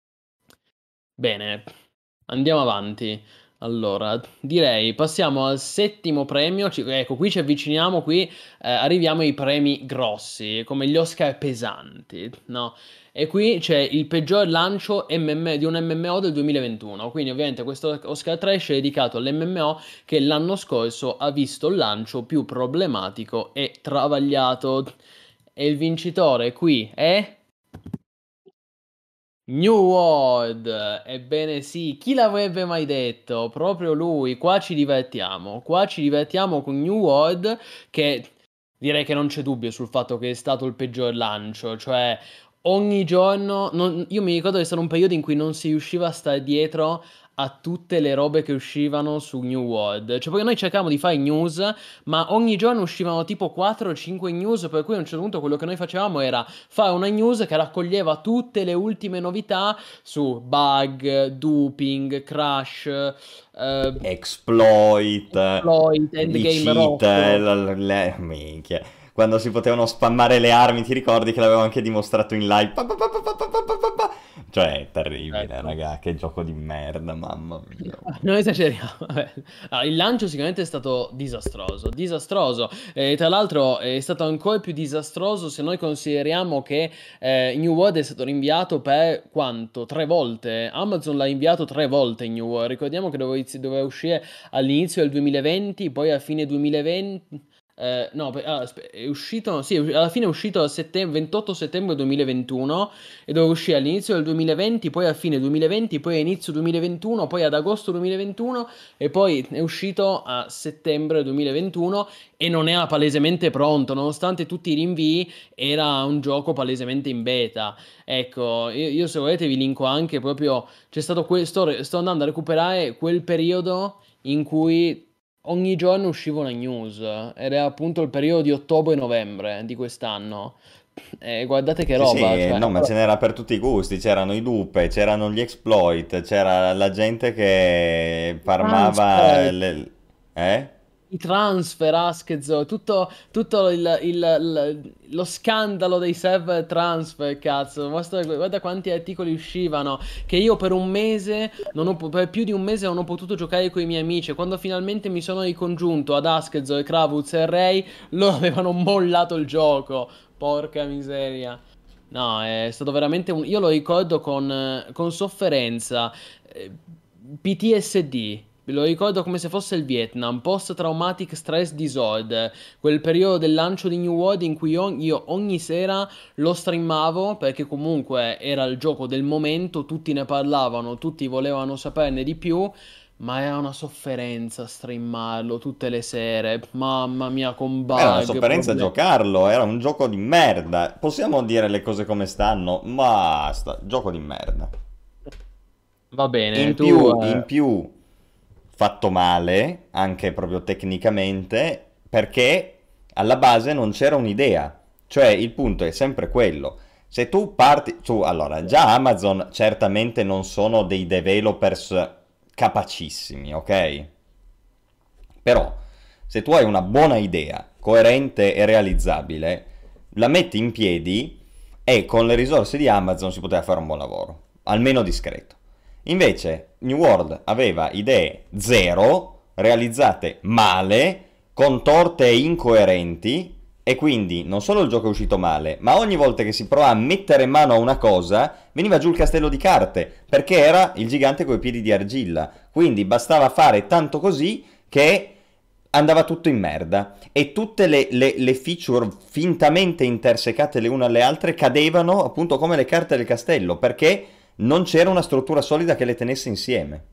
Bene, andiamo avanti. Allora, direi passiamo al settimo premio. Ci- ecco, qui ci avviciniamo, qui eh, arriviamo ai premi grossi, come gli Oscar pesanti, no? E qui c'è il peggior lancio M M di un M M O del duemilaventuno. Quindi, ovviamente, questo Oscar Trash è dedicato all'M M O che l'anno scorso ha visto il lancio più problematico e travagliato. E il vincitore qui è New World, ebbene sì, chi l'avrebbe mai detto? Proprio lui, qua ci divertiamo, qua ci divertiamo con New World, che direi che non c'è dubbio sul fatto che è stato il peggior lancio, cioè ogni giorno, non- io mi ricordo che è stato un periodo in cui non si riusciva a stare dietro a tutte le robe che uscivano su New World, cioè perché noi cercavamo di fare news, ma ogni giorno uscivano tipo quattro o cinque news, per cui a un certo punto quello che noi facevamo era fare una news che raccoglieva tutte le ultime novità su bug, duping, crash, eh, Exploit, exploit, i endgame cheat, eh, rotto. la- le- minchia. Quando si potevano spammare le armi, ti ricordi che l'avevo anche dimostrato in live? Pa, pa, pa, pa, pa, pa, pa, pa, pa. Cioè, è terribile, Ecco. raga, che gioco di merda, mamma mia. Non esageriamo. Vabbè. Allora, il lancio sicuramente è stato disastroso, disastroso. E tra l'altro è stato ancora più disastroso se noi consideriamo che eh, New World è stato rinviato per quanto? Tre volte. Amazon l'ha inviato tre volte in New World. Ricordiamo che doveva, inizi- doveva uscire all'inizio del duemilaventi, poi a fine duemilaventi. Eh, no, per- ah, aspe- è uscito, sì, alla fine è uscito a settem- ventotto settembre duemilaventuno e doveva uscire all'inizio del duemilaventi, poi a fine duemilaventi, poi a inizio duemilaventuno, poi ad agosto duemilaventuno e poi è uscito a settembre duemilaventuno e non era palesemente pronto, nonostante tutti i rinvii, era un gioco palesemente in beta. Ecco, io, io se volete vi linko anche proprio, c'è stato questo, sto andando a recuperare quel periodo in cui ogni giorno usciva una news, ed è appunto il periodo di ottobre-novembre di quest'anno. E guardate che Sì, roba, sì, cioè. no, ma ce n'era per tutti i gusti, c'erano i dupe, c'erano gli exploit, c'era la gente che farmava Transfer, le... Eh? i transfer, Askzo, tutto, tutto il, il- il- lo scandalo dei server transfer, cazzo. Guarda, guarda quanti articoli uscivano. Che io per un mese, non ho, po- per più di un mese non ho potuto giocare con i miei amici. E quando finalmente mi sono ricongiunto ad Askzo e Kravuz e Ray, loro avevano mollato il gioco. Porca miseria. No, è stato veramente un... Io lo ricordo con, eh, con sofferenza. Eh, P T S D. Lo ricordo come se fosse il Vietnam, Post-Traumatic Stress Disorder, quel periodo del lancio di New World in cui io, io ogni sera lo streamavo perché comunque era il gioco del momento, tutti ne parlavano, tutti volevano saperne di più, ma era una sofferenza streamarlo tutte le sere, mamma mia, con Ma era una bug, sofferenza problemi. giocarlo, era un gioco di merda. Possiamo dire le cose come stanno? Basta, gioco di merda. Va bene, In tu... più, eh, in più, fatto male, anche proprio tecnicamente, perché alla base non c'era un'idea. Cioè, il punto è sempre quello. Se tu parti, tu, allora, già Amazon certamente non sono dei developers capacissimi, ok? Però, se tu hai una buona idea, coerente e realizzabile, la metti in piedi e con le risorse di Amazon si poteva fare un buon lavoro, almeno discreto. Invece, New World aveva idee zero, realizzate male, contorte e incoerenti, e quindi non solo il gioco è uscito male, ma ogni volta che si provava a mettere mano a una cosa, veniva giù il castello di carte, perché era il gigante coi piedi di argilla. Quindi bastava fare tanto così che andava tutto in merda. E tutte le, le, le feature fintamente intersecate le une alle altre cadevano appunto come le carte del castello, perché non c'era una struttura solida che le tenesse insieme.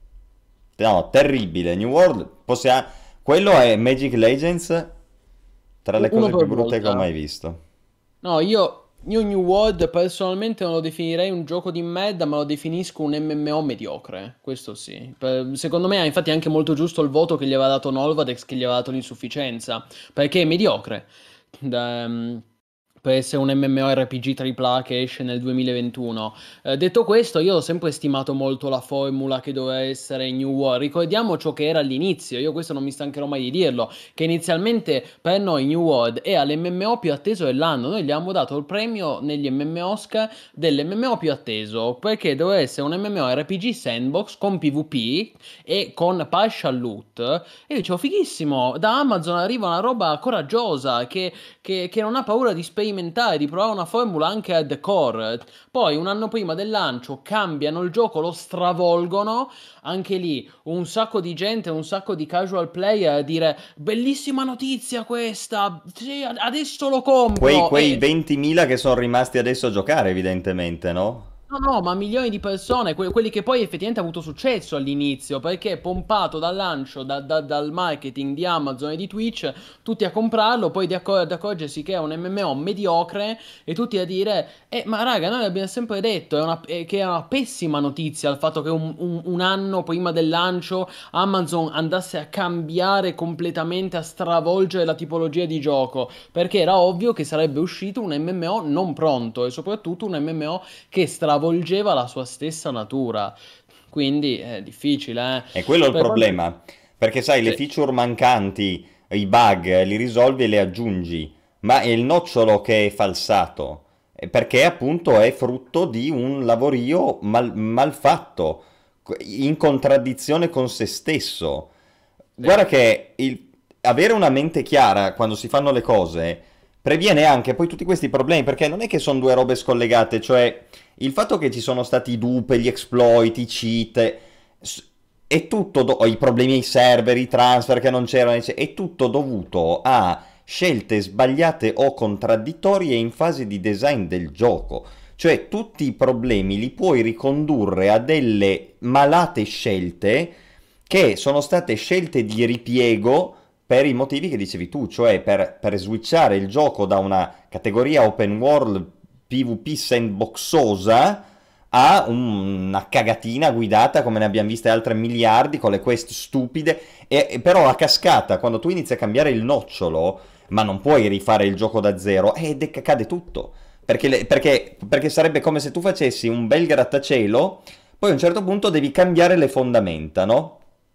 No, terribile. New World, possiamo... quello è Magic Legends, tra le Uno cose più per brutte che ho volta. mai visto. No, io, io New World personalmente non lo definirei un gioco di merda, ma lo definisco un M M O mediocre, questo sì. Per- secondo me è infatti anche molto giusto il voto che gli aveva dato Nolvadex, che gli aveva dato l'insufficienza, perché è mediocre. Da- mm, per essere un MMORPG tripla A che esce nel duemilaventuno. Eh, detto questo, io ho sempre stimato molto la formula che doveva essere New World. Ricordiamo ciò che era all'inizio, io questo non mi stancherò mai di dirlo, che inizialmente per noi New World è l'M M O più atteso dell'anno. Noi gli abbiamo dato il premio negli M M O Oscar dell'M M O più atteso, perché doveva essere un MMORPG sandbox con PvP e con partial loot. E io dicevo, fighissimo, da Amazon arriva una roba coraggiosa che, che- che non ha paura di sperimentare, di provare una formula anche hardcore. Poi un anno prima del lancio cambiano il gioco, lo stravolgono. Anche lì un sacco di gente, un sacco di casual player a dire bellissima notizia questa, sì, adesso lo Quei, compro. quei E ventimila che sono rimasti adesso a giocare, evidentemente, no? no, no, ma milioni di persone, que- quelli che poi effettivamente hanno avuto successo all'inizio, perché pompato dal lancio, da- da- dal marketing di Amazon e di Twitch, tutti a comprarlo, poi di accor- ad accorgersi che è un M M O mediocre e tutti a dire, eh, ma raga, noi abbiamo sempre detto è una- eh, che è una pessima notizia il fatto che un, un- un anno prima del lancio Amazon andasse a cambiare completamente, a stravolgere la tipologia di gioco, perché era ovvio che sarebbe uscito un M M O non pronto e soprattutto un M M O che stravolgeva la sua stessa natura. Quindi è difficile, eh. E quello è il Per quanto... problema, perché sai, le Sì. feature mancanti, i bug, li risolvi e li aggiungi, ma è il nocciolo che è falsato, eh, perché appunto è frutto di un lavorio mal, mal fatto, in contraddizione con se stesso. Sì. Guarda che il- avere una mente chiara quando si fanno le cose previene anche poi tutti questi problemi, perché non è che sono due robe scollegate, cioè il fatto che ci sono stati i dupe, gli exploit, i cheat, s- è tutto, do- i problemi ai server, i transfer che non c'erano, ecc- è tutto dovuto a scelte sbagliate o contraddittorie in fase di design del gioco. Cioè tutti i problemi li puoi ricondurre a delle malate scelte che sono state scelte di ripiego per i motivi che dicevi tu, cioè per, per switchare il gioco da una categoria open world PvP sandboxosa a un- una cagatina guidata come ne abbiamo viste altre miliardi con le quest stupide e, e però a cascata quando tu inizi a cambiare il nocciolo ma non puoi rifare il gioco da zero e de- cade tutto perché, le- perché, perché sarebbe come se tu facessi un bel grattacielo poi a un certo punto devi cambiare le fondamenta, no?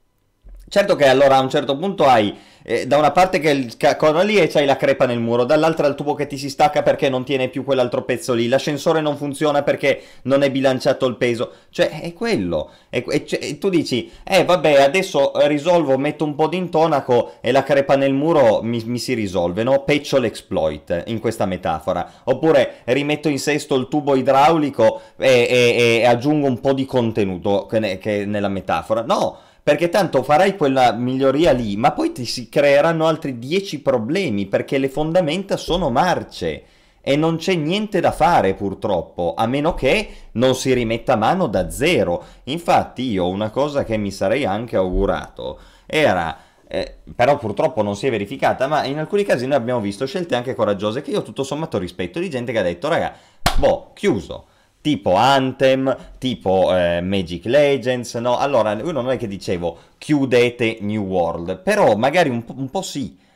Certo che allora a un certo punto hai eh, da una parte che il ca- cosa lì e c'hai la crepa nel muro, dall'altra il tubo che ti si stacca perché non tiene più quell'altro pezzo lì, l'ascensore non funziona perché non è bilanciato il peso, cioè è quello. E, e- cioè, e tu dici, eh vabbè adesso eh, risolvo, metto un po' di intonaco e la crepa nel muro mi, mi si risolve, no? Patch l'exploit eh, in questa metafora. Oppure rimetto in sesto il tubo idraulico e, e- e aggiungo un po' di contenuto che, ne- che nella metafora. No! Perché tanto farai quella miglioria lì, ma poi ti si creeranno altri dieci problemi perché le fondamenta sono marce e non c'è niente da fare purtroppo, a meno che non si rimetta mano da zero. Infatti io una cosa che mi sarei anche augurato era, eh, però purtroppo non si è verificata, ma in alcuni casi noi abbiamo visto scelte anche coraggiose che io tutto sommato rispetto di gente che ha detto, raga, boh, chiuso. Tipo Anthem, tipo eh, Magic Legends, no? Allora, io non è che dicevo chiudete New World, però magari un po', un po' sì,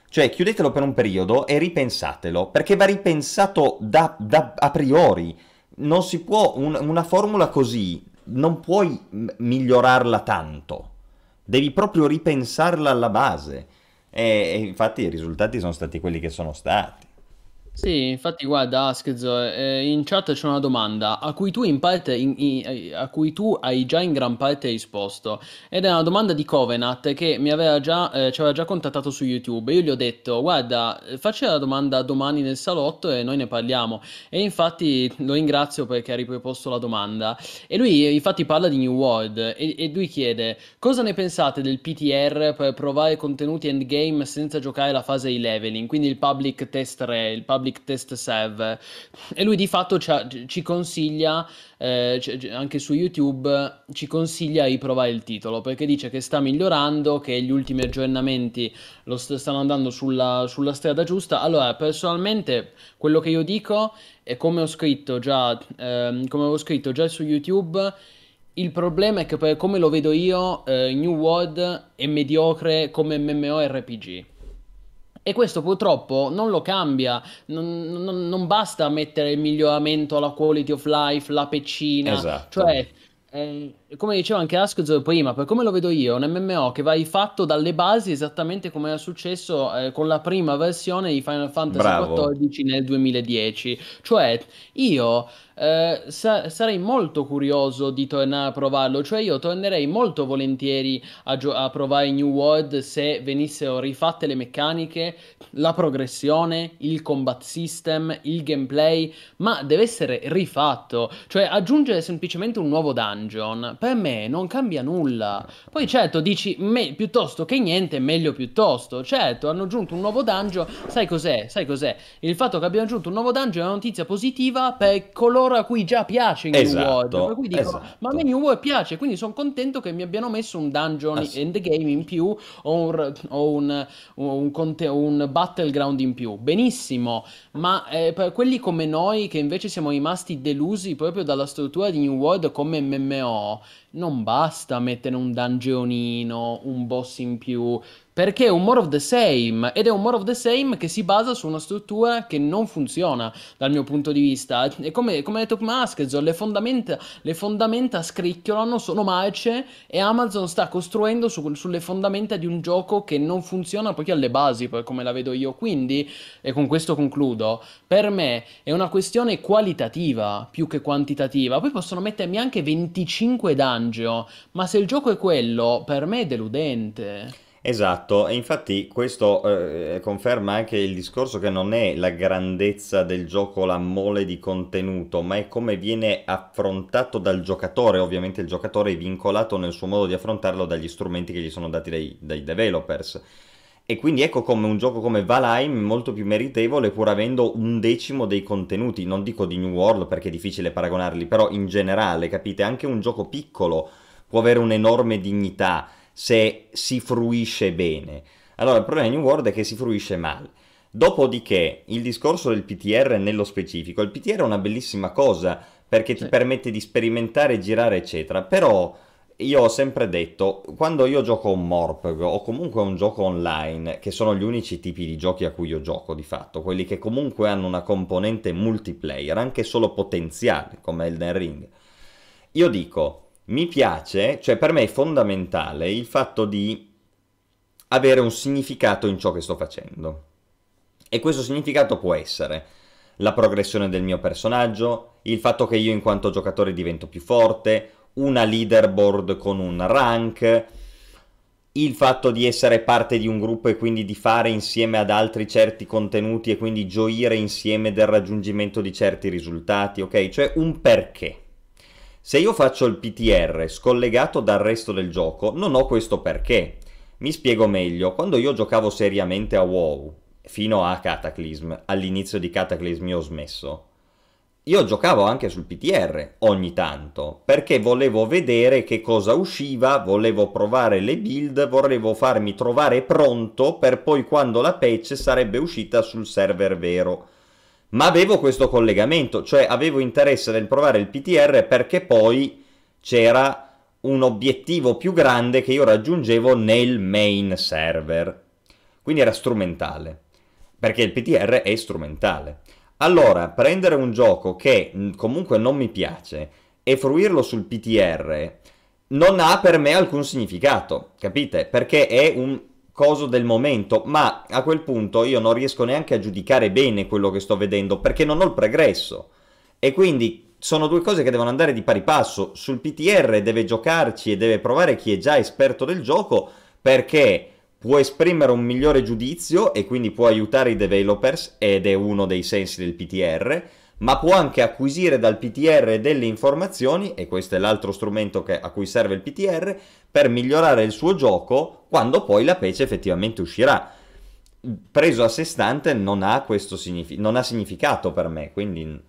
Cioè, chiudetelo per un periodo e ripensatelo, perché va ripensato da, da a priori. Non si può, un- una formula così, non puoi m- migliorarla tanto. Devi proprio ripensarla alla base. E, e infatti i risultati sono stati quelli che sono stati. Sì, infatti guarda Askzo, eh, in chat c'è una domanda a cui tu in parte, in- in- a cui tu hai già in gran parte risposto ed è una domanda di Covenant che mi aveva già, eh, ci aveva già contattato su YouTube. Io gli ho detto guarda, eh, facci la domanda domani nel salotto e noi ne parliamo e infatti lo ringrazio perché ha riproposto la domanda e lui eh, infatti parla di New World e, e lui chiede cosa ne pensate del P T R per provare contenuti endgame senza giocare la fase di leveling, quindi il public test re, il public test server. E lui di fatto ci, ha- ci consiglia, eh, c- c- anche su YouTube, ci consiglia di provare il titolo perché dice che sta migliorando, che gli ultimi aggiornamenti lo st- stanno andando sulla, sulla strada giusta. Allora, personalmente, quello che io dico è come ho scritto già, ehm, come avevo scritto già su YouTube. Il problema è che per come lo vedo io, eh, New World è mediocre come MMORPG. E questo purtroppo non lo cambia, non, non- non basta mettere il miglioramento alla quality of life, la peccina, Esatto. cioè, eh, come diceva anche Askzo prima, per come lo vedo io, un M M O che va rifatto dalle basi esattamente come era successo eh, con la prima versione di Final Fantasy Bravo. quattordici nel duemiladieci. Cioè, io eh, sa- sarei molto curioso di tornare a provarlo, cioè io tornerei molto volentieri a, gio- a provare New World se venissero rifatte le meccaniche, la progressione, il combat system, il gameplay, ma deve essere rifatto, cioè aggiungere semplicemente un nuovo dungeon per me non cambia nulla. Poi certo dici me- piuttosto che niente, meglio piuttosto. Certo, hanno aggiunto un nuovo dungeon, sai cos'è? Sai cos'è? Il fatto che abbiano aggiunto un nuovo dungeon è una notizia positiva per coloro a cui già piace New World, per Esatto, cui dicono ma a me esatto. New World piace, quindi sono contento che mi abbiano messo un dungeon Ah, sì. endgame in più o un, r- o un, o un, conte- o un battleground in più. Benissimo, ma eh, per quelli come noi che invece siamo rimasti delusi proprio dalla struttura di New World come M M O, non basta mettere un dungeonino, un boss in più, perché è un more of the same ed è un more of the same che si basa su una struttura che non funziona dal mio punto di vista. E come, come ha detto Maskzo, le fondamenta, le fondamenta scricchiolano, sono marce e Amazon sta costruendo su- sulle fondamenta di un gioco che non funziona proprio alle basi, per come la vedo io. Quindi, e con questo concludo, per me è una questione qualitativa più che quantitativa. Poi possono mettermi anche venticinque dungeon, ma se il gioco è quello, per me è deludente. Esatto, e infatti questo eh, conferma anche il discorso che non è la grandezza del gioco, la mole di contenuto, ma è come viene affrontato dal giocatore. Ovviamente il giocatore è vincolato nel suo modo di affrontarlo dagli strumenti che gli sono dati dai, dai developers. E quindi ecco come un gioco come Valheim è molto più meritevole pur avendo un decimo dei contenuti, non dico di New World perché è difficile paragonarli, però in generale, capite, anche un gioco piccolo può avere un'enorme dignità se si fruisce bene. Allora, il problema di New World è che si fruisce male. Dopodiché, il discorso del P T R nello specifico, il P T R è una bellissima cosa perché ti Sì. permette di sperimentare, girare, eccetera, però io ho sempre detto, quando io gioco a un Morpg o comunque a un gioco online, che sono gli unici tipi di giochi a cui io gioco di fatto, quelli che comunque hanno una componente multiplayer, anche solo potenziale, come Elden Ring, io dico, mi piace, cioè per me è fondamentale il fatto di avere un significato in ciò che sto facendo. E questo significato può essere la progressione del mio personaggio, il fatto che io in quanto giocatore divento più forte, una leaderboard con un rank, il fatto di essere parte di un gruppo e quindi di fare insieme ad altri certi contenuti e quindi gioire insieme del raggiungimento di certi risultati, ok? Cioè un perché. Se io faccio il P T R scollegato dal resto del gioco, non ho questo perché. Mi spiego meglio, quando io giocavo seriamente a WoW, fino a Cataclysm, all'inizio di Cataclysm io ho smesso, io giocavo anche sul P T R ogni tanto, perché volevo vedere che cosa usciva, volevo provare le build, volevo farmi trovare pronto per poi quando la patch sarebbe uscita sul server vero. Ma avevo questo collegamento, cioè avevo interesse nel provare il P T R perché poi c'era un obiettivo più grande che io raggiungevo nel main server. quindi era strumentale, perché il P T R è strumentale. Allora, prendere un gioco che mh, comunque non mi piace e fruirlo sul P T R non ha per me alcun significato, capite? Perché è un coso del momento, ma a quel punto io non riesco neanche a giudicare bene quello che sto vedendo, perché non ho il pregresso. E quindi sono due cose che devono andare di pari passo. Sul P T R deve giocarci e deve provare chi è già esperto del gioco, perché può esprimere un migliore giudizio e quindi può aiutare i developers, ed è uno dei sensi del P T R, ma può anche acquisire dal P T R delle informazioni, e questo è l'altro strumento che, a cui serve il P T R, per migliorare il suo gioco quando poi la patch effettivamente uscirà. Preso a sé stante non ha questo signifi- non ha significato per me, quindi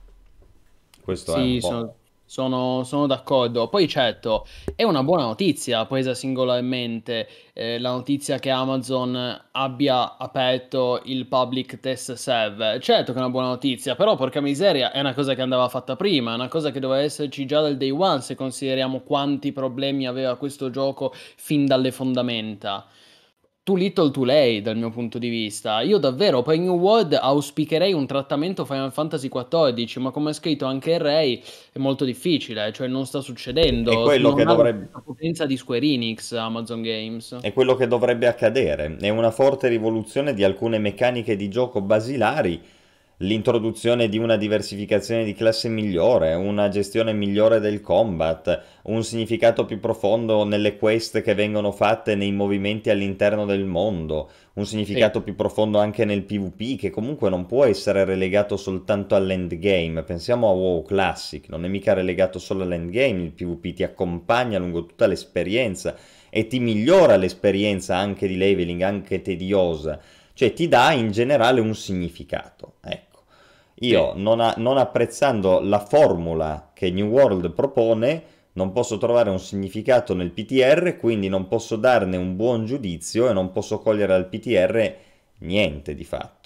questo è un Sì, po'... sono, sono- sono d'accordo. Poi certo, è una buona notizia presa singolarmente, eh, la notizia che Amazon abbia aperto il public test server. Certo che è una buona notizia, però porca miseria è una cosa che andava fatta prima, è una cosa che doveva esserci già dal day one se consideriamo quanti problemi aveva questo gioco fin dalle fondamenta. Too little too late dal mio punto di vista. Io davvero per New World auspicherei un trattamento Final Fantasy quattordici, ma come ha scritto anche Ray è molto difficile, cioè non sta È succedendo, quello che non ha la dovrebbe... stessa potenza di Square Enix Amazon Games. È quello che dovrebbe accadere. È una forte rivoluzione di alcune meccaniche di gioco basilari, l'introduzione di una diversificazione di classe migliore, una gestione migliore del combat, un significato più profondo nelle quest che vengono fatte nei movimenti all'interno del mondo, un Sì. significato più profondo anche nel PvP, che comunque non può essere relegato soltanto all'endgame. Pensiamo a WoW Classic, non è mica relegato solo all'endgame, il PvP ti accompagna lungo tutta l'esperienza e ti migliora l'esperienza anche di leveling, anche tediosa, cioè ti dà in generale un significato. Ecco, Sì. io non, a- non apprezzando la formula che New World propone, non posso trovare un significato nel P T R, quindi non posso darne un buon giudizio e non posso cogliere al P T R niente di fatto.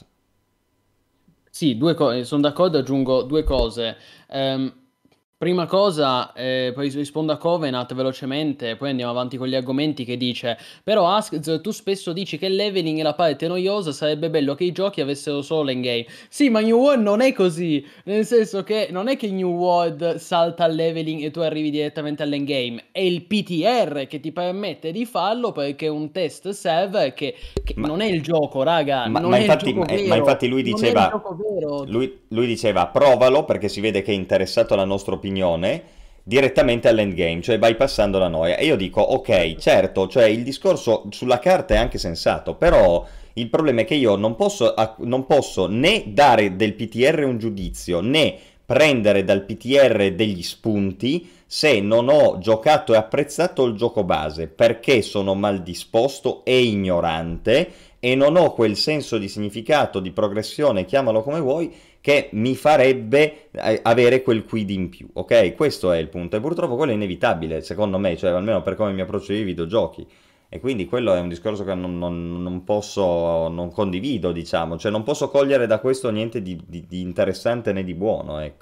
Sì, due cose, sono d'accordo, aggiungo due cose. Ehm, prima cosa, eh, poi rispondo a Covenant velocemente, poi andiamo avanti con gli argomenti che dice, però Ask, tu spesso dici che il leveling è la parte noiosa, sarebbe bello che i giochi avessero solo l'endgame. Sì, ma New World non è così, nel senso che non è che New World salta al leveling e tu arrivi direttamente all'endgame, è il P T R che ti permette di farlo perché è un test server che che Ma, non è il gioco, raga, ma- non ma è il infatti, ma, gioco ma vero, infatti lui non è il diceva, gioco vero. lui, lui diceva provalo perché si vede che è interessato alla nostra opinione direttamente all'endgame, cioè bypassando la noia. E io dico, ok, certo, cioè il discorso sulla carta è anche sensato, però il problema è che io non posso, ac- non posso né dare del P T R un giudizio, né prendere dal P T R degli spunti se non ho giocato e apprezzato il gioco base, perché sono mal disposto e ignorante e non ho quel senso di significato, di progressione, chiamalo come vuoi, che mi farebbe eh, avere quel quid in più, ok? Questo è il punto e purtroppo quello è inevitabile, secondo me, cioè almeno per come mi approccio io ai videogiochi. E quindi quello è un discorso che non, non- non posso, non condivido, diciamo, cioè non posso cogliere da questo niente di, di- di interessante né di buono, ecco.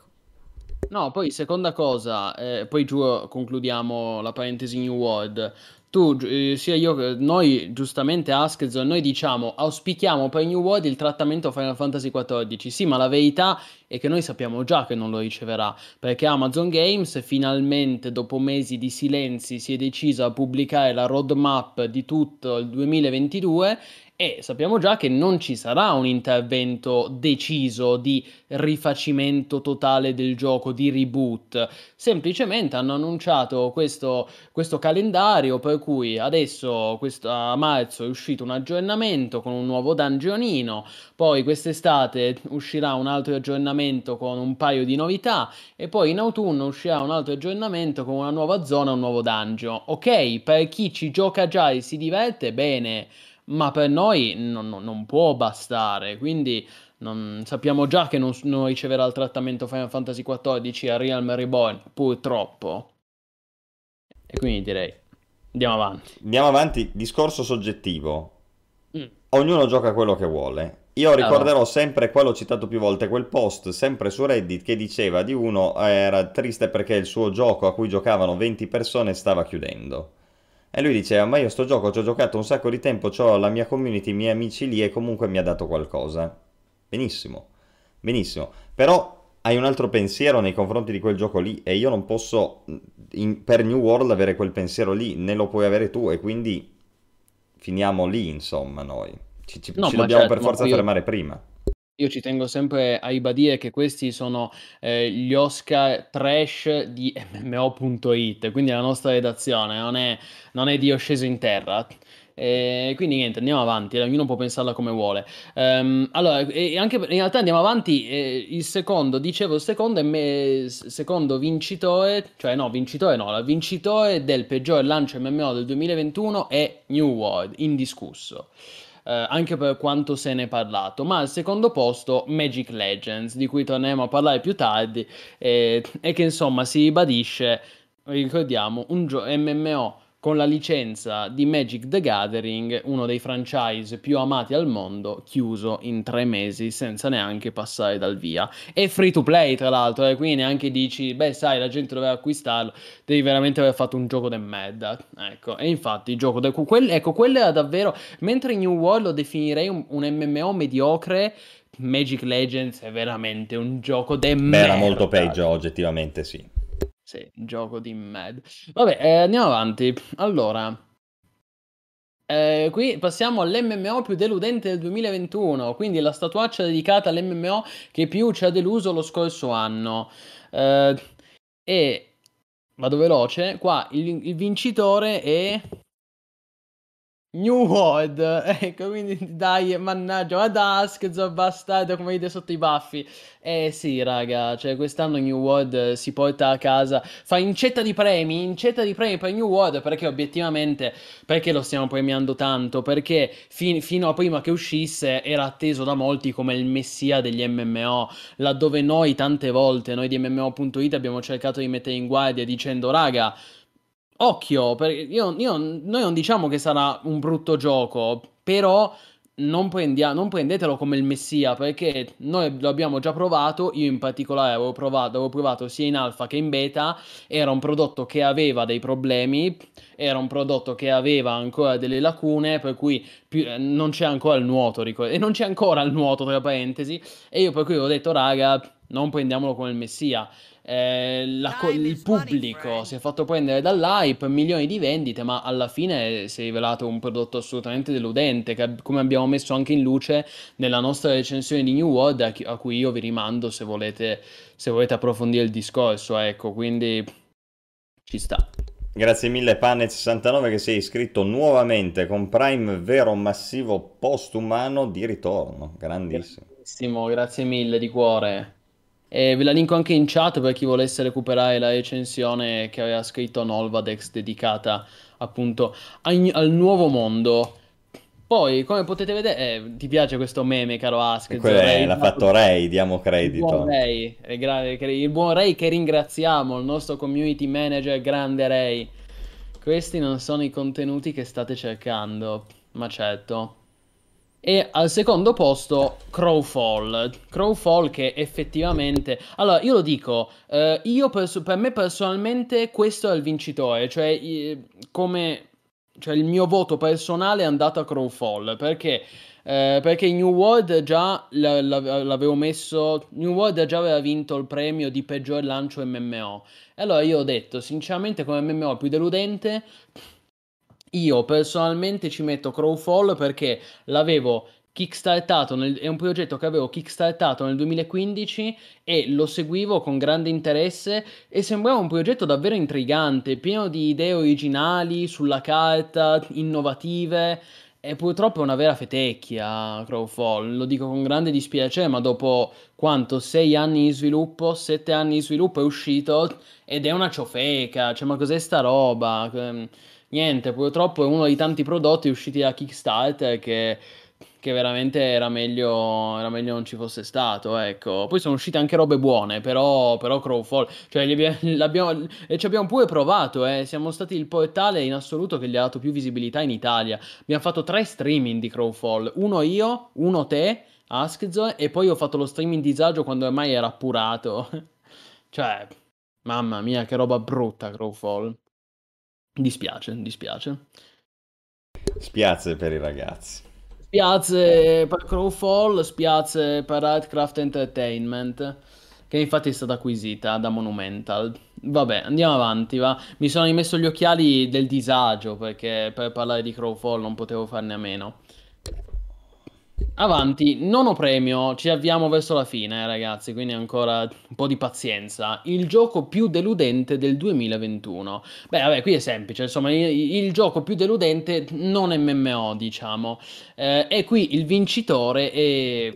No, poi seconda cosa, eh, poi giù concludiamo la parentesi New World. Tu, gi- eh, sia io che noi, giustamente Askzone, noi diciamo, auspichiamo per New World il trattamento Final Fantasy quattordici. Sì, ma la verità è che noi sappiamo già che non lo riceverà, perché Amazon Games finalmente, dopo mesi di silenzi, si è decisa a pubblicare la roadmap di tutto il duemilaventidue e sappiamo già che non ci sarà un intervento deciso di rifacimento totale del gioco, di reboot. Semplicemente hanno annunciato questo, questo calendario per cui adesso questo- a marzo è uscito un aggiornamento con un nuovo dungeonino, poi quest'estate uscirà un altro aggiornamento con un paio di novità e poi in autunno uscirà un altro aggiornamento con una nuova zona, un nuovo dungeon. Ok, per chi ci gioca già e si diverte, bene, ma per noi non, non- non può bastare, quindi non- sappiamo già che non, non riceverà il trattamento Final Fantasy quattordici a Realm Reborn, purtroppo. E quindi direi, andiamo avanti. Andiamo avanti, discorso soggettivo. Mm, Ognuno gioca quello che vuole. Io chiaro. ricorderò sempre, quello ho citato più volte, quel post sempre su Reddit che diceva di uno eh, era triste perché il suo gioco a cui giocavano venti persone stava chiudendo. E lui diceva, ma io sto gioco ci ho giocato un sacco di tempo, ho la mia community, i miei amici lì e comunque mi ha dato qualcosa. Benissimo, benissimo. Però hai un altro pensiero nei confronti di quel gioco lì e io non posso in- per New World avere quel pensiero lì, né lo puoi avere tu e quindi finiamo lì, insomma, noi. Ci, ci- No, ci ma dobbiamo certo, per ma forza poi io fermare prima. Io ci tengo sempre a ribadire che questi sono eh, gli Oscar trash di M M O punto it, quindi la nostra redazione non è, non è Dio sceso in terra. E quindi niente, andiamo avanti, ognuno può pensarla come vuole. Ehm, allora, e anche in realtà andiamo avanti. eh, il secondo, dicevo, il secondo è me, secondo vincitore, cioè no, vincitore no, il vincitore del peggior lancio M M O del duemilaventuno è New World, indiscusso eh, anche per quanto se ne è parlato. Ma al secondo posto Magic Legends, di cui torneremo a parlare più tardi, eh, e che insomma si ribadisce, ricordiamo, un gio- M M O con la licenza di Magic the Gathering, uno dei franchise più amati al mondo, chiuso in tre mesi senza neanche passare dal via. È free to play, tra l'altro, e quindi neanche dici, beh, sai, la gente doveva acquistarlo, devi veramente aver fatto un gioco de merda. Ecco, e infatti il gioco, de- quel- ecco, quello era davvero. Mentre New World lo definirei un, un M M O mediocre, Magic Legends è veramente un gioco de Beh, era molto merda. peggio, oggettivamente sì. Sì, un gioco di merda. Vabbè, eh, andiamo avanti. Allora, eh, qui passiamo all'M M O più deludente del duemilaventuno, quindi la statuaccia dedicata all'M M O che più ci ha deluso lo scorso anno. Eh, e vado veloce, qua il, il vincitore è New World, ecco, quindi dai, mannaggia, ma Dusk, Zio bastardo, come vede sotto i baffi. Eh sì, raga, cioè quest'anno New World eh, si porta a casa, fa incetta di premi, incetta di premi per New World, perché obiettivamente, perché lo stiamo premiando tanto? Perché fin- fino a prima che uscisse era atteso da molti come il messia degli M M O, laddove noi tante volte, noi di M M O punto it abbiamo cercato di mettere in guardia dicendo, raga, occhio, perché io, io- noi non diciamo che sarà un brutto gioco, però non, prendia- non prendetelo come il messia, perché noi lo abbiamo già provato, io in particolare avevo provato, avevo provato sia in alfa che in beta, era un prodotto che aveva dei problemi, era un prodotto che aveva ancora delle lacune, per cui più- eh, non c'è ancora il nuoto, ricordo, e non c'è ancora il nuoto, tra parentesi, e io per cui ho detto, raga, non prendiamolo come il messia. Eh, la co- Time il is money, pubblico si è friend. fatto prendere dall'hype, milioni di vendite, ma alla fine si è rivelato un prodotto assolutamente deludente, che ab- come abbiamo messo anche in luce nella nostra recensione di New World, a, chi- a cui io vi rimando se volete, se volete approfondire il discorso, ecco, quindi ci sta. Grazie mille Pane sessantanove che sei iscritto nuovamente con Prime vero massivo postumano di ritorno. Grandissimo. Grandissimo, grazie mille di cuore. E ve la linko anche in chat per chi volesse recuperare la recensione che aveva scritto Nolvadex dedicata appunto ai- al nuovo mondo. Poi, come potete vedere, eh, ti piace questo meme, caro E Ask, quello è- l'ha realizzato fatto Ray, diamo il buon credito. Ray, è gra- il buon Ray che ringraziamo, il nostro community manager, grande Ray. Questi non sono i contenuti che state cercando, ma certo. E al secondo posto Crowfall. Crowfall che effettivamente. Allora, io lo dico, eh, io pers- per me personalmente questo è il vincitore, cioè i- come. Cioè il mio voto personale è andato a Crowfall, perché? Eh, perché New World già l- l- l'avevo messo. New World già aveva vinto il premio di peggior lancio M M O. E allora io ho detto, sinceramente, come M M O più deludente. Io personalmente ci metto Crowfall perché l'avevo kickstartato, nel- è un progetto che avevo kickstartato nel duemilaquindici e lo seguivo con grande interesse e sembrava un progetto davvero intrigante, pieno di idee originali sulla carta, innovative. E purtroppo è una vera fetecchia Crowfall, lo dico con grande dispiacere, ma dopo quanto? Sei anni di sviluppo, sette anni di sviluppo è uscito ed è una ciofeca, cioè ma cos'è sta roba? Ehm, Niente, purtroppo è uno dei tanti prodotti usciti da Kickstarter che, che veramente era meglio, era meglio non ci fosse stato, ecco. Poi sono uscite anche robe buone, però, però Crowfall, cioè li abbia- l'abbiamo, e ci abbiamo pure provato, eh. Siamo stati il portale in assoluto che gli ha dato più visibilità in Italia. Abbiamo fatto tre streaming di Crowfall, uno io, uno te, Askzo, e poi ho fatto lo streaming disagio quando ormai era appurato. Cioè, mamma mia, che roba brutta Crowfall. Dispiace, dispiace. Spiace per i ragazzi. Spiace per Crowfall, spiace per Artcraft Entertainment, che infatti è stata acquisita da Monumental. Vabbè, andiamo avanti, va. Mi sono rimesso gli occhiali del disagio perché per parlare di Crowfall non potevo farne a meno. Avanti, nono premio, ci avviamo verso la fine, eh, ragazzi, quindi ancora un po' di pazienza. Il gioco più deludente del duemilaventuno. Beh, vabbè, qui è semplice, insomma, il, il gioco più deludente non M M O, diciamo. Eh, e qui il vincitore è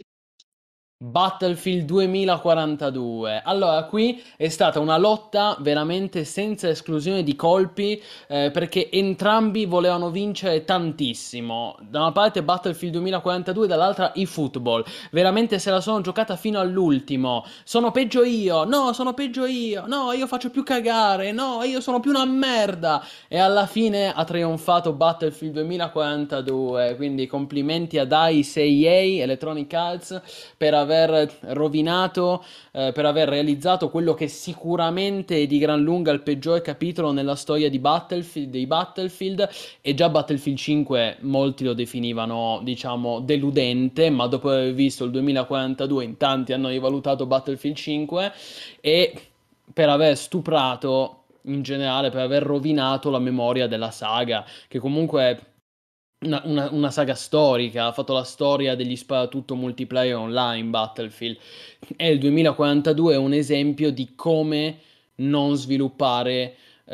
Battlefield duemilaquarantadue. Allora, qui è stata una lotta veramente senza esclusione di colpi, eh, perché entrambi volevano vincere tantissimo. Da una parte Battlefield duemilaquarantadue, dall'altra eFootball. Veramente se la sono giocata fino all'ultimo. Sono peggio io, no, sono peggio io, no, io faccio più cagare, no, io sono più una merda. E alla fine ha trionfato Battlefield duemilaquarantadue. Quindi complimenti ad I C A, Electronic Arts, per aver rovinato, eh, per aver realizzato quello che sicuramente è di gran lunga il peggior capitolo nella storia di Battlefield, dei Battlefield. E già Battlefield cinque molti lo definivano, diciamo, deludente, ma dopo aver visto il duemilaquarantadue in tanti hanno rivalutato Battlefield cinque, e per aver stuprato in generale, per aver rovinato la memoria della saga, che comunque Una, una- una saga storica, ha fatto la storia degli sparatutto multiplayer online Battlefield, e il duemilaquarantadue è un esempio di come non sviluppare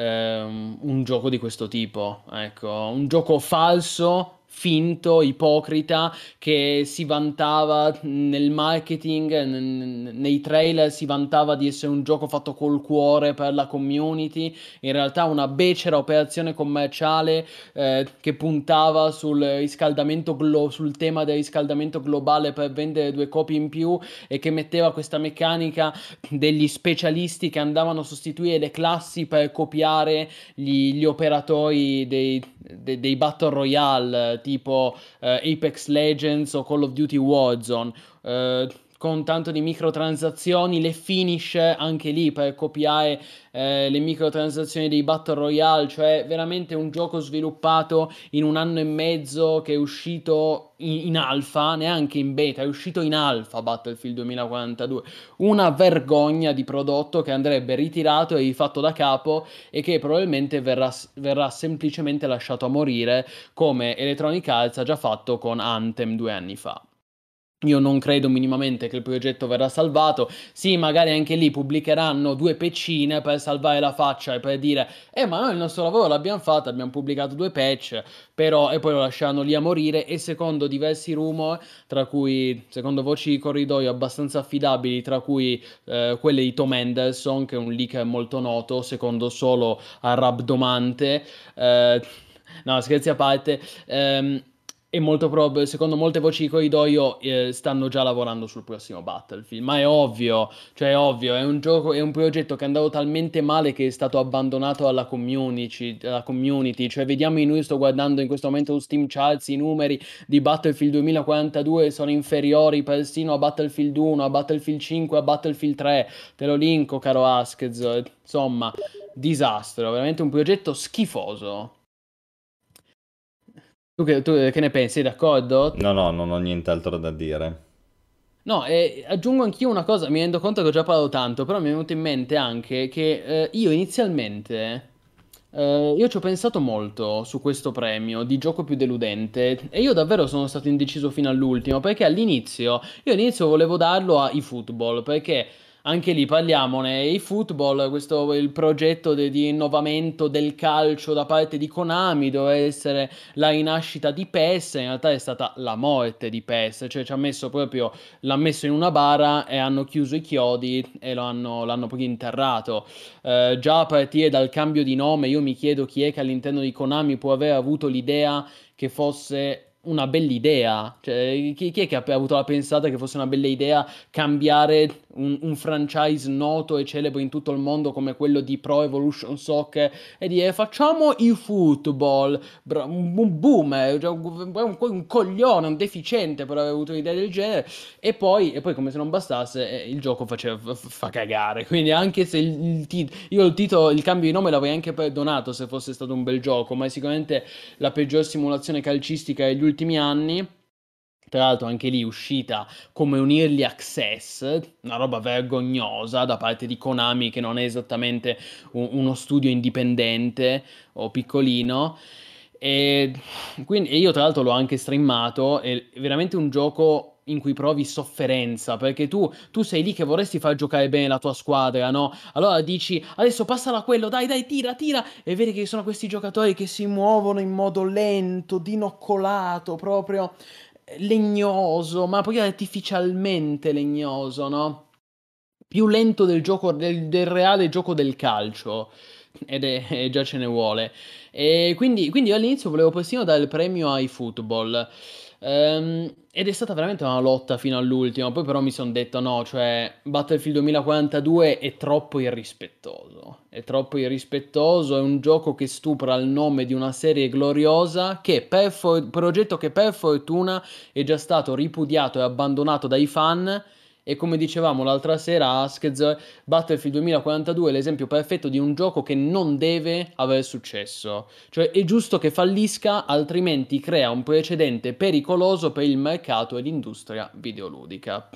ehm, un gioco di questo tipo, ecco, un gioco falso, finto, ipocrita, che si vantava nel marketing, n- nei trailer si vantava di essere un gioco fatto col cuore per la community, in realtà una becera operazione commerciale eh, che puntava sul riscaldamento glo- sul tema del riscaldamento globale per vendere due copie in più, e che metteva questa meccanica degli specialisti che andavano a sostituire le classi per copiare gli, gli operatori dei, de- dei Battle Royale, tipo eh, Apex Legends o Call of Duty Warzone. eh, con tanto di microtransazioni, le finish anche lì per copiare eh, le microtransazioni dei Battle Royale, cioè veramente un gioco sviluppato in un anno e mezzo, che è uscito in, in alfa, neanche in beta, è uscito in alfa Battlefield duemilaquarantadue. Una vergogna di prodotto che andrebbe ritirato e rifatto da capo, e che probabilmente verrà, verrà semplicemente lasciato a morire, come Electronic Arts ha già fatto con Anthem due anni fa. Io non credo minimamente che il progetto verrà salvato. Sì, magari anche lì pubblicheranno due peccine per salvare la faccia e per dire eh, ma noi il nostro lavoro l'abbiamo fatto, abbiamo pubblicato due patch, però, e poi lo lasceranno lì a morire. E secondo diversi rumor, tra cui, secondo voci di corridoio abbastanza affidabili, tra cui eh, quelle di Tom Henderson, che è un leaker molto noto, secondo solo a Rabdomante, eh, no, scherzi a parte, ehm, e molto probabile, secondo molte voci di corridoio, eh, stanno già lavorando sul prossimo Battlefield. Ma è ovvio, cioè è ovvio, è un gioco, è un progetto che è andato talmente male che è stato abbandonato alla community, alla community. Cioè vediamo, in, io sto guardando in questo momento su Steam Charts, i numeri di Battlefield duemilaquarantadue sono inferiori persino a Battlefield uno, a Battlefield cinque, a Battlefield tre. Te lo linko, caro Askez. Insomma, disastro, veramente un progetto schifoso. Tu che, tu che ne pensi? Sei d'accordo? No, no, non ho nient'altro da dire. No, e aggiungo anch'io una cosa, mi rendo conto che ho già parlato tanto, però mi è venuto in mente anche che eh, io inizialmente, eh, io ci ho pensato molto su questo premio di gioco più deludente, e io davvero sono stato indeciso fino all'ultimo, perché all'inizio, io all'inizio volevo darlo a eFootball, perché anche lì parliamone, eFootball, questo il progetto de- di innovamento del calcio da parte di Konami, doveva essere la rinascita di PES, in realtà è stata la morte di PES, cioè ci ha messo proprio, l'ha messo in una bara e hanno chiuso i chiodi e lo hanno, l'hanno poi interrato. Eh, già a partire dal cambio di nome io mi chiedo chi è che all'interno di Konami può aver avuto l'idea che fosse una bella idea. Cioè, chi, chi è che ha avuto la pensata che fosse una bella idea cambiare un, un franchise noto e celebre in tutto il mondo come quello di Pro Evolution Soccer e dire facciamo il football? Bra- un, un boomer, cioè, un, un- un coglione, un deficiente per aver avuto un'idea del genere. E poi, e poi come se non bastasse, eh, il gioco faceva, f- fa cagare. Quindi anche se il, il tit- io il titolo, il cambio di nome l'avrei anche perdonato se fosse stato un bel gioco, ma è sicuramente la peggior simulazione calcistica degli ultimi anni. Tra l'altro anche lì uscita come un early access, una roba vergognosa da parte di Konami che non è esattamente un- uno studio indipendente o piccolino. E quindi e io tra l'altro l'ho anche streamato, è veramente un gioco in cui provi sofferenza, perché tu, tu sei lì che vorresti far giocare bene la tua squadra, no? Allora dici, adesso passala a quello, dai, dai, tira, tira, e vedi che ci sono questi giocatori che si muovono in modo lento, dinoccolato, proprio legnoso, ma poi artificialmente legnoso, no? Più lento del gioco, del, del reale gioco del calcio. Ed è, e già ce ne vuole. E quindi, quindi io all'inizio volevo persino dare il premio ai football. Ehm, ed è stata veramente una lotta fino all'ultimo. Poi però mi sono detto no, cioè Battlefield duemilaquarantadue è troppo irrispettoso. È troppo irrispettoso, è un gioco che stupra il nome di una serie gloriosa che per for- progetto che per fortuna è già stato ripudiato e abbandonato dai fan. E come dicevamo l'altra sera, Askez, Battlefield duemilaquarantadue è l'esempio perfetto di un gioco che non deve avere successo. Cioè è giusto che fallisca, altrimenti crea un precedente pericoloso per il mercato e l'industria videoludica.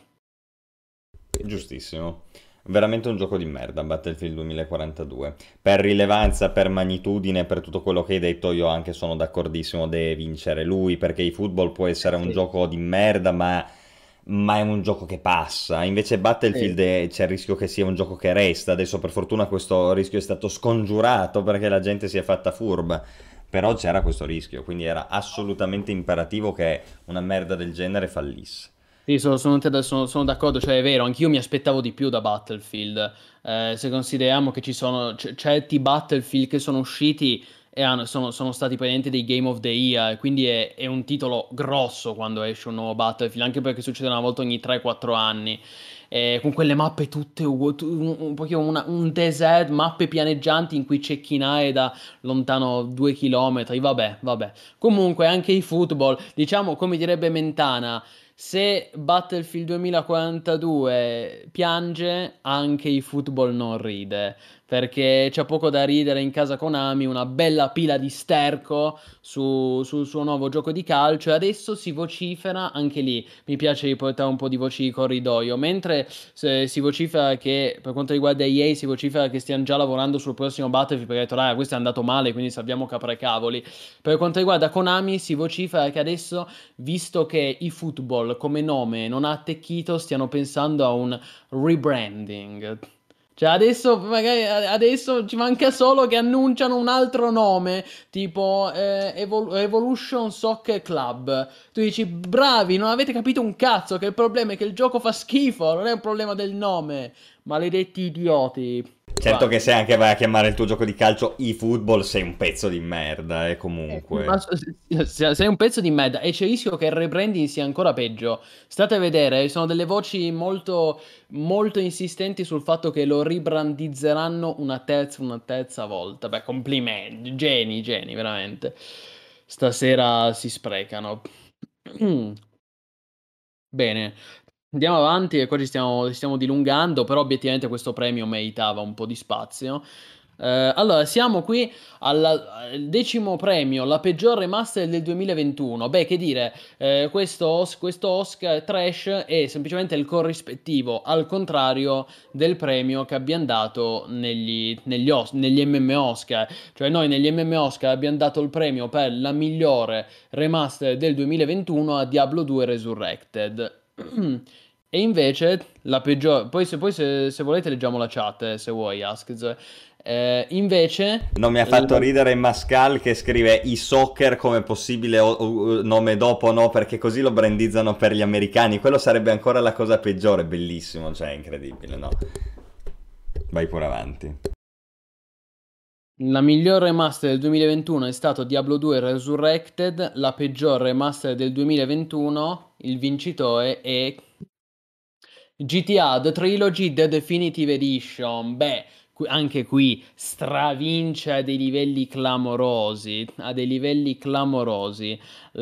Giustissimo. Veramente un gioco di merda, Battlefield duemilaquarantadue. Per rilevanza, per magnitudine, per tutto quello che hai detto, io anche sono d'accordissimo, deve vincere lui, perché il football può essere un Sì, gioco di merda, ma, ma è un gioco che passa. Invece sì. Battlefield è- c'è il rischio che sia un gioco che resta. Adesso per fortuna questo rischio è stato scongiurato perché la gente si è fatta furba. Però c'era questo rischio, quindi era assolutamente imperativo che una merda del genere fallisse. Sì, sono, sono, sono- sono d'accordo, cioè è vero, anch'io mi aspettavo di più da Battlefield. Eh, se consideriamo che ci sono c- certi Battlefield che sono usciti e hanno- sono, sono stati praticamente dei Game of the Year, quindi è, è un titolo grosso quando esce un nuovo Battlefield, anche perché succede una volta ogni tre quattro anni. Eh, con quelle mappe tutte uguali, tu- un, un, pochino una- un desert, mappe pianeggianti in cui cecchinare da lontano due chilometri, vabbè, vabbè. Comunque anche i football, diciamo come direbbe Mentana. Se Battlefield duemilaquarantadue piange, anche il football non ride, perché c'è poco da ridere in casa Konami, una bella pila di sterco su- sul suo nuovo gioco di calcio e adesso si vocifera, anche lì mi piace riportare un po' di voci di corridoio, mentre se- si vocifera che per quanto riguarda E A si vocifera che stiano già lavorando sul prossimo Battlefield perché ha detto, raga, questo è andato male, quindi sappiamo capracavoli. Per quanto riguarda Konami si vocifera che adesso visto che eFootball come nome non ha attecchito, stiano pensando a un rebranding. Cioè adesso, magari, adesso ci manca solo che annunciano un altro nome, tipo eh, Evol- Evolution Soccer Club. Tu dici, bravi, non avete capito un cazzo, che il problema è che il gioco fa schifo, non è un problema del nome. Maledetti idioti. Certo che Guarda, se anche vai a chiamare il tuo gioco di calcio eFootball sei un pezzo di merda, e Eh, ma comunque. s- s- sei un pezzo di merda e c'è il rischio che il rebranding sia ancora peggio. State a vedere, ci sono delle voci molto, molto insistenti sul fatto che lo ribrandizzeranno una terza, una terza volta. Beh, complimenti, geni, geni, veramente. Stasera si sprecano. Bene, andiamo avanti e qua ci stiamo, ci stiamo dilungando, però obiettivamente questo premio meritava un po' di spazio. Eh, allora, siamo qui alla- al decimo premio, la peggior remaster del duemilaventuno. Beh, che dire, eh, questo, Os- questo Oscar Trash è semplicemente il corrispettivo, al contrario del premio che abbiamo dato negli, negli, Os- negli M M Oscar. Cioè noi negli M M Oscar abbiamo dato il premio per la migliore remaster del duemilaventuno a Diablo due Resurrected. E invece la peggiore. Poi, se, poi se, se volete, leggiamo la chat. eh, Se vuoi, Askz. Eh, invece. Non mi ha fatto l- ridere Mascal che scrive i soccer come possibile o- o- nome dopo, no, perché così lo brandizzano per gli americani. Quello sarebbe ancora la cosa peggiore, bellissimo, cioè incredibile, no? Vai pure avanti. La miglior remaster del duemilaventuno è stato Diablo due Resurrected, la peggior remaster del duemilaventuno, il vincitore è G T A The Trilogy The Definitive Edition. Beh, qui- anche qui stravince a dei livelli clamorosi, a dei livelli clamorosi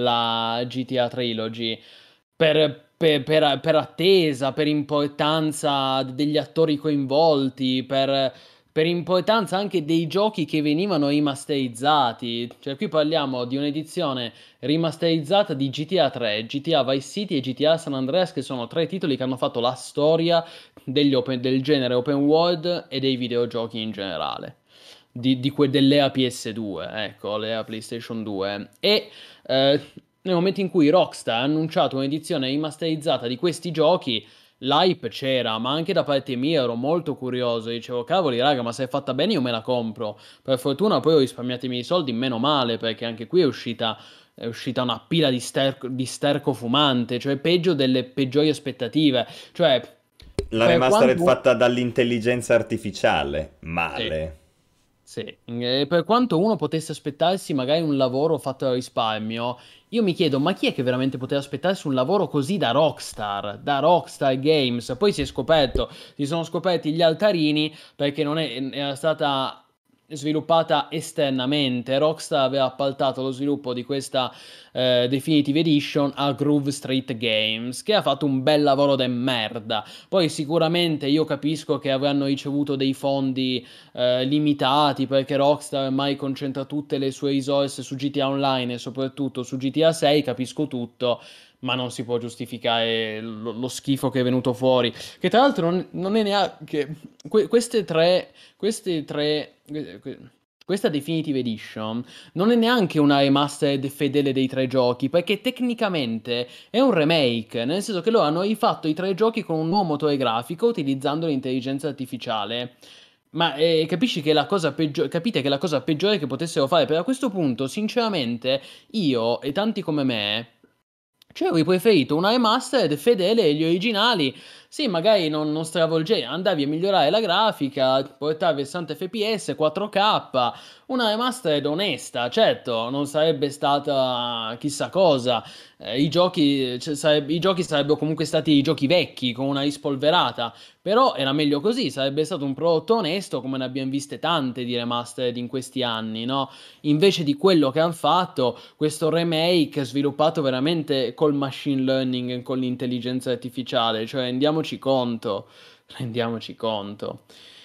la G T A Trilogy. Per, per- per- per attesa, per importanza degli attori coinvolti, per, per importanza anche dei giochi che venivano rimasterizzati. Cioè, qui parliamo di un'edizione rimasterizzata di G T A tre, G T A Vice City e G T A San Andreas, che sono tre titoli che hanno fatto la storia degli open- del genere open world e dei videogiochi in generale. Di, di que- dell'era P S due, ecco, l'era PlayStation due. E eh, nel momento in cui Rockstar ha annunciato un'edizione rimasterizzata di questi giochi, l'hype c'era, ma anche da parte mia ero molto curioso. Dicevo, cavoli, raga, ma se è fatta bene io me la compro. Per fortuna poi ho risparmiato i miei soldi, meno male, perché anche qui è uscita, è uscita una pila di sterco, di sterco fumante, cioè peggio delle peggiori aspettative. Cioè, La per remastered quanto... fatta dall'intelligenza artificiale, Sì. male. Sì, eh, per quanto uno potesse aspettarsi magari un lavoro fatto a risparmio, io mi chiedo, ma chi è che veramente poteva aspettarsi un lavoro così da Rockstar, da Rockstar Games? Poi si è scoperto, si sono scoperti gli altarini perché non è, era stata sviluppata esternamente. Rockstar aveva appaltato lo sviluppo di questa eh, Definitive Edition a Groove Street Games, che ha fatto un bel lavoro de merda. Poi sicuramente io capisco che avranno ricevuto dei fondi eh, limitati perché Rockstar ormai concentra tutte le sue risorse su G T A Online e soprattutto su G T A sei, capisco tutto, ma non si può giustificare lo, lo schifo che è venuto fuori. Che tra l'altro non, non è neanche... que- queste tre... Queste tre... que- que- Questa Definitive Edition non è neanche una remastered fedele dei tre giochi, perché tecnicamente è un remake, nel senso che loro hanno rifatto i tre giochi con un nuovo motore grafico utilizzando l'intelligenza artificiale. Ma eh, capisci che la cosa peggio- capite che la cosa peggiore che potessero fare, per a questo punto, sinceramente, io e tanti come me, cioè avrei preferito una remastered fedele agli originali. Sì, magari non, non stravolgevi, andavi a migliorare la grafica, portavi sessanta F P S, quattro K, una remastered onesta, certo, non sarebbe stata chissà cosa. Eh, i giochi, cioè, sareb- i giochi sarebbero comunque stati i giochi vecchi, con una rispolverata. Però era meglio così, sarebbe stato un prodotto onesto, come ne abbiamo viste tante di remastered in questi anni, no? Invece di quello che hanno fatto, questo remake sviluppato veramente col machine learning e con l'intelligenza artificiale, cioè rendiamoci conto, rendiamoci conto.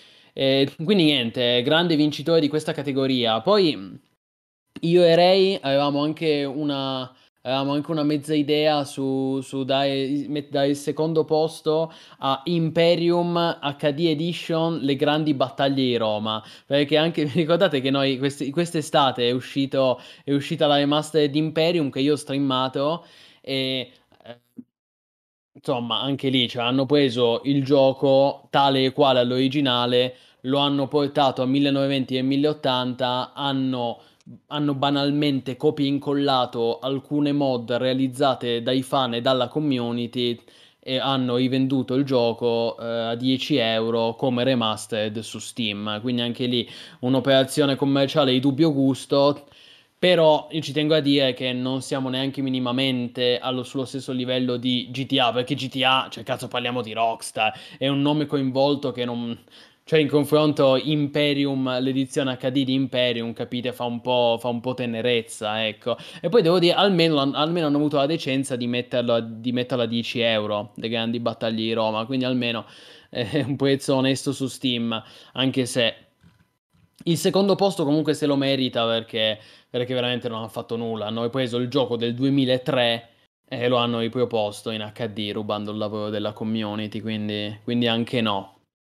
E quindi niente, grande vincitore di questa categoria. Poi io e Ray avevamo anche una, avevamo anche una mezza idea su, su dare, met- dare il secondo posto a Imperium H D Edition, Le grandi battaglie di Roma. Perché anche, vi ricordate che noi questi- quest'estate è uscito, è uscita la remaster di Imperium che io ho streamato e... eh, Insomma, anche lì, cioè, hanno preso il gioco tale e quale all'originale, lo hanno portato a millenovecento e mille ottanta, hanno, hanno banalmente copia e incollato alcune mod realizzate dai fan e dalla community e hanno rivenduto il gioco eh, a dieci euro come remastered su Steam. Quindi anche lì un'operazione commerciale di dubbio gusto. Però io ci tengo a dire che non siamo neanche minimamente allo, sullo stesso livello di G T A, perché G T A, cioè cazzo parliamo di Rockstar, è un nome coinvolto che non... Cioè in confronto Imperium, l'edizione H D di Imperium, capite, fa un po', fa un po' tenerezza, ecco. E poi devo dire, almeno, almeno hanno avuto la decenza di metterlo, a- di metterlo a dieci euro, le grandi battaglie di Roma, quindi almeno è un prezzo onesto su Steam, anche se... Il secondo posto comunque se lo merita perché, perché veramente non hanno fatto nulla. Hanno preso il gioco del duemilatré e lo hanno riproposto in H D rubando il lavoro della community, quindi, quindi anche no.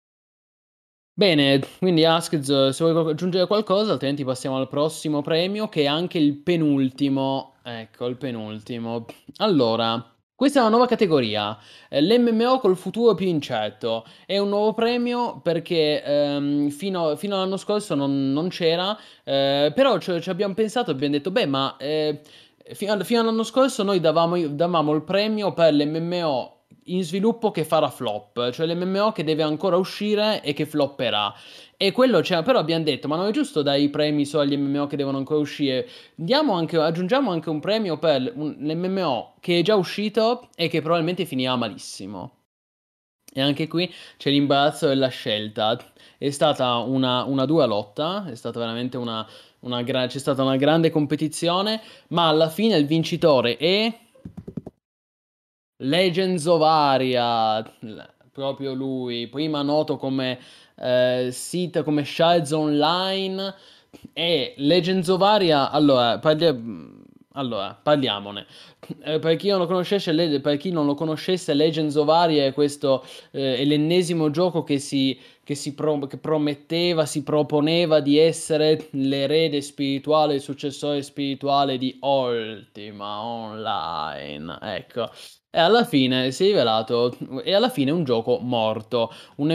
Bene, quindi Askz, se vuoi aggiungere qualcosa, altrimenti passiamo al prossimo premio, che è anche il penultimo. Ecco, il penultimo. Allora, questa è una nuova categoria, eh, l'M M O col futuro più incerto. È un nuovo premio perché ehm, fino, fino all'anno scorso non, non c'era, eh, però ci ci abbiamo pensato e abbiamo detto, beh, ma eh, fino, fino all'anno scorso noi davamo, davamo il premio per l'M M O in sviluppo che farà flop, cioè l'M M O che deve ancora uscire e che flopperà. E quello c'è, però abbiamo detto, ma non è giusto dare i premi solo agli M M O che devono ancora uscire, diamo anche, aggiungiamo anche un premio per l'M M O che è già uscito e che probabilmente finirà malissimo. E anche qui c'è l'imbarazzo della scelta. È stata una, una dura lotta, è stata veramente una, una gra- c'è stata una grande competizione, ma alla fine il vincitore è Legends of Aria, l- proprio lui, prima noto come eh, sito come Shards Online e Legends of Aria. Allora, parli- allora, parliamone. Eh, per chi non lo conoscesse, le- per chi non lo conoscesse, Legends of Aria è questo eh, è l'ennesimo gioco che si, che si pro- che prometteva, si proponeva di essere l'erede spirituale, il successore spirituale di Ultima Online. Ecco. E alla fine si è rivelato, e alla fine è un gioco morto, un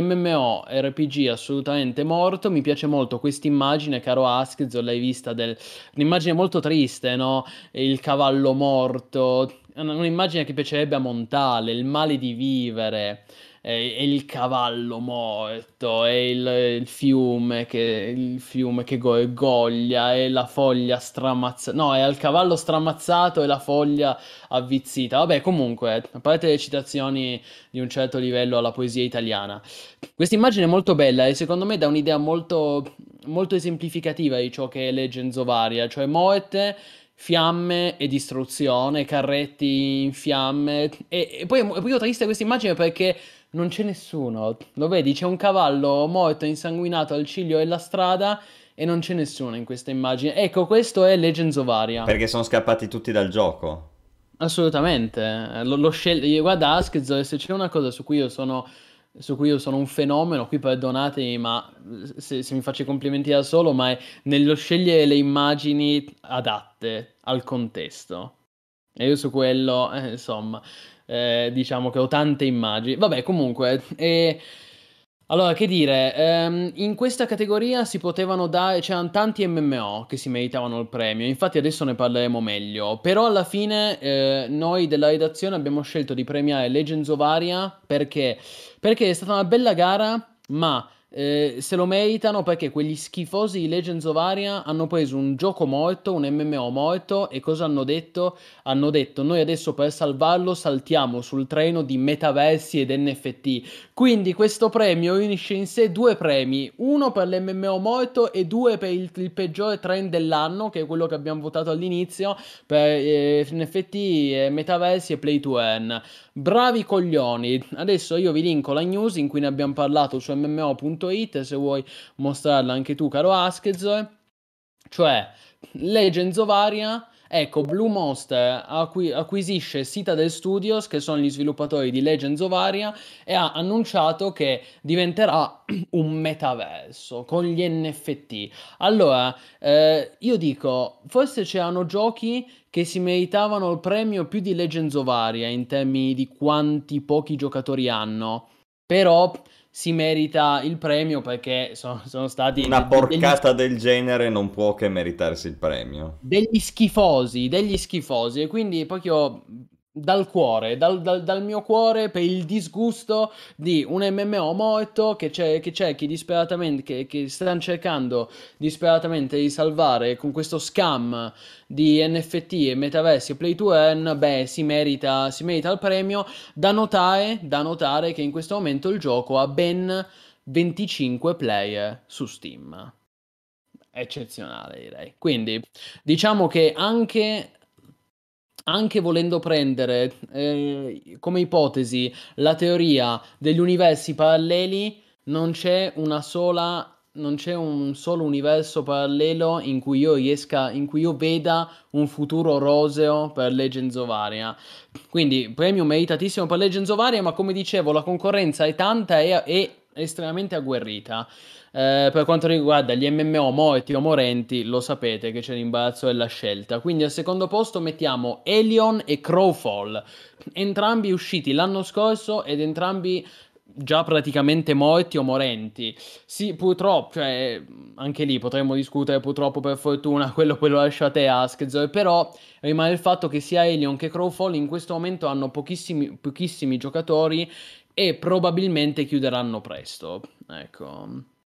MMORPG assolutamente morto. Mi piace molto questa immagine, caro Askzo, l'hai vista, del... un'immagine molto triste, no? Il cavallo morto, un'immagine che piacerebbe a Montale, il male di vivere, e, e il cavallo morto, e il, il fiume che, il fiume che gorgoglia, e la foglia stramazzata, no, è il cavallo stramazzato e la foglia avvizzita. Vabbè, comunque, a parte le citazioni di un certo livello alla poesia italiana, questa immagine è molto bella e secondo me dà un'idea molto, molto esemplificativa di ciò che è Legends of Aria, cioè morte, fiamme e distruzione, carretti in fiamme. E, e poi è proprio triste questa immagine perché non c'è nessuno. Lo vedi, c'è un cavallo morto, insanguinato al ciglio della strada e non c'è nessuno in questa immagine. Ecco, questo è Legends of Aria. Perché sono scappati tutti dal gioco. Assolutamente, lo, lo scel- guarda Askzo, se c'è una cosa su cui io sono, su cui io sono un fenomeno, qui perdonatemi, ma se, se mi faccio i complimenti da solo, ma è nello scegliere le immagini adatte al contesto. E io su quello, eh, insomma, eh, diciamo che ho tante immagini. Vabbè, comunque, eh, allora, che dire, ehm, in questa categoria si potevano dare, c'erano tanti M M O che si meritavano il premio, infatti adesso ne parleremo meglio, però alla fine eh, noi della redazione abbiamo scelto di premiare Legends of Aria perché, perché è stata una bella gara, ma eh, se lo meritano perché quegli schifosi di Legends of Aria hanno preso un gioco morto, un M M O morto, e cosa hanno detto? Hanno detto noi adesso per salvarlo saltiamo sul treno di metaversi ed N F T. Quindi questo premio unisce in sé due premi, uno per l'M M O morto e due per il, il peggiore trend dell'anno, che è quello che abbiamo votato all'inizio, per eh, N F T, eh, metaversi e play to earn. Bravi coglioni. Adesso io vi linko la news in cui ne abbiamo parlato su M M O punto it, se vuoi mostrarla anche tu, caro Askez. Cioè, Legends of Aria, ecco, Blue Monster acqui- acquisisce Citadel Studios, che sono gli sviluppatori di Legends of Aria, e ha annunciato che diventerà un metaverso con gli N F T. Allora, eh, io dico, forse c'erano giochi che si meritavano il premio più di Legends of Aria in termini di quanti pochi giocatori hanno, però si merita il premio perché sono, sono stati Una de- de- degli porcata del genere non può che meritarsi il premio. degli schifosi, degli schifosi, e quindi proprio dal cuore, dal, dal- dal mio cuore, per il disgusto di un M M O morto che, c'è, che cerchi disperatamente, che, che stanno cercando disperatamente di salvare con questo scam di N F T e metaversi e play to earn. Beh, si merita, si merita il premio. Da notare, da notare che in questo momento il gioco ha ben venticinque player su Steam. Eccezionale, direi. Quindi diciamo che anche, anche volendo prendere eh, come ipotesi la teoria degli universi paralleli, non c'è una sola. Non c'è un solo universo parallelo in cui io riesca, in cui io veda un futuro roseo per Legends of Aria. Quindi premio meritatissimo per Legends of Aria, ma come dicevo, la concorrenza è tanta e è estremamente agguerrita. Eh, per quanto riguarda gli M M O morti o morenti, lo sapete che c'è l'imbarazzo della scelta. Quindi al secondo posto mettiamo Elion e Crowfall, entrambi usciti l'anno scorso ed entrambi già praticamente morti o morenti. Sì, purtroppo, cioè, anche lì potremmo discutere, purtroppo per fortuna, quello poi lo lasciate a Askzor, però rimane il fatto che sia Elion che Crowfall in questo momento hanno pochissimi, pochissimi giocatori e probabilmente chiuderanno presto. Ecco,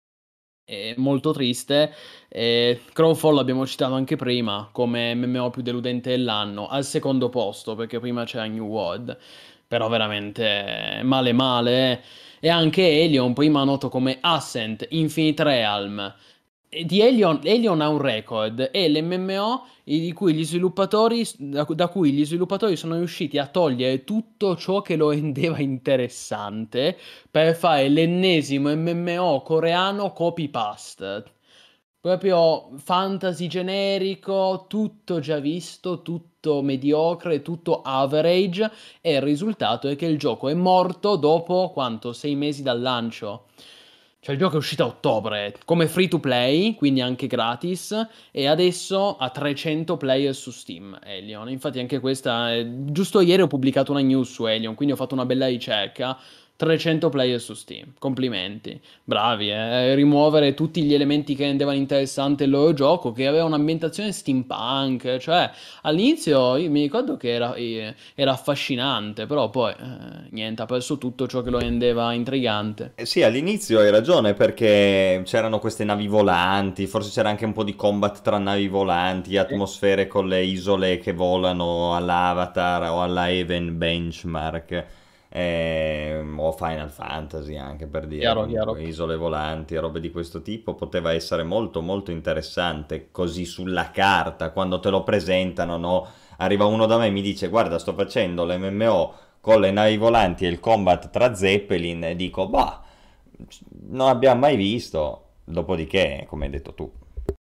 è molto triste. E Crowfall l'abbiamo citato anche prima come M M O più deludente dell'anno, al secondo posto perché prima c'era New World, però veramente male male. E anche Elion, prima noto come Ascent, Infinite Realm. E di Elion, Elion ha un record, è l'M M O di cui gli sviluppatori, da, da cui gli sviluppatori sono riusciti a togliere tutto ciò che lo rendeva interessante per fare l'ennesimo M M O coreano copy-paste. Proprio fantasy generico, tutto già visto, tutto mediocre, tutto average, e il risultato è che il gioco è morto dopo quanto? Sei mesi dal lancio. Cioè il gioco è uscito a ottobre come free to play, quindi anche gratis, e adesso ha trecento player su Steam, Elion. Infatti anche questa, è... giusto ieri ho pubblicato una news su Elion, quindi ho fatto una bella ricerca. trecento player su Steam, complimenti, bravi, eh? Rimuovere tutti gli elementi che rendevano interessante il loro gioco, che aveva un'ambientazione steampunk, cioè all'inizio io mi ricordo che era, eh, era affascinante, però poi eh, niente, ha perso tutto ciò che lo rendeva intrigante. Eh sì, all'inizio hai ragione perché c'erano queste navi volanti, forse c'era anche un po' di combat tra navi volanti, atmosfere con le isole che volano all'Avatar o alla Even Benchmark, eh, o Final Fantasy anche per dire, Chiaro, comunque chiaro. isole volanti e robe di questo tipo, poteva essere molto molto interessante così sulla carta, quando te lo presentano, no? Arriva uno da me e mi dice guarda sto facendo l'M M O con le navi volanti e il combat tra Zeppelin e dico bah, non abbiamo mai visto, dopodiché, come hai detto tu.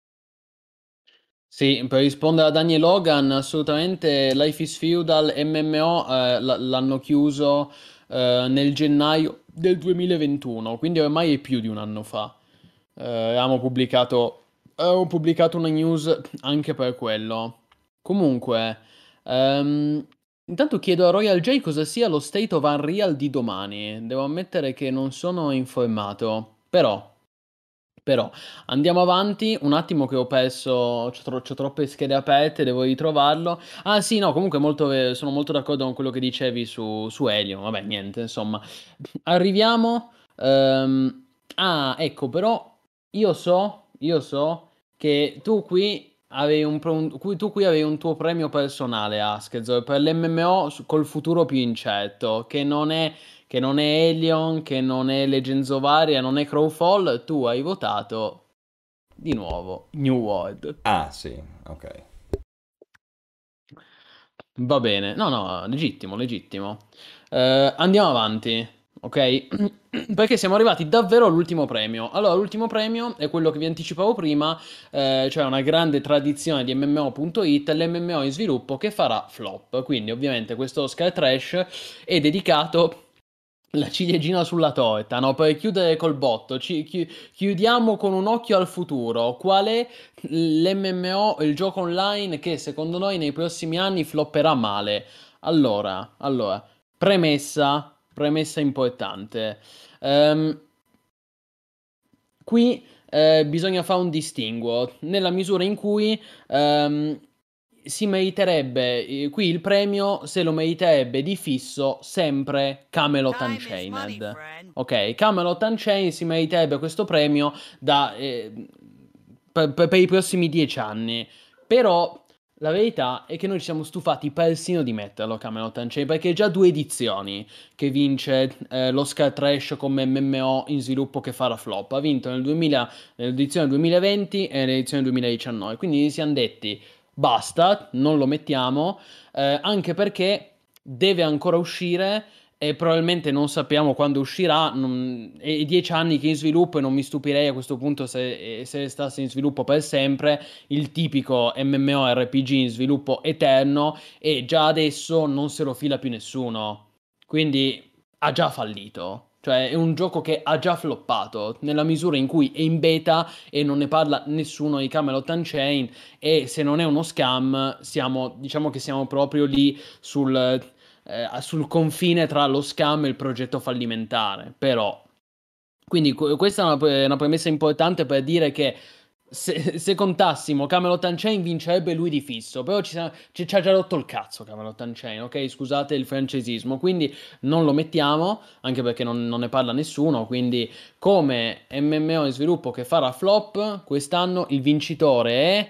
Sì, per rispondere a Daniel Logan, assolutamente Life is Feudal M M O eh, l- l'hanno chiuso eh, nel gennaio del duemilaventuno, quindi ormai è più di un anno fa. Eh, avevamo pubblicato, avevamo pubblicato una news anche per quello. Comunque, ehm, intanto chiedo a Royal J cosa sia lo State of Unreal di domani. Devo ammettere che non sono informato, però... Però andiamo avanti, un attimo che ho perso, c'ho, tro- c'ho troppe schede aperte, devo ritrovarlo. Ah sì, no, comunque molto, ve- sono molto d'accordo con quello che dicevi su, su Elio, vabbè, niente, insomma. Arriviamo, ehm, ah, ecco, però io so, io so che tu qui avevi un, pro- un- qui- tu qui avevi un tuo premio personale, Askezor, per l'M M O su- col futuro più incerto, che non è che non è Elion, che non è Legends of Aria, non è Crowfall, tu hai votato di nuovo New World. Ah sì, ok. Va bene, no, no, legittimo, legittimo. Eh, andiamo avanti, ok? Perché siamo arrivati davvero all'ultimo premio. Allora, l'ultimo premio è quello che vi anticipavo prima, eh, cioè una grande tradizione di M M O punto it, l'M M O in sviluppo che farà flop. Quindi, ovviamente, questo Oscar Trash è dedicato la ciliegina sulla torta, no? Per chiudere col botto, ci- chi- chiudiamo con un occhio al futuro. Qual è l'M M O, il gioco online che secondo noi nei prossimi anni flopperà male? Allora, allora, premessa, premessa importante. Ehm, Qui eh, bisogna fare un distinguo, nella misura in cui ehm, si meriterebbe, eh, qui il premio se lo meriterebbe di fisso sempre Camelot Time is money, Unchained. friend. Ok, Camelot Unchained si meriterebbe questo premio da, eh, per, per- per i prossimi dieci anni. Però la verità è che noi ci siamo stufati persino di metterlo Camelot Unchained, perché già due edizioni che vince eh, l'Oscar Trash come M M O in sviluppo che farà flop. Ha vinto nel duemila, nell'edizione duemilaventi e nell'edizione duemiladiciannove. Quindi ci siamo detti basta, non lo mettiamo, eh, anche perché deve ancora uscire e probabilmente non sappiamo quando uscirà. Non- è dieci anni che è in sviluppo e non mi stupirei a questo punto se, se restasse in sviluppo per sempre. Il tipico MMORPG in sviluppo eterno, e già adesso non se lo fila più nessuno. Quindi ha già fallito. Cioè, è un gioco che ha già floppato nella misura in cui è in beta e non ne parla nessuno di Camelot Unchained. E se non è uno scam, siamo, diciamo che siamo proprio lì sul, eh, sul confine tra lo scam e il progetto fallimentare, però. Quindi qu- questa è una, pre- una premessa importante per dire che se, se contassimo Camelot Unchained vincerebbe lui di fisso, però ci, sa- ci- ci ha già rotto il cazzo Camelot Unchained, ok? Scusate il francesismo, quindi non lo mettiamo, anche perché non, non ne parla nessuno, quindi come M M O in sviluppo che farà flop, quest'anno il vincitore è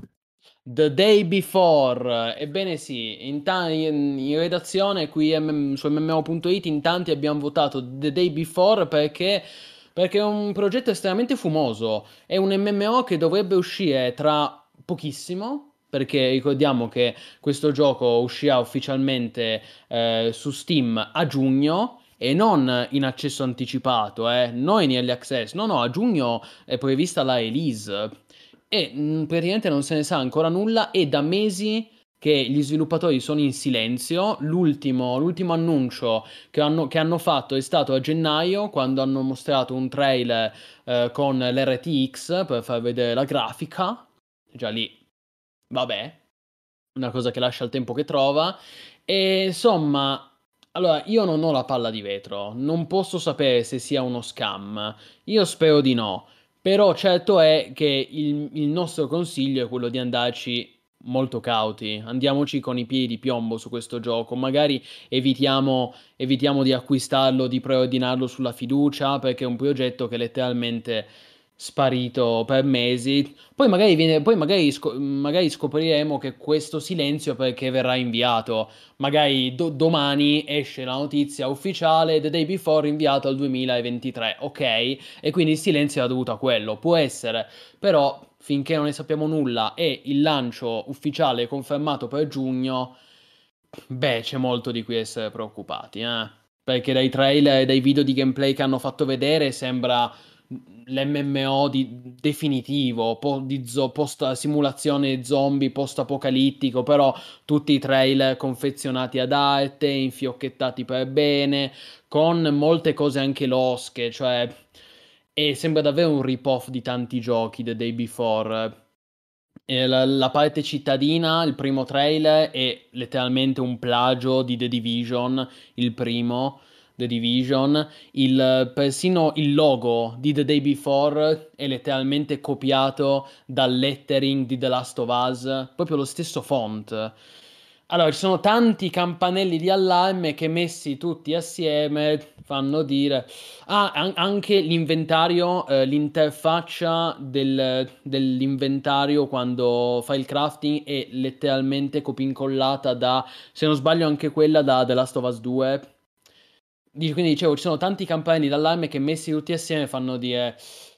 The Day Before. Ebbene sì, in, ta- in- in redazione qui M- su M M O punto it in tanti abbiamo votato The Day Before perché, perché è un progetto estremamente fumoso. È un M M O che dovrebbe uscire tra pochissimo, perché ricordiamo che questo gioco uscirà ufficialmente eh, su Steam a giugno. E non in accesso anticipato, eh, non in early access, no, no, a giugno è prevista la release. E mh, praticamente non se ne sa ancora nulla. E da mesi che gli sviluppatori sono in silenzio. L'ultimo, l'ultimo annuncio che hanno, che hanno fatto è stato a gennaio, quando hanno mostrato un trailer eh, con l'R T X per far vedere la grafica. Già lì, vabbè, una cosa che lascia il tempo che trova. E insomma, allora io non ho la palla di vetro, non posso sapere se sia uno scam. Io spero di no. Però certo è che il, il nostro consiglio è quello di andarci molto cauti. Andiamoci con i piedi di piombo su questo gioco. Magari evitiamo, evitiamo di acquistarlo, di preordinarlo sulla fiducia, perché è un progetto che è letteralmente sparito per mesi. Poi magari, viene, poi magari, sco- magari scopriremo che questo silenzio perché verrà inviato. Magari do- domani esce la notizia ufficiale The Day Before inviato al duemilaventitré, ok? E quindi il silenzio è dovuto a quello. Può essere, però finché non ne sappiamo nulla e il lancio ufficiale è confermato per giugno, beh, c'è molto di cui essere preoccupati, eh? Perché dai trailer e dai video di gameplay che hanno fatto vedere sembra l'M M O di- definitivo, po- di zo- post simulazione zombie post-apocalittico, però tutti i trailer confezionati ad arte, infiocchettati per bene, con molte cose anche losche, cioè. E sembra davvero un rip-off di tanti giochi The Day Before. E la, la parte cittadina, il primo trailer, è letteralmente un plagio di The Division, il primo The Division. Il, persino il logo di The Day Before è letteralmente copiato dal lettering di The Last of Us, proprio lo stesso font. Allora, ci sono tanti campanelli di allarme che messi tutti assieme fanno dire. Ah, an- anche l'inventario, eh, l'interfaccia del- dell'inventario quando fai il crafting è letteralmente copia incollata da, se non sbaglio, anche quella da The Last of Us due. Dic- Quindi dicevo, ci sono tanti campanelli d'allarme che messi tutti assieme fanno dire.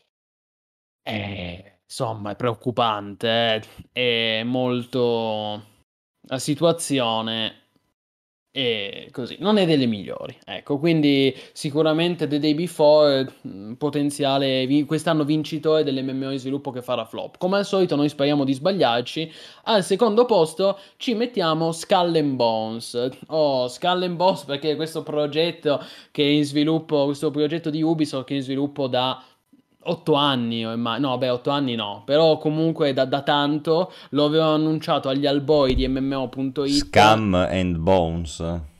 Eh, insomma, è preoccupante, eh. È molto. La situazione e così, non è delle migliori. Ecco, quindi sicuramente The Day Before, mh, potenziale vi- quest'anno vincitore dell'M M O in sviluppo che farà flop. Come al solito noi speriamo di sbagliarci. Al secondo posto ci mettiamo Skull and Bones. Oh, Skull and Bones perché questo progetto che è in sviluppo, questo progetto di Ubisoft che è in sviluppo da otto anni ormai, no, beh, otto anni no, però comunque da, da tanto lo avevano annunciato agli albori di M M O punto it Scum and Bones.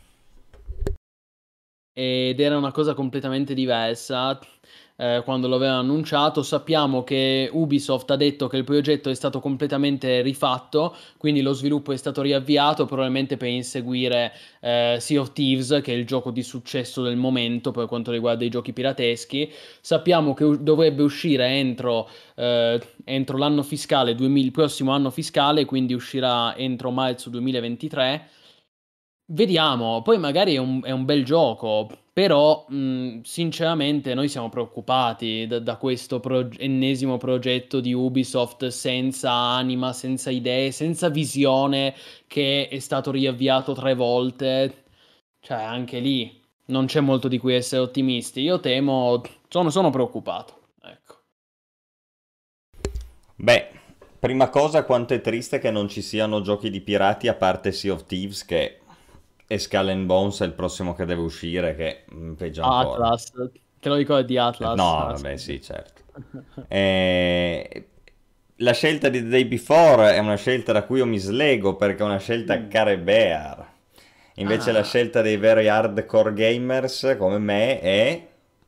ed era una cosa completamente diversa eh, quando lo avevano annunciato. Sappiamo che Ubisoft ha detto che il progetto è stato completamente rifatto, quindi lo sviluppo è stato riavviato probabilmente per inseguire eh, Sea of Thieves, che è il gioco di successo del momento per quanto riguarda i giochi pirateschi. Sappiamo che u- dovrebbe uscire entro, eh, entro l'anno fiscale, duemila il prossimo anno fiscale, quindi uscirà entro marzo duemilaventitré. Vediamo, poi magari è un, è un bel gioco, però mh, sinceramente noi siamo preoccupati da, da questo pro- ennesimo progetto di Ubisoft senza anima, senza idee, senza visione, che è stato riavviato tre volte. Cioè, anche lì non c'è molto di cui essere ottimisti. Io temo, sono, sono preoccupato. Ecco. Beh, prima cosa, quanto è triste che non ci siano giochi di pirati a parte Sea of Thieves, che è Skull and Bones è il prossimo che deve uscire, che mm, peggio ancora. Atlas, te lo ricordi Eh, Atlas? No, Ah, vabbè, sì. sì, certo. Eh, la scelta di The Day Before è una scelta da cui io mi slego perché è una scelta Mm. care bear. Invece la Ah, scelta dei veri hardcore gamers come me è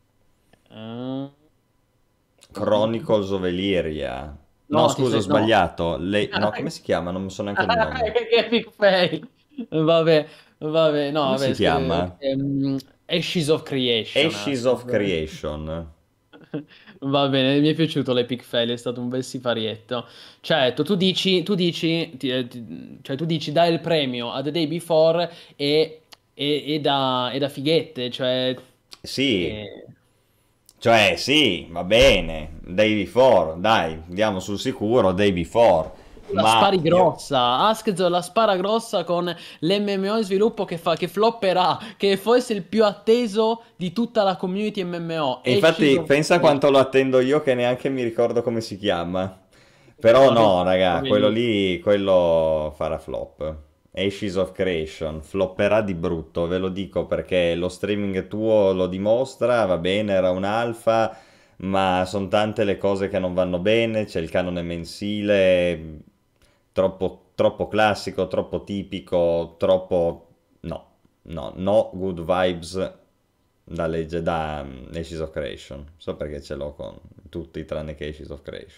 eh, Chronicles of Elyria. No, no, ti scusa, ho sei... No. sbagliato. Le... No, come si chiama? Non so neanche il nome. Che epic fail. Vabbè, vabbè, no, Come si vabbè, scusa, chiama? ehm, Ashes of Creation, Ashes of Asked. Creation. Va bene, mi è piaciuto l'epic fail, è stato un bel siparietto. Certo, tu dici, tu dici, ti- eh, ti- cioè tu dici dai il premio a The Day Before e, e, e da, e da fighette, cioè... Sì, eh, cioè sì, va bene. Day before, dai, andiamo sul sicuro, day before. la Ma spari io... grossa, Asked la spara grossa con l'M M O in sviluppo che fa, che flopperà, che è forse il più atteso di tutta la community M M O, E Ashes infatti of pensa Creation. quanto lo attendo io che neanche mi ricordo come si chiama. Però Ma no, che raga, quello poverino. lì, quello farà flop. Ashes of Creation, flopperà di brutto, ve lo dico perché lo streaming tuo lo dimostra, va bene, era un'alfa, ma sono tante le cose che non vanno bene, c'è il canone mensile, troppo, troppo classico, troppo tipico, troppo... No, no, no good vibes da legge da um, Ashes of Creation. So perché ce l'ho con tutti tranne che Ashes of Creation.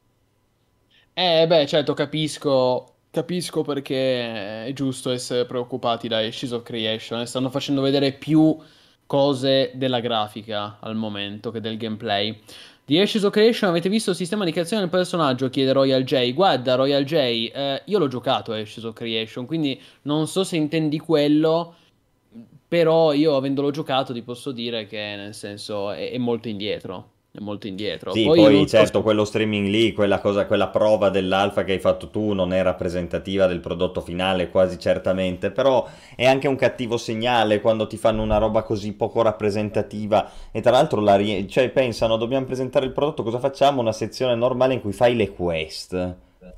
Eh, beh, certo, capisco, capisco perché è giusto essere preoccupati da Ashes of Creation. eh, Stanno facendo vedere più cose della grafica al momento che del gameplay. Di Ashes of Creation avete visto il sistema di creazione del personaggio? Chiede Royal J. Guarda, Royal J, eh, io l'ho giocato a Ashes of Creation, quindi non so se intendi quello, però io avendolo giocato ti posso dire che nel senso è, è molto indietro. È molto indietro. Sì, Poi poi non so certo se... quello streaming lì, quella cosa, quella prova dell'alfa che hai fatto tu non è rappresentativa del prodotto finale, quasi certamente, però è anche un cattivo segnale quando ti fanno una roba così poco rappresentativa e tra l'altro la rie- cioè, pensano, dobbiamo presentare il prodotto, cosa facciamo? Una sezione normale in cui fai le quest.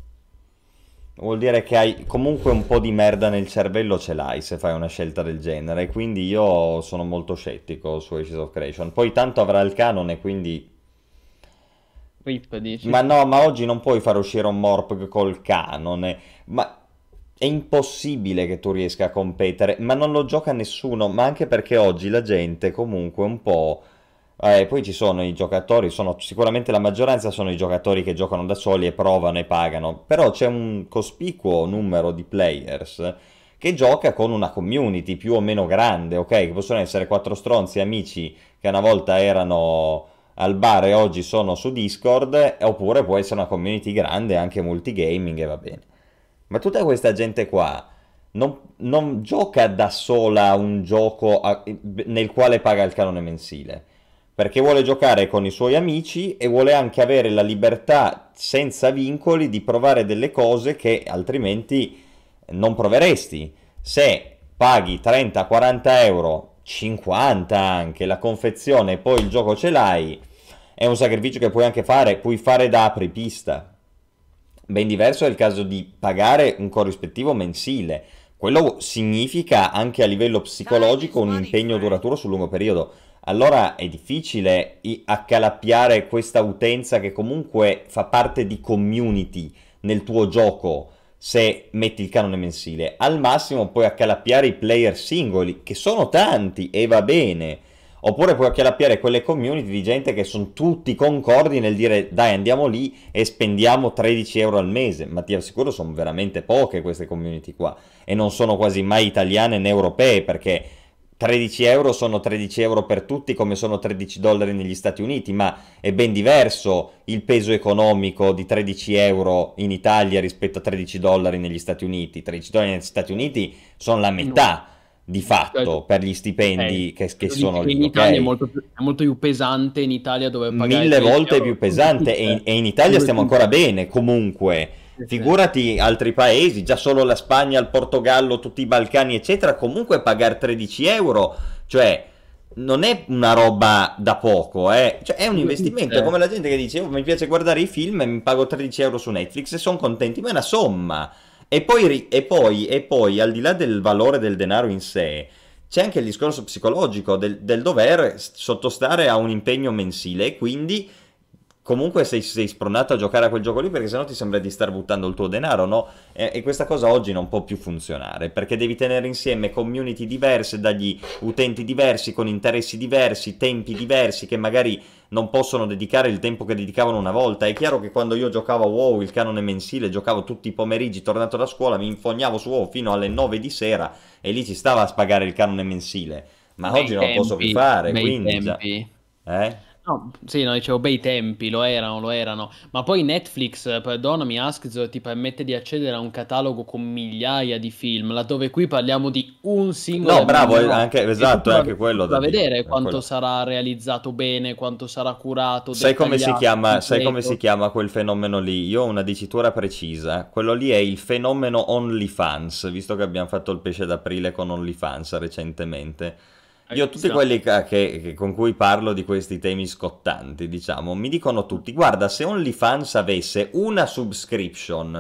Vuol dire che hai comunque un po' di merda nel cervello ce l'hai se fai una scelta del genere, quindi io sono molto scettico su Ashes of Creation. Poi tanto avrà il canone, quindi... Rip, dici? Ma no, ma oggi non puoi far uscire un Morpg col canone, ma è impossibile che tu riesca a competere, ma non lo gioca nessuno, ma anche perché oggi la gente comunque un po'... Eh, poi ci sono i giocatori, sono sicuramente la maggioranza sono i giocatori che giocano da soli e provano e pagano, però c'è un cospicuo numero di players che gioca con una community più o meno grande, ok? Che possono essere quattro stronzi amici che una volta erano al bar e oggi sono su Discord, oppure può essere una community grande, anche multigaming e va bene. Ma tutta questa gente qua non, non gioca da sola un gioco a- nel quale paga il canone mensile, perché vuole giocare con i suoi amici e vuole anche avere la libertà senza vincoli di provare delle cose che altrimenti non proveresti. Se paghi trenta quaranta euro, cinquanta anche, la confezione e poi il gioco ce l'hai, è un sacrificio che puoi anche fare, puoi fare da apripista. Ben diverso è il caso di pagare un corrispettivo mensile. Quello significa anche a livello psicologico un impegno duraturo sul lungo periodo. Allora è difficile accalappiare questa utenza che comunque fa parte di community nel tuo gioco se metti il canone mensile. Al massimo puoi accalappiare i player singoli, che sono tanti e va bene. Oppure puoi accalappiare quelle community di gente che sono tutti concordi nel dire dai andiamo lì e spendiamo tredici euro al mese, ma ti assicuro sono veramente poche queste community qua e non sono quasi mai italiane né europee perché tredici euro sono tredici euro per tutti come sono tredici dollari negli Stati Uniti, ma è ben diverso il peso economico di tredici euro in Italia rispetto a tredici dollari negli Stati Uniti. tredici dollari negli Stati Uniti sono la No. metà di Cioè, fatto per gli ok, stipendi che, che tu dici sono che lì, in Italia è ok? molto più, è molto più pesante in Italia dove pagare Mille tredici volte più euro due pesante e in, pizze, e in Italia due stiamo ancora pizze. bene comunque. Sì, sì. Figurati altri paesi, già solo la Spagna, il Portogallo, tutti i Balcani eccetera, comunque pagare tredici euro, cioè non è una roba da poco, eh. Cioè, è un Due investimento, è come pizze. la gente che dice oh, mi piace guardare i film e mi pago tredici euro su Netflix e sono contenti, ma è una somma. E poi, ri- e poi, e poi, al di là del valore del denaro in sé, c'è anche il discorso psicologico del, del dover sottostare a un impegno mensile e quindi comunque sei, sei spronato a giocare a quel gioco lì perché sennò ti sembra di star buttando il tuo denaro, no? E, e questa cosa oggi non può più funzionare perché devi tenere insieme community diverse, dagli utenti diversi, con interessi diversi, tempi diversi che magari non possono dedicare il tempo che dedicavano una volta. È chiaro che quando io giocavo a WoW, il canone mensile, giocavo tutti i pomeriggi, tornato da scuola, mi infognavo su WoW fino alle nove di sera e lì ci stava a spagare il canone mensile. Ma Bei oggi non lo posso più tempi, fare, bei quindi già... tempi. Eh? No, sì, no, dicevo, bei tempi, lo erano, lo erano. Ma poi Netflix, eh, perdonami, Askz, ti permette di accedere a un catalogo con migliaia di film, laddove qui parliamo di un singolo No, bravo, è M M O. anche, È esatto, tutto è da, anche quello tutto da da dire. vedere È quanto quello. sarà realizzato bene, quanto sarà curato, Sai come si dettagliato, chiama, sai come si completo. chiama quel fenomeno lì? Io ho una dicitura precisa. Quello lì è il fenomeno OnlyFans, visto che abbiamo fatto il pesce d'aprile con OnlyFans recentemente. Eh, Io tutti sì. quelli che, che- che- con cui parlo di questi temi scottanti, diciamo, mi dicono tutti, guarda, se OnlyFans avesse una subscription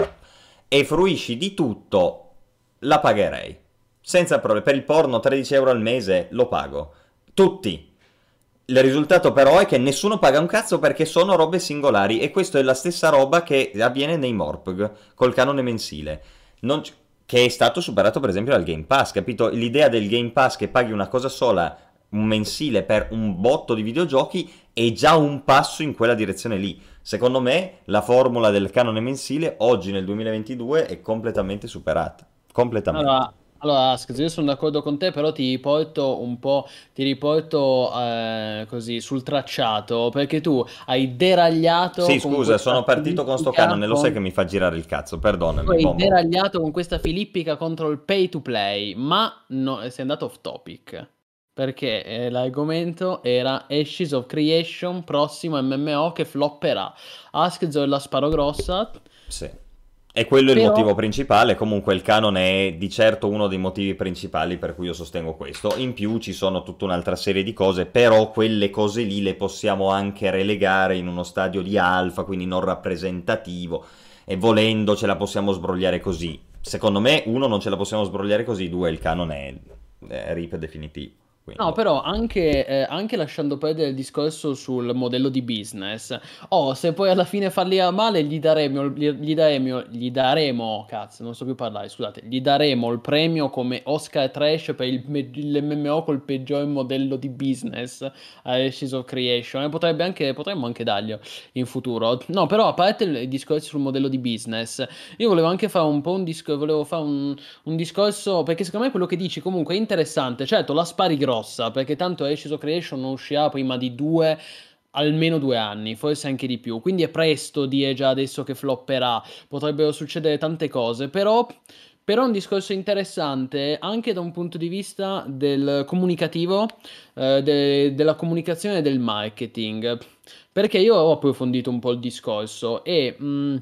e fruisci di tutto, la pagherei. Senza problemi. Per il porno tredici euro al mese lo pago. Tutti. Il risultato però è che nessuno paga un cazzo perché sono robe singolari e questo è la stessa roba che avviene nei Morpg col canone mensile. Non c- che è stato superato per esempio dal Game Pass, capito? L'idea del Game Pass che paghi una cosa sola, un mensile per un botto di videogiochi, è già un passo in quella direzione lì. Secondo me la formula del canone mensile oggi nel duemilaventidue è completamente superata. Completamente. Allora, allora Askz, io sono d'accordo con te, però ti riporto un po', ti riporto eh, così sul tracciato, perché tu hai deragliato Sì, con scusa, questa sono partito con sto filippica canone, lo sai con- che mi fa girare il cazzo, tu perdonami, hai Momo. deragliato con questa filippica contro il pay to play, ma no, sei andato off topic. Perché eh, l'argomento era Ashes of Creation, prossimo M M O che flopperà. Askz e la sparo grossa, Sì. E quello è il però motivo principale, comunque il canone è di certo uno dei motivi principali per cui io sostengo questo. In più ci sono tutta un'altra serie di cose, però quelle cose lì le possiamo anche relegare in uno stadio di alfa, quindi non rappresentativo, e volendo ce la possiamo sbrogliare così. Secondo me, uno, non ce la possiamo sbrogliare così, due, il canone è, è rip definitivo. Quindi, no, boh. però anche, eh, anche lasciando perdere il discorso sul modello di business, oh, se poi alla fine fallirà male, gli daremo, gli, gli daremo, gli daremo, cazzo, non so più parlare, scusate, gli daremo il premio come Oscar Trash per il, me- l'M M O col peggior modello di business a Ashes of Creation, e potrebbe anche, potremmo anche darglielo in futuro. No, però a parte il discorso sul modello di business, io volevo anche fare un po' un discorso, volevo fare un un discorso, perché secondo me quello che dici comunque è interessante. Certo, la spari grossa, perché tanto Ashes of Creation non uscirà prima di due, almeno due anni, forse anche di più. Quindi è presto dire già adesso che flopperà. Potrebbero succedere tante cose, però. Però è un discorso interessante anche da un punto di vista del comunicativo, eh, de- della comunicazione e del marketing. Perché io ho approfondito un po' il discorso e mh,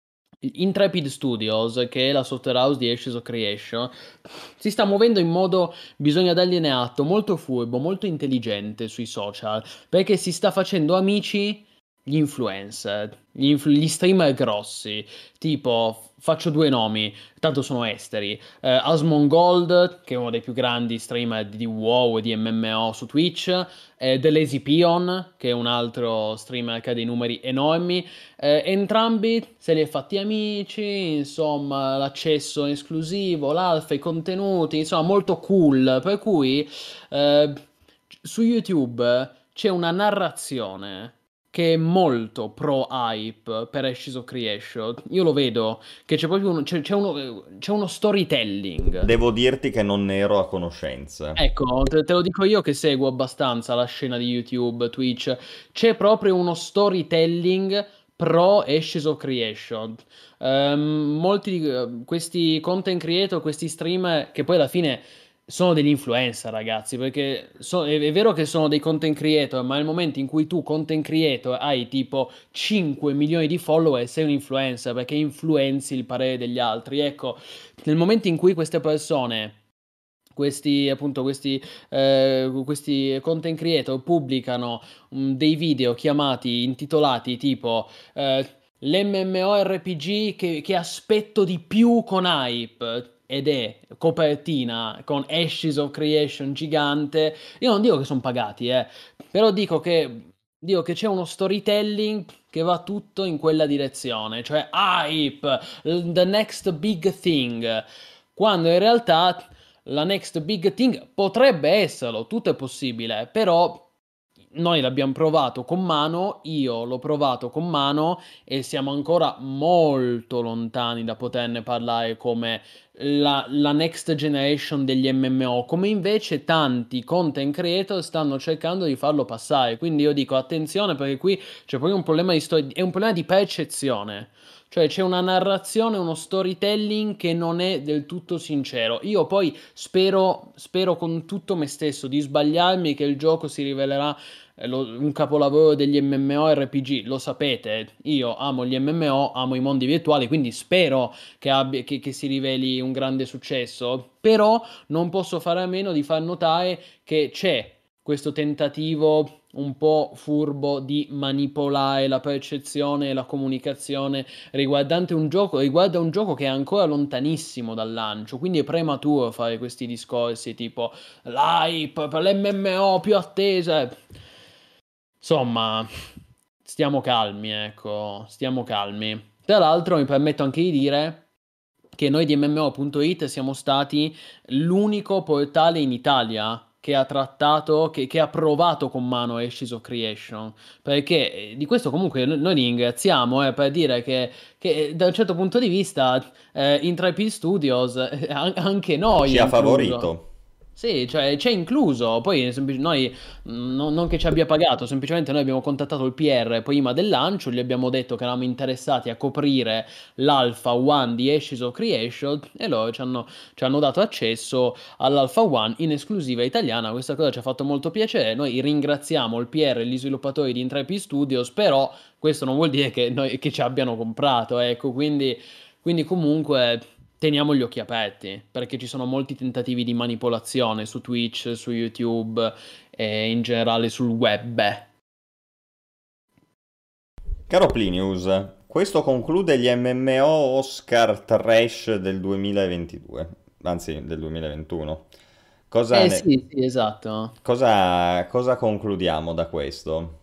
Intrepid Studios, che è la software house di Ashes of Creation, si sta muovendo in modo, bisogna dargliene atto, molto furbo, molto intelligente sui social, perché si sta facendo amici gli influencer, gli, influ- gli streamer grossi, tipo, f- faccio due nomi, tanto sono esteri, eh, Asmongold, che è uno dei più grandi streamer di WoW e di M M O su Twitch, eh, The Lazy Peon, che è un altro streamer che ha dei numeri enormi, eh, entrambi se li è fatti amici, insomma, l'accesso esclusivo, l'alfa, i contenuti, insomma, molto cool. Per cui eh, su YouTube c'è una narrazione che è molto pro hype per Ashes of Creation. Io lo vedo che c'è proprio uno, c'è, c'è uno, c'è uno storytelling. Devo dirti che non ne ero a conoscenza. Ecco, te, te lo dico io che seguo abbastanza la scena di YouTube, Twitch. C'è proprio uno storytelling pro Ashes of Creation. Ehm, molti di eh, questi content creator, questi streamer, che poi alla fine sono degli influencer, ragazzi, perché so- è, è vero che sono dei content creator, ma nel momento in cui tu, content creator, hai tipo cinque milioni di follower, sei un influencer, perché influenzi il parere degli altri. Ecco, nel momento in cui queste persone questi appunto questi, eh, questi content creator pubblicano mm, dei video chiamati intitolati tipo eh, l'MMORPG che, che aspetto di più con hype ed è copertina con Ashes of Creation gigante. Io non dico che sono pagati, eh, però dico che Dico che c'è uno storytelling che va tutto in quella direzione, cioè hype, l- the next big thing, quando in realtà la next big thing potrebbe esserlo, tutto è possibile, però noi l'abbiamo provato con mano, io l'ho provato con mano e siamo ancora molto lontani da poterne parlare come la, la next generation degli M M O, come invece tanti content creator stanno cercando di farlo passare. Quindi io dico attenzione perché qui c'è proprio un problema di storia, è un problema di percezione. Cioè c'è una narrazione, uno storytelling che non è del tutto sincero. Io poi spero, spero con tutto me stesso di sbagliarmi, che il gioco si rivelerà eh, lo- un capolavoro degli MMORPG. Lo sapete, io amo gli M M O, amo i mondi virtuali, quindi spero che, abbia- che- che si riveli un grande successo. Però non posso fare a meno di far notare che c'è questo tentativo un po' furbo di manipolare la percezione e la comunicazione riguardante un gioco, riguarda un gioco che è ancora lontanissimo dal lancio, quindi è prematuro fare questi discorsi tipo l'hype per l'M M O più attesa. Insomma, stiamo calmi, ecco, stiamo calmi. Tra l'altro mi permetto anche di dire che noi di M M O punto it siamo stati l'unico portale in Italia che ha trattato, che, che ha provato con mano Ashes of Creation, perché eh, di questo comunque noi noi li ringraziamo, eh, per dire che, che eh, da un certo punto di vista eh, Intrepid Studios, eh, an- anche noi Ci è ha incluso. favorito. Sì, cioè c'è incluso, poi semplic- noi mh, non, non che ci abbia pagato, semplicemente noi abbiamo contattato il P R prima del lancio, gli abbiamo detto che eravamo interessati a coprire l'Alpha One di Ashes of Creation e loro ci hanno, ci hanno dato accesso all'Alpha One in esclusiva italiana. Questa cosa ci ha fatto molto piacere. Noi ringraziamo il P R e gli sviluppatori di Intrepid Studios, però questo non vuol dire che, noi, che ci abbiano comprato, ecco, quindi, quindi comunque teniamo gli occhi aperti perché ci sono molti tentativi di manipolazione su Twitch, su YouTube e in generale sul web. Caro Plinius, questo conclude gli M M O Oscar Trash del duemilaventidue, anzi del duemilaventuno. Cosa, Eh ne- sì, sì, esatto. cosa, cosa concludiamo da questo?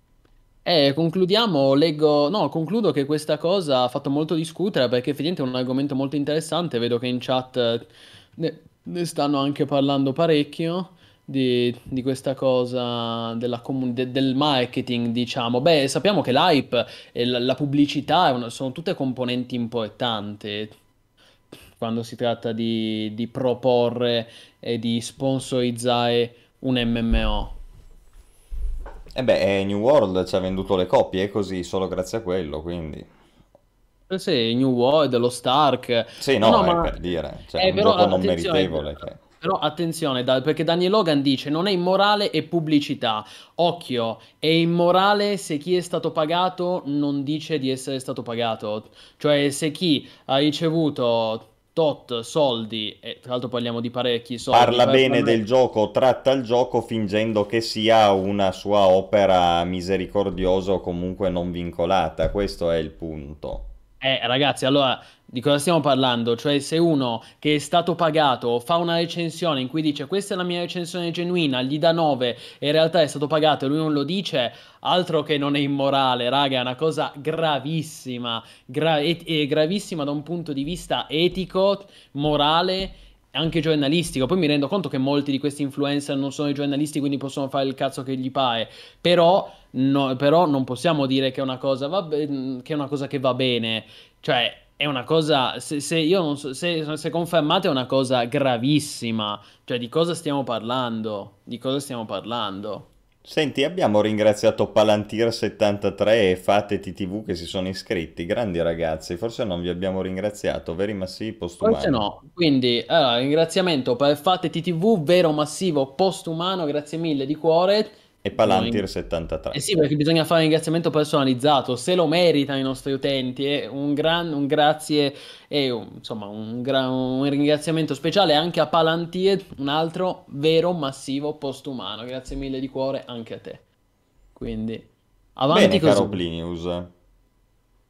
E concludiamo, leggo, no, concludo che questa cosa ha fatto molto discutere perché effettivamente è un argomento molto interessante, vedo che in chat eh, ne, ne stanno anche parlando parecchio di, di questa cosa della comu- de- del marketing, diciamo. Beh, sappiamo che l'hype e la, la pubblicità è una- sono tutte componenti importanti quando si tratta di, di proporre e di sponsorizzare un M M O. E beh, eh, New World ci ha venduto le copie, così, solo grazie a quello, quindi... Eh sì, New World, lo Stark. Sì, No, no, no, è ma per dire, cioè, eh, un però gioco non attenzione, meritevole che... però attenzione, da- perché Daniel Logan dice non è immorale è pubblicità. Occhio, è immorale se chi è stato pagato non dice di essere stato pagato. Cioè, se chi ha ricevuto tot soldi, e tra l'altro parliamo di parecchi soldi, Parla per bene parlare. del gioco, tratta il gioco fingendo che sia una sua opera misericordiosa o comunque non vincolata, questo è il punto. Eh, ragazzi, allora di cosa stiamo parlando? Cioè, se uno che è stato pagato fa una recensione in cui dice questa è la mia recensione genuina, gli dà nove e in realtà è stato pagato e lui non lo dice, altro che non è immorale, raga, è una cosa gravissima, gra- è, è gravissima da un punto di vista etico, morale. E anche giornalistico, poi mi rendo conto che molti di questi influencer non sono i giornalisti, quindi possono fare il cazzo che gli pare. Però, no- però non possiamo dire che è una cosa, va be- che è una cosa che va bene. Cioè, è una cosa, se, se io non so, se, se confermate è una cosa gravissima. Cioè, di cosa stiamo parlando? Di cosa stiamo parlando? Senti, abbiamo ringraziato Palantir settantatré e Fate T T V che si sono iscritti, grandi ragazzi, forse non vi abbiamo ringraziato, veri massivi Forse postumani. no. Quindi, allora, ringraziamento per Fate T T V, vero massivo postumano, grazie mille di cuore. E Lo Palantir ring- settantatré. Eh sì, perché bisogna fare un ringraziamento personalizzato, se lo meritano i nostri utenti, e un gran, un grazie e un- insomma un, gra- un ringraziamento speciale anche a Palantir, un altro vero massivo postumano. Grazie mille di cuore anche a te. Quindi, avanti Bene, così. caro Plinius,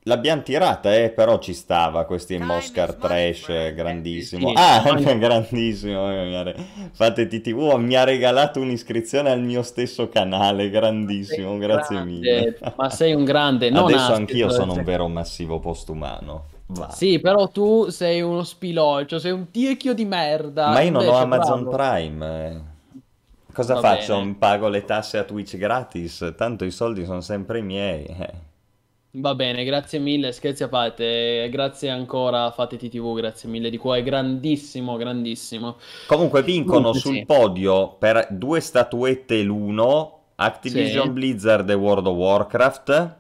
L'abbiamo tirata, eh, però ci stava questo in Oscar Trash, eh, grandissimo. Sì, Ah, anche- grandissimo. eh, mi ha re- Fate T T V, mi ha regalato un'iscrizione al mio stesso canale, sei grandissimo, un grazie mille. grande, ma sei un grande, non Adesso Asked. anch'io sono un se- vero massivo postumano. Va. Sì, però tu sei uno spiloccio, sei un tiecchio di merda, Ma e io non ho invece Amazon bravo. Prime. eh. Cosa Va faccio? bene. Pago le tasse a Twitch gratis? Tanto i soldi sono sempre i miei. eh. Va bene, grazie mille, scherzi a parte, grazie ancora a Fate T V, grazie mille di cuore, grandissimo, grandissimo. Comunque vincono Comunque sul sì, podio per due statuette l'uno sì. Activision Blizzard e World of Warcraft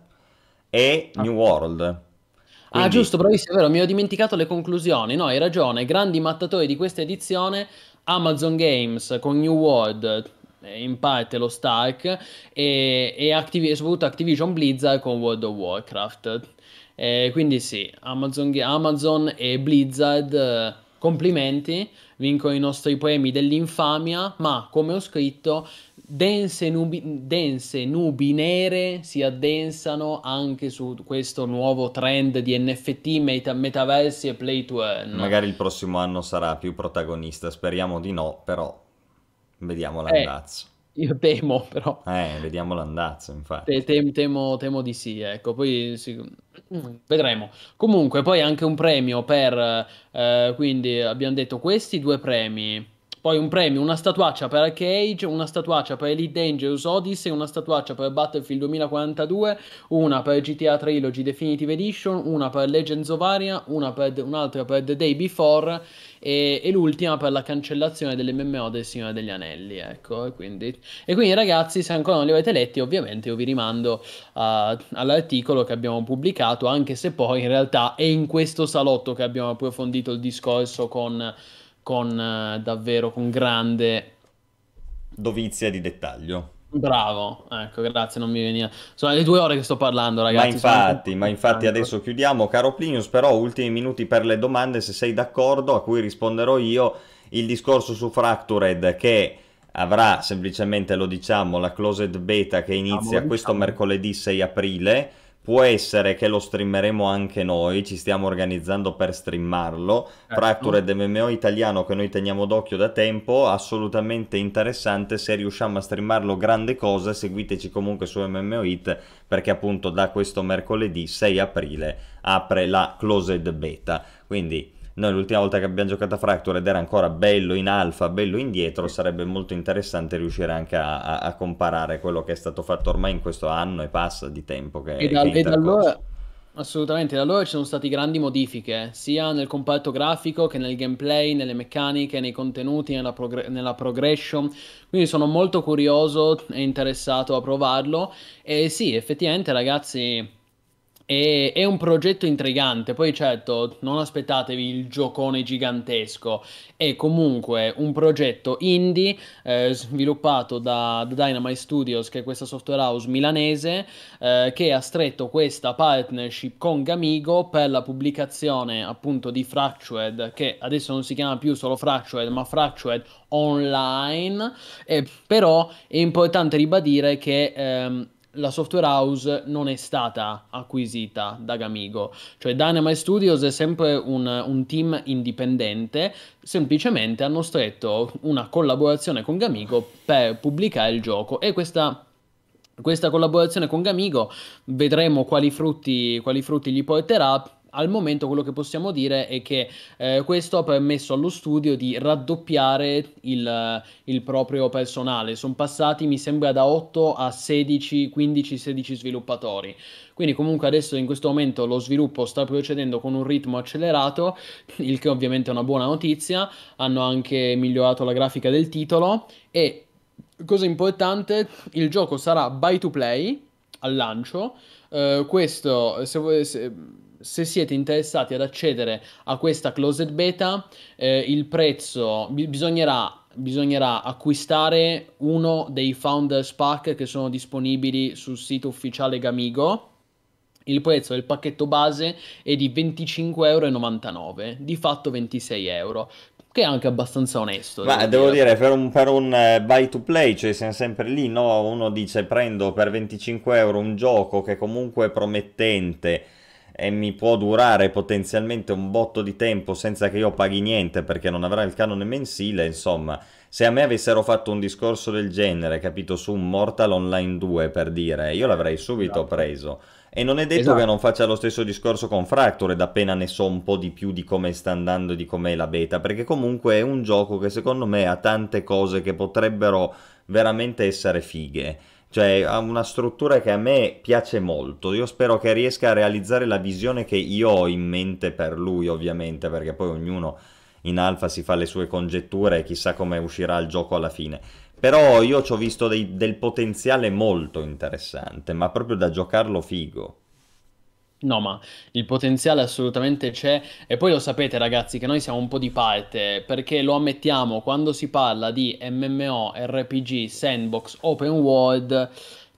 e Ah, New World. ah, Quindi giusto, bravissimo, è vero, mi ho dimenticato le conclusioni, no, hai ragione, grandi mattatori di questa edizione, Amazon Games con New World, eh, in parte lo Stark, e, e Activi- soprattutto Activision Blizzard con World of Warcraft. Eh, quindi sì, Amazon, Ga- Amazon e Blizzard, eh, complimenti, vincono i nostri premi dell'infamia, ma come ho scritto, dense nubi, dense nubi nere si addensano anche su questo nuovo trend di N F T, meta- metaversi e play to earn. magari il prossimo anno sarà più protagonista, speriamo di no, però vediamo Eh, l'andazzo. io temo, però. Eh, vediamo l'andazzo, Te- infatti. tem- temo, temo di sì, ecco, poi sì, mm, vedremo. Comunque, poi anche un premio per, eh, quindi abbiamo detto questi due premi, poi un premio, una statuaccia per Arcade, una statuaccia per Elite Dangerous Odyssey, una statuaccia per Battlefield duemilaquarantadue, una per G T A Trilogy Definitive Edition, una per Legends of Aria, una per, un'altra per The Day Before e, e l'ultima per la cancellazione dell'M M O del Signore degli Anelli, ecco, e quindi... E quindi ragazzi, se ancora non li avete letti, ovviamente io vi rimando a- all'articolo che abbiamo pubblicato, anche se poi in realtà è in questo salotto che abbiamo approfondito il discorso con, con eh, davvero con grande... Dovizia di dettaglio. Bravo, ecco, grazie, non mi veniva. Sono le due ore che sto parlando, Ma ragazzi, sono anche un po' infatti, ma infatti stanco. adesso chiudiamo, caro Plinius, però ultimi minuti per le domande, se sei d'accordo, a cui risponderò io, il discorso su Fractured che avrà semplicemente, lo diciamo, la closed beta che Diciamo, lo inizia questo diciamo. mercoledì sei aprile, può essere che lo streameremo anche noi, ci stiamo organizzando per streamarlo. Certo. Fractured M M O italiano che noi teniamo d'occhio da tempo, assolutamente interessante, se riusciamo a streamarlo grande cosa, seguiteci comunque su M M O It perché appunto da questo mercoledì sei aprile apre la closed beta, quindi noi l'ultima volta che abbiamo giocato a Fractured era ancora bello in alfa, bello indietro, sarebbe molto interessante riuscire anche a, a- a comparare quello che è stato fatto ormai in questo anno e passa di tempo che, E che da, è e da intercorso. allora, assolutamente, da allora ci sono state grandi modifiche, sia nel comparto grafico che nel gameplay, nelle meccaniche, nei contenuti, nella, progre- nella progression. Quindi sono molto curioso e interessato a provarlo. E sì, effettivamente, ragazzi. È, è un progetto intrigante, poi certo, non aspettatevi il giocone gigantesco, è comunque un progetto indie eh, sviluppato da, da Dynamite Studios, che è questa software house milanese, eh, che ha stretto questa partnership con Gamigo per la pubblicazione appunto di Fractured, che adesso non si chiama più solo Fractured, ma Fractured Online, eh, però è importante ribadire che ehm, la software house non è stata acquisita da Gamigo, cioè Dynamite Studios è sempre un, un team indipendente, semplicemente hanno stretto una collaborazione con Gamigo per pubblicare il gioco e questa, questa collaborazione con Gamigo vedremo quali frutti, quali frutti gli porterà. Al momento quello che possiamo dire è che eh, questo ha permesso allo studio di raddoppiare il, il proprio personale. Sono passati, mi sembra, da otto a sedici, quindici, sedici sviluppatori. Quindi comunque adesso in questo momento lo sviluppo sta procedendo con un ritmo accelerato, il che ovviamente è una buona notizia. Hanno anche migliorato la grafica del titolo e, cosa importante, il gioco sarà buy to play al lancio. Eh, questo, se, voi- se- se siete interessati ad accedere a questa closed beta, eh, il prezzo bi- bisognerà, bisognerà acquistare uno dei Founders Pack che sono disponibili sul sito ufficiale Gamigo. Il prezzo del pacchetto base è di venticinque e novantanove euro, di fatto ventisei euro, che è anche abbastanza onesto, Ma devo devo dire. dire, per un, per un eh, buy to play, cioè siamo sempre lì, no? Uno dice prendo per venticinque euro un gioco che comunque è promettente, e mi può durare potenzialmente un botto di tempo senza che io paghi niente perché non avrà il canone mensile, insomma, se a me avessero fatto un discorso del genere, capito, su un Mortal Online due per dire, io l'avrei subito Esatto. preso. E non è detto che Esatto. non faccia lo stesso discorso con Fractured appena ne so un po' di più di come sta andando e di com'è la beta, perché comunque è un gioco che secondo me ha tante cose che potrebbero veramente essere fighe. Cioè, ha una struttura che a me piace molto. Io spero che riesca a realizzare la visione che io ho in mente per lui, ovviamente, perché poi ognuno in alfa si fa le sue congetture e chissà come uscirà il gioco alla fine. Però io ci ho visto dei- del potenziale molto interessante, ma proprio da giocarlo figo. No, ma il potenziale assolutamente c'è e poi lo sapete ragazzi che noi siamo un po' di parte perché lo ammettiamo, quando si parla di MMORPG, sandbox, open world,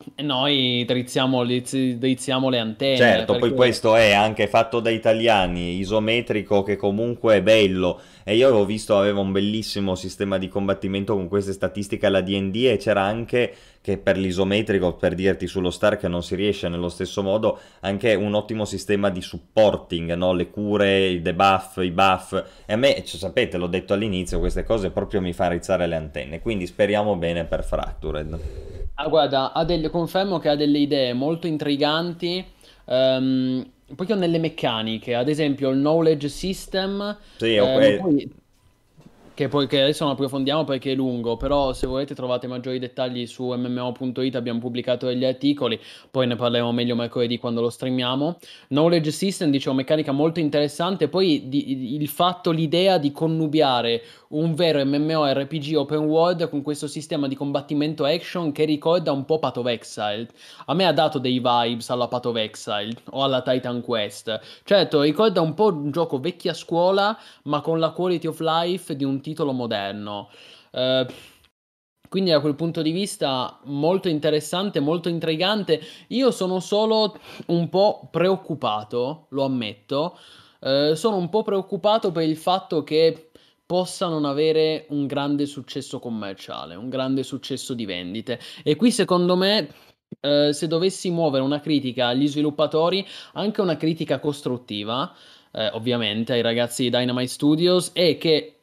noi drizziamo, drizziamo le antenne Certo, poi perché questo è anche fatto da italiani, isometrico che comunque è bello. E io avevo visto, aveva un bellissimo sistema di combattimento con queste statistiche alla D and D e c'era anche che per l'isometrico, per dirti sullo Star che non si riesce nello stesso modo, anche un ottimo sistema di supporting, no? Le cure, i debuff, i buff. E a me, cioè, sapete, l'ho detto all'inizio, queste cose proprio mi fanno rizzare le antenne. Quindi speriamo bene per Fractured. ah, guarda, ha delle, confermo che ha delle idee molto intriganti, ehm, proprio nelle meccaniche, ad esempio il knowledge system, Sì, ho eh, ma que- poi che poi che adesso non approfondiamo perché è lungo, però se volete trovate maggiori dettagli su M M O punto it, abbiamo pubblicato degli articoli, poi ne parleremo meglio mercoledì quando lo streamiamo. Knowledge System, dicevo, meccanica molto interessante, poi di- il fatto, l'idea di connubiare un vero MMORPG open world con questo sistema di combattimento action che ricorda un po' Path of Exile. A me ha dato dei vibes alla Path of Exile o alla Titan Quest. Certo, ricorda un po' un gioco vecchia scuola ma con la quality of life di un titolo moderno. Eh, quindi da quel punto di vista molto interessante, molto intrigante. Io sono solo un po' preoccupato, lo ammetto. Eh, sono un po' preoccupato per il fatto che possa non avere un grande successo commerciale, un grande successo di vendite. E qui secondo me, eh, se dovessi muovere una critica agli sviluppatori, anche una critica costruttiva, eh, ovviamente ai ragazzi di Dynamite Studios, è che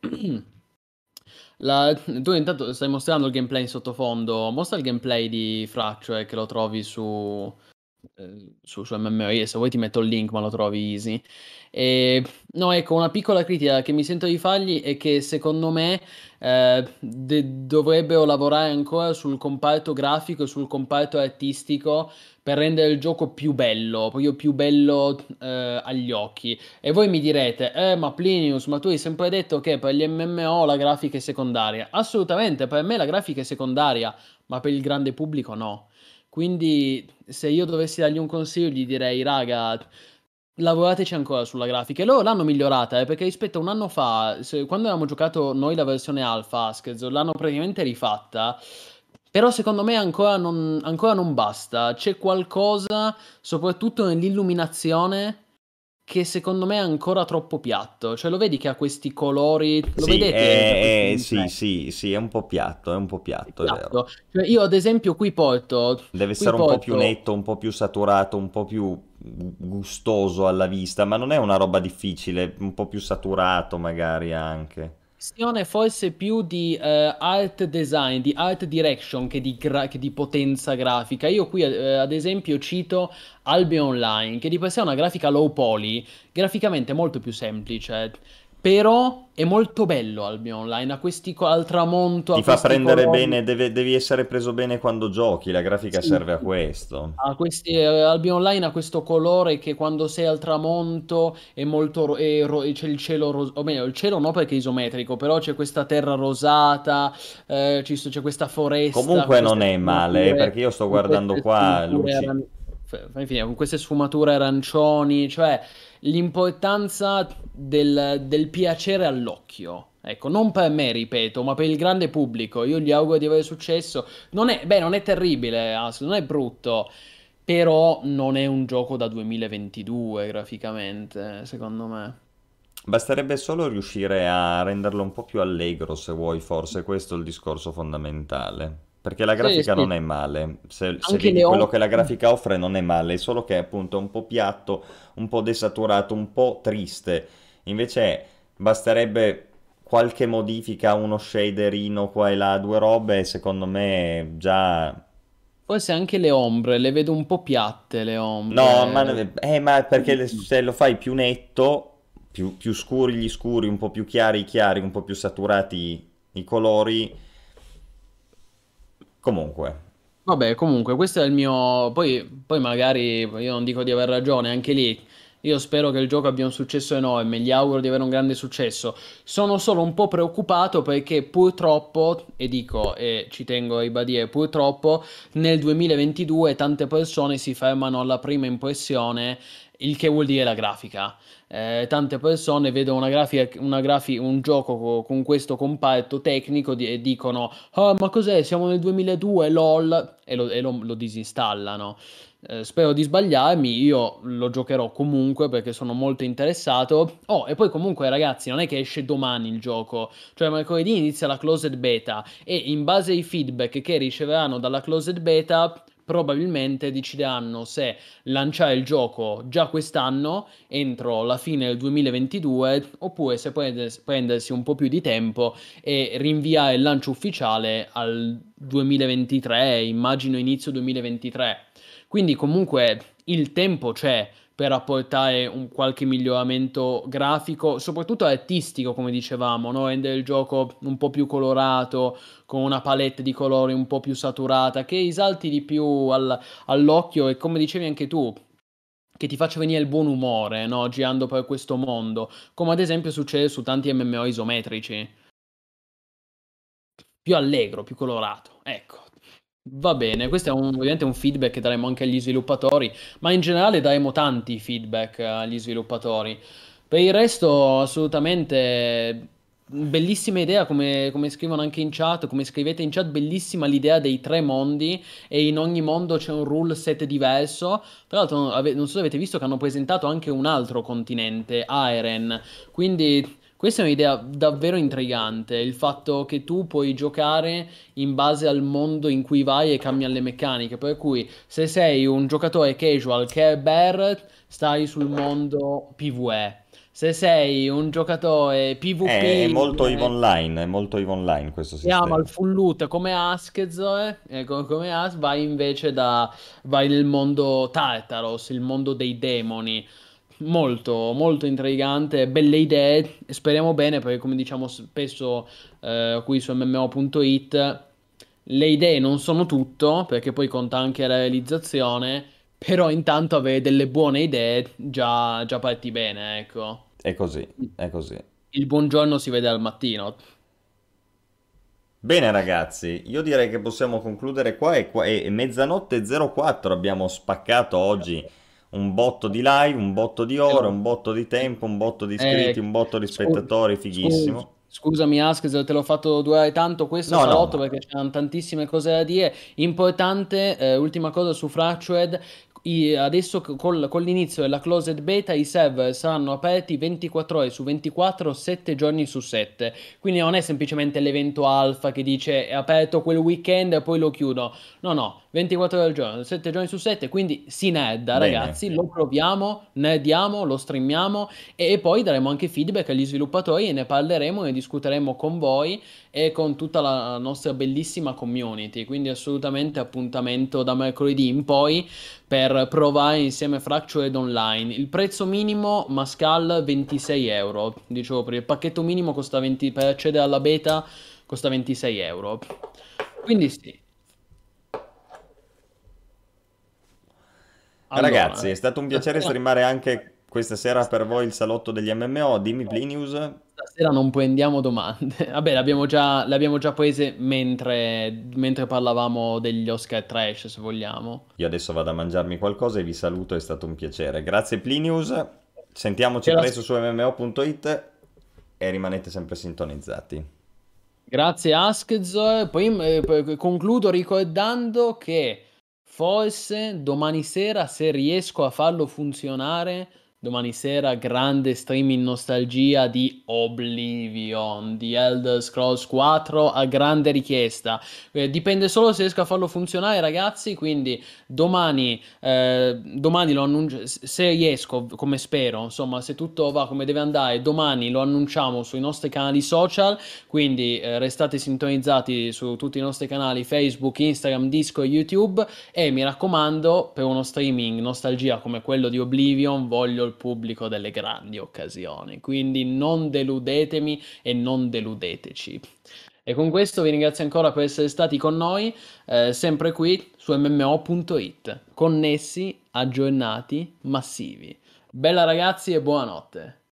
la- tu intanto stai mostrando il gameplay in sottofondo, mostra il gameplay di Fracture che lo trovi su, eh, su, su M M O, io se vuoi ti metto il link ma lo trovi easy. E, no, ecco, una piccola critica che mi sento di fargli è che secondo me eh, de- dovrebbero lavorare ancora sul comparto grafico e sul comparto artistico per rendere il gioco più bello, proprio più bello eh, agli occhi. E voi mi direte, eh, ma Plinius, ma tu hai sempre detto che per gli M M O la grafica è secondaria. Assolutamente, per me la grafica è secondaria, ma per il grande pubblico no. Quindi, se io dovessi dargli un consiglio, gli direi, raga, lavorateci ancora sulla grafica. E loro l'hanno migliorata, eh, perché rispetto a un anno fa, se- quando avevamo giocato noi la versione alfa, Askez, l'hanno praticamente rifatta. Però secondo me ancora non, ancora non basta. C'è qualcosa, soprattutto nell'illuminazione, che secondo me è ancora troppo piatto. Cioè, lo vedi che ha questi colori. Lo Sì, vedete da questo è, è- sì, gameplay? sì, sì, è un po' piatto, è un po' È piatto, è vero. piatto. Cioè, io, ad esempio, qui porto. Deve Qui essere un po' più porto. netto, un po' più saturato, un po' più gu- gustoso alla vista, ma non è una roba difficile, un po' più saturato magari anche. Questione forse più di eh, art design, di art direction che di, gra- che di potenza grafica. Io qui eh, ad esempio cito Albion Online, che di per sé è una grafica low poly, graficamente molto più semplice, però è molto bello Albion Online, ha questi co- al tramonto, Ti ha fa questi prendere colori. bene, deve- devi essere preso bene quando giochi, la grafica Sì, serve a sì. questo. Ha questi, eh, Albion Online ha questo colore che quando sei al tramonto è molto ro- è ro- c'è il cielo rosato, o meglio, il cielo no perché è isometrico, però c'è questa terra rosata, eh, ci so- c'è questa foresta con Comunque non queste è male, eh, perché sfumature, io sto con guardando queste qua sfumature luci. aran- f- fammi finire, con queste sfumature arancioni, cioè l'importanza del, del piacere all'occhio. Ecco, non per me, ripeto, ma per il grande pubblico. Io gli auguro di avere successo. Non è, beh, non è terribile, Ask, non è brutto, però non è un gioco da duemilaventidue graficamente, secondo me. Basterebbe solo riuscire a renderlo un po' più allegro, se vuoi, forse questo è il discorso fondamentale. perché la Sì, grafica sì. non è male, se, se Anche vedi le quello om- che la grafica offre non è male, solo che è appunto un po' piatto, un po' desaturato, un po' triste. Invece basterebbe qualche modifica, uno shaderino qua e là, due robe, secondo me già... Forse anche le ombre, le vedo un po' piatte le No, ma, ombre. eh, ma perché le- se lo fai più netto, più, più scuri gli scuri, un po' più chiari i chiari, un po' più saturati i colori, comunque. Vabbè, comunque, questo è il mio. Poi, poi magari io non dico di aver ragione, anche lì. Io spero che il gioco abbia un successo enorme, gli auguro di avere un grande successo. Sono solo un po' preoccupato perché purtroppo, e dico, e ci tengo a ribadire, purtroppo nel duemilaventidue tante persone si fermano alla prima impressione, il che vuol dire la grafica. Eh, tante persone vedono una grafica, una grafi- un gioco co- con questo comparto tecnico di- e dicono: "Ah, ma cos'è? Siamo nel duemiladue, lol", e lo, e lo- lo disinstallano. Eh, spero di sbagliarmi, io lo giocherò comunque perché sono molto interessato. Oh, e poi comunque ragazzi, non è che esce domani il gioco, cioè mercoledì inizia la closed beta e in base ai feedback che riceveranno dalla closed beta probabilmente decideranno se lanciare il gioco già quest'anno entro la fine del duemilaventidue oppure se prende- prendersi un po' più di tempo e rinviare il lancio ufficiale al duemilaventitré, immagino inizio duemilaventitré. Quindi comunque il tempo c'è per apportare un qualche miglioramento grafico, soprattutto artistico, come dicevamo, no? Rendere il gioco un po' più colorato, con una palette di colori un po' più saturata, che risalti di più al- all'occhio e come dicevi anche tu, che ti faccia venire il buon umore, no? Girando per questo mondo, come ad esempio succede su tanti M M O isometrici. Più allegro, più colorato. Ecco. Va bene, questo è un- ovviamente un feedback che daremo anche agli sviluppatori, ma in generale daremo tanti feedback agli sviluppatori. Per il resto, assolutamente bellissima idea, come, come scrivono anche in chat, come scrivete in chat, bellissima l'idea dei tre mondi e in ogni mondo c'è un rule set diverso. Tra l'altro, ave- non so se avete visto che hanno presentato anche un altro continente, Aeren, quindi questa è un'idea davvero intrigante, il fatto che tu puoi giocare in base al mondo in cui vai e cambiano le meccaniche. Per cui, se sei un giocatore casual che è Bear, stai sul mondo PvE. Se sei un giocatore È, è PvP molto EVE eh, Online, è molto EVE Online questo che ama il sistema. full loot come Askezoe, eh, co- come As, vai invece da, vai nel mondo Tartaros, il mondo dei demoni. Molto, molto intrigante, belle idee, speriamo bene perché come diciamo spesso eh, qui su M M O punto it le idee non sono tutto perché poi conta anche la realizzazione, però intanto avere delle buone idee già, già parti bene, ecco. È così, è così. Il buongiorno si vede al mattino. Bene ragazzi, io direi che possiamo concludere qua e, qua- e mezzanotte e zero quattro abbiamo spaccato oggi un botto di live, un botto di ore, un botto di tempo, un botto di iscritti, Eh, un botto di scu- spettatori, scu- fighissimo. scusami Ask se te l'ho fatto durare tanto questo No, no, salotto ma perché c'erano tantissime cose da dire. Importante, eh, ultima cosa su Fractured, i- adesso c- col- con l'inizio della closed beta i server saranno aperti ventiquattro ore su ventiquattro, sette giorni su sette. Quindi non è semplicemente l'evento alfa che dice è aperto quel weekend e poi lo chiudo. No, no, ventiquattro ore al giorno, sette giorni su sette, quindi si nerda bene. ragazzi, lo proviamo, nerdiamo, lo streamiamo e poi daremo anche feedback agli sviluppatori e ne parleremo, ne discuteremo con voi e con tutta la nostra bellissima community. Quindi assolutamente appuntamento da mercoledì in poi per provare insieme Fractured Online. Il prezzo minimo Mascal ventisei euro. Dicevo prima, il pacchetto minimo costa venti per accedere alla beta costa ventisei euro. Quindi sì. Ragazzi, Allora, è stato un piacere stasera, streamare anche questa sera per voi il salotto degli M M O. Dimmi Plinius. stasera non prendiamo domande. Vabbè, le abbiamo già, le abbiamo già prese mentre, mentre parlavamo degli Oscar Trash, se vogliamo. Io adesso vado a mangiarmi qualcosa e vi saluto, è stato un piacere. Grazie Plinius, sentiamoci C'era- presto su M M O punto it e rimanete sempre sintonizzati. Grazie Askzo. Poi eh, poi concludo ricordando che forse domani sera, se riesco a farlo funzionare, domani sera grande stream in nostalgia di Oblivion, di Elder Scrolls quattro a grande richiesta. Eh, dipende solo se riesco a farlo funzionare, ragazzi, quindi domani, eh, domani lo annuncio, se riesco, come spero, insomma, se tutto va come deve andare, domani lo annunciamo sui nostri canali social, quindi eh, restate sintonizzati su tutti i nostri canali Facebook, Instagram, Discord, YouTube, e mi raccomando, per uno streaming nostalgia come quello di Oblivion voglio il pubblico delle grandi occasioni, quindi non deludetemi e non deludeteci. E con questo vi ringrazio ancora per essere stati con noi, eh, sempre qui su M M O punto it, connessi, aggiornati, massivi. Bella ragazzi e buonanotte.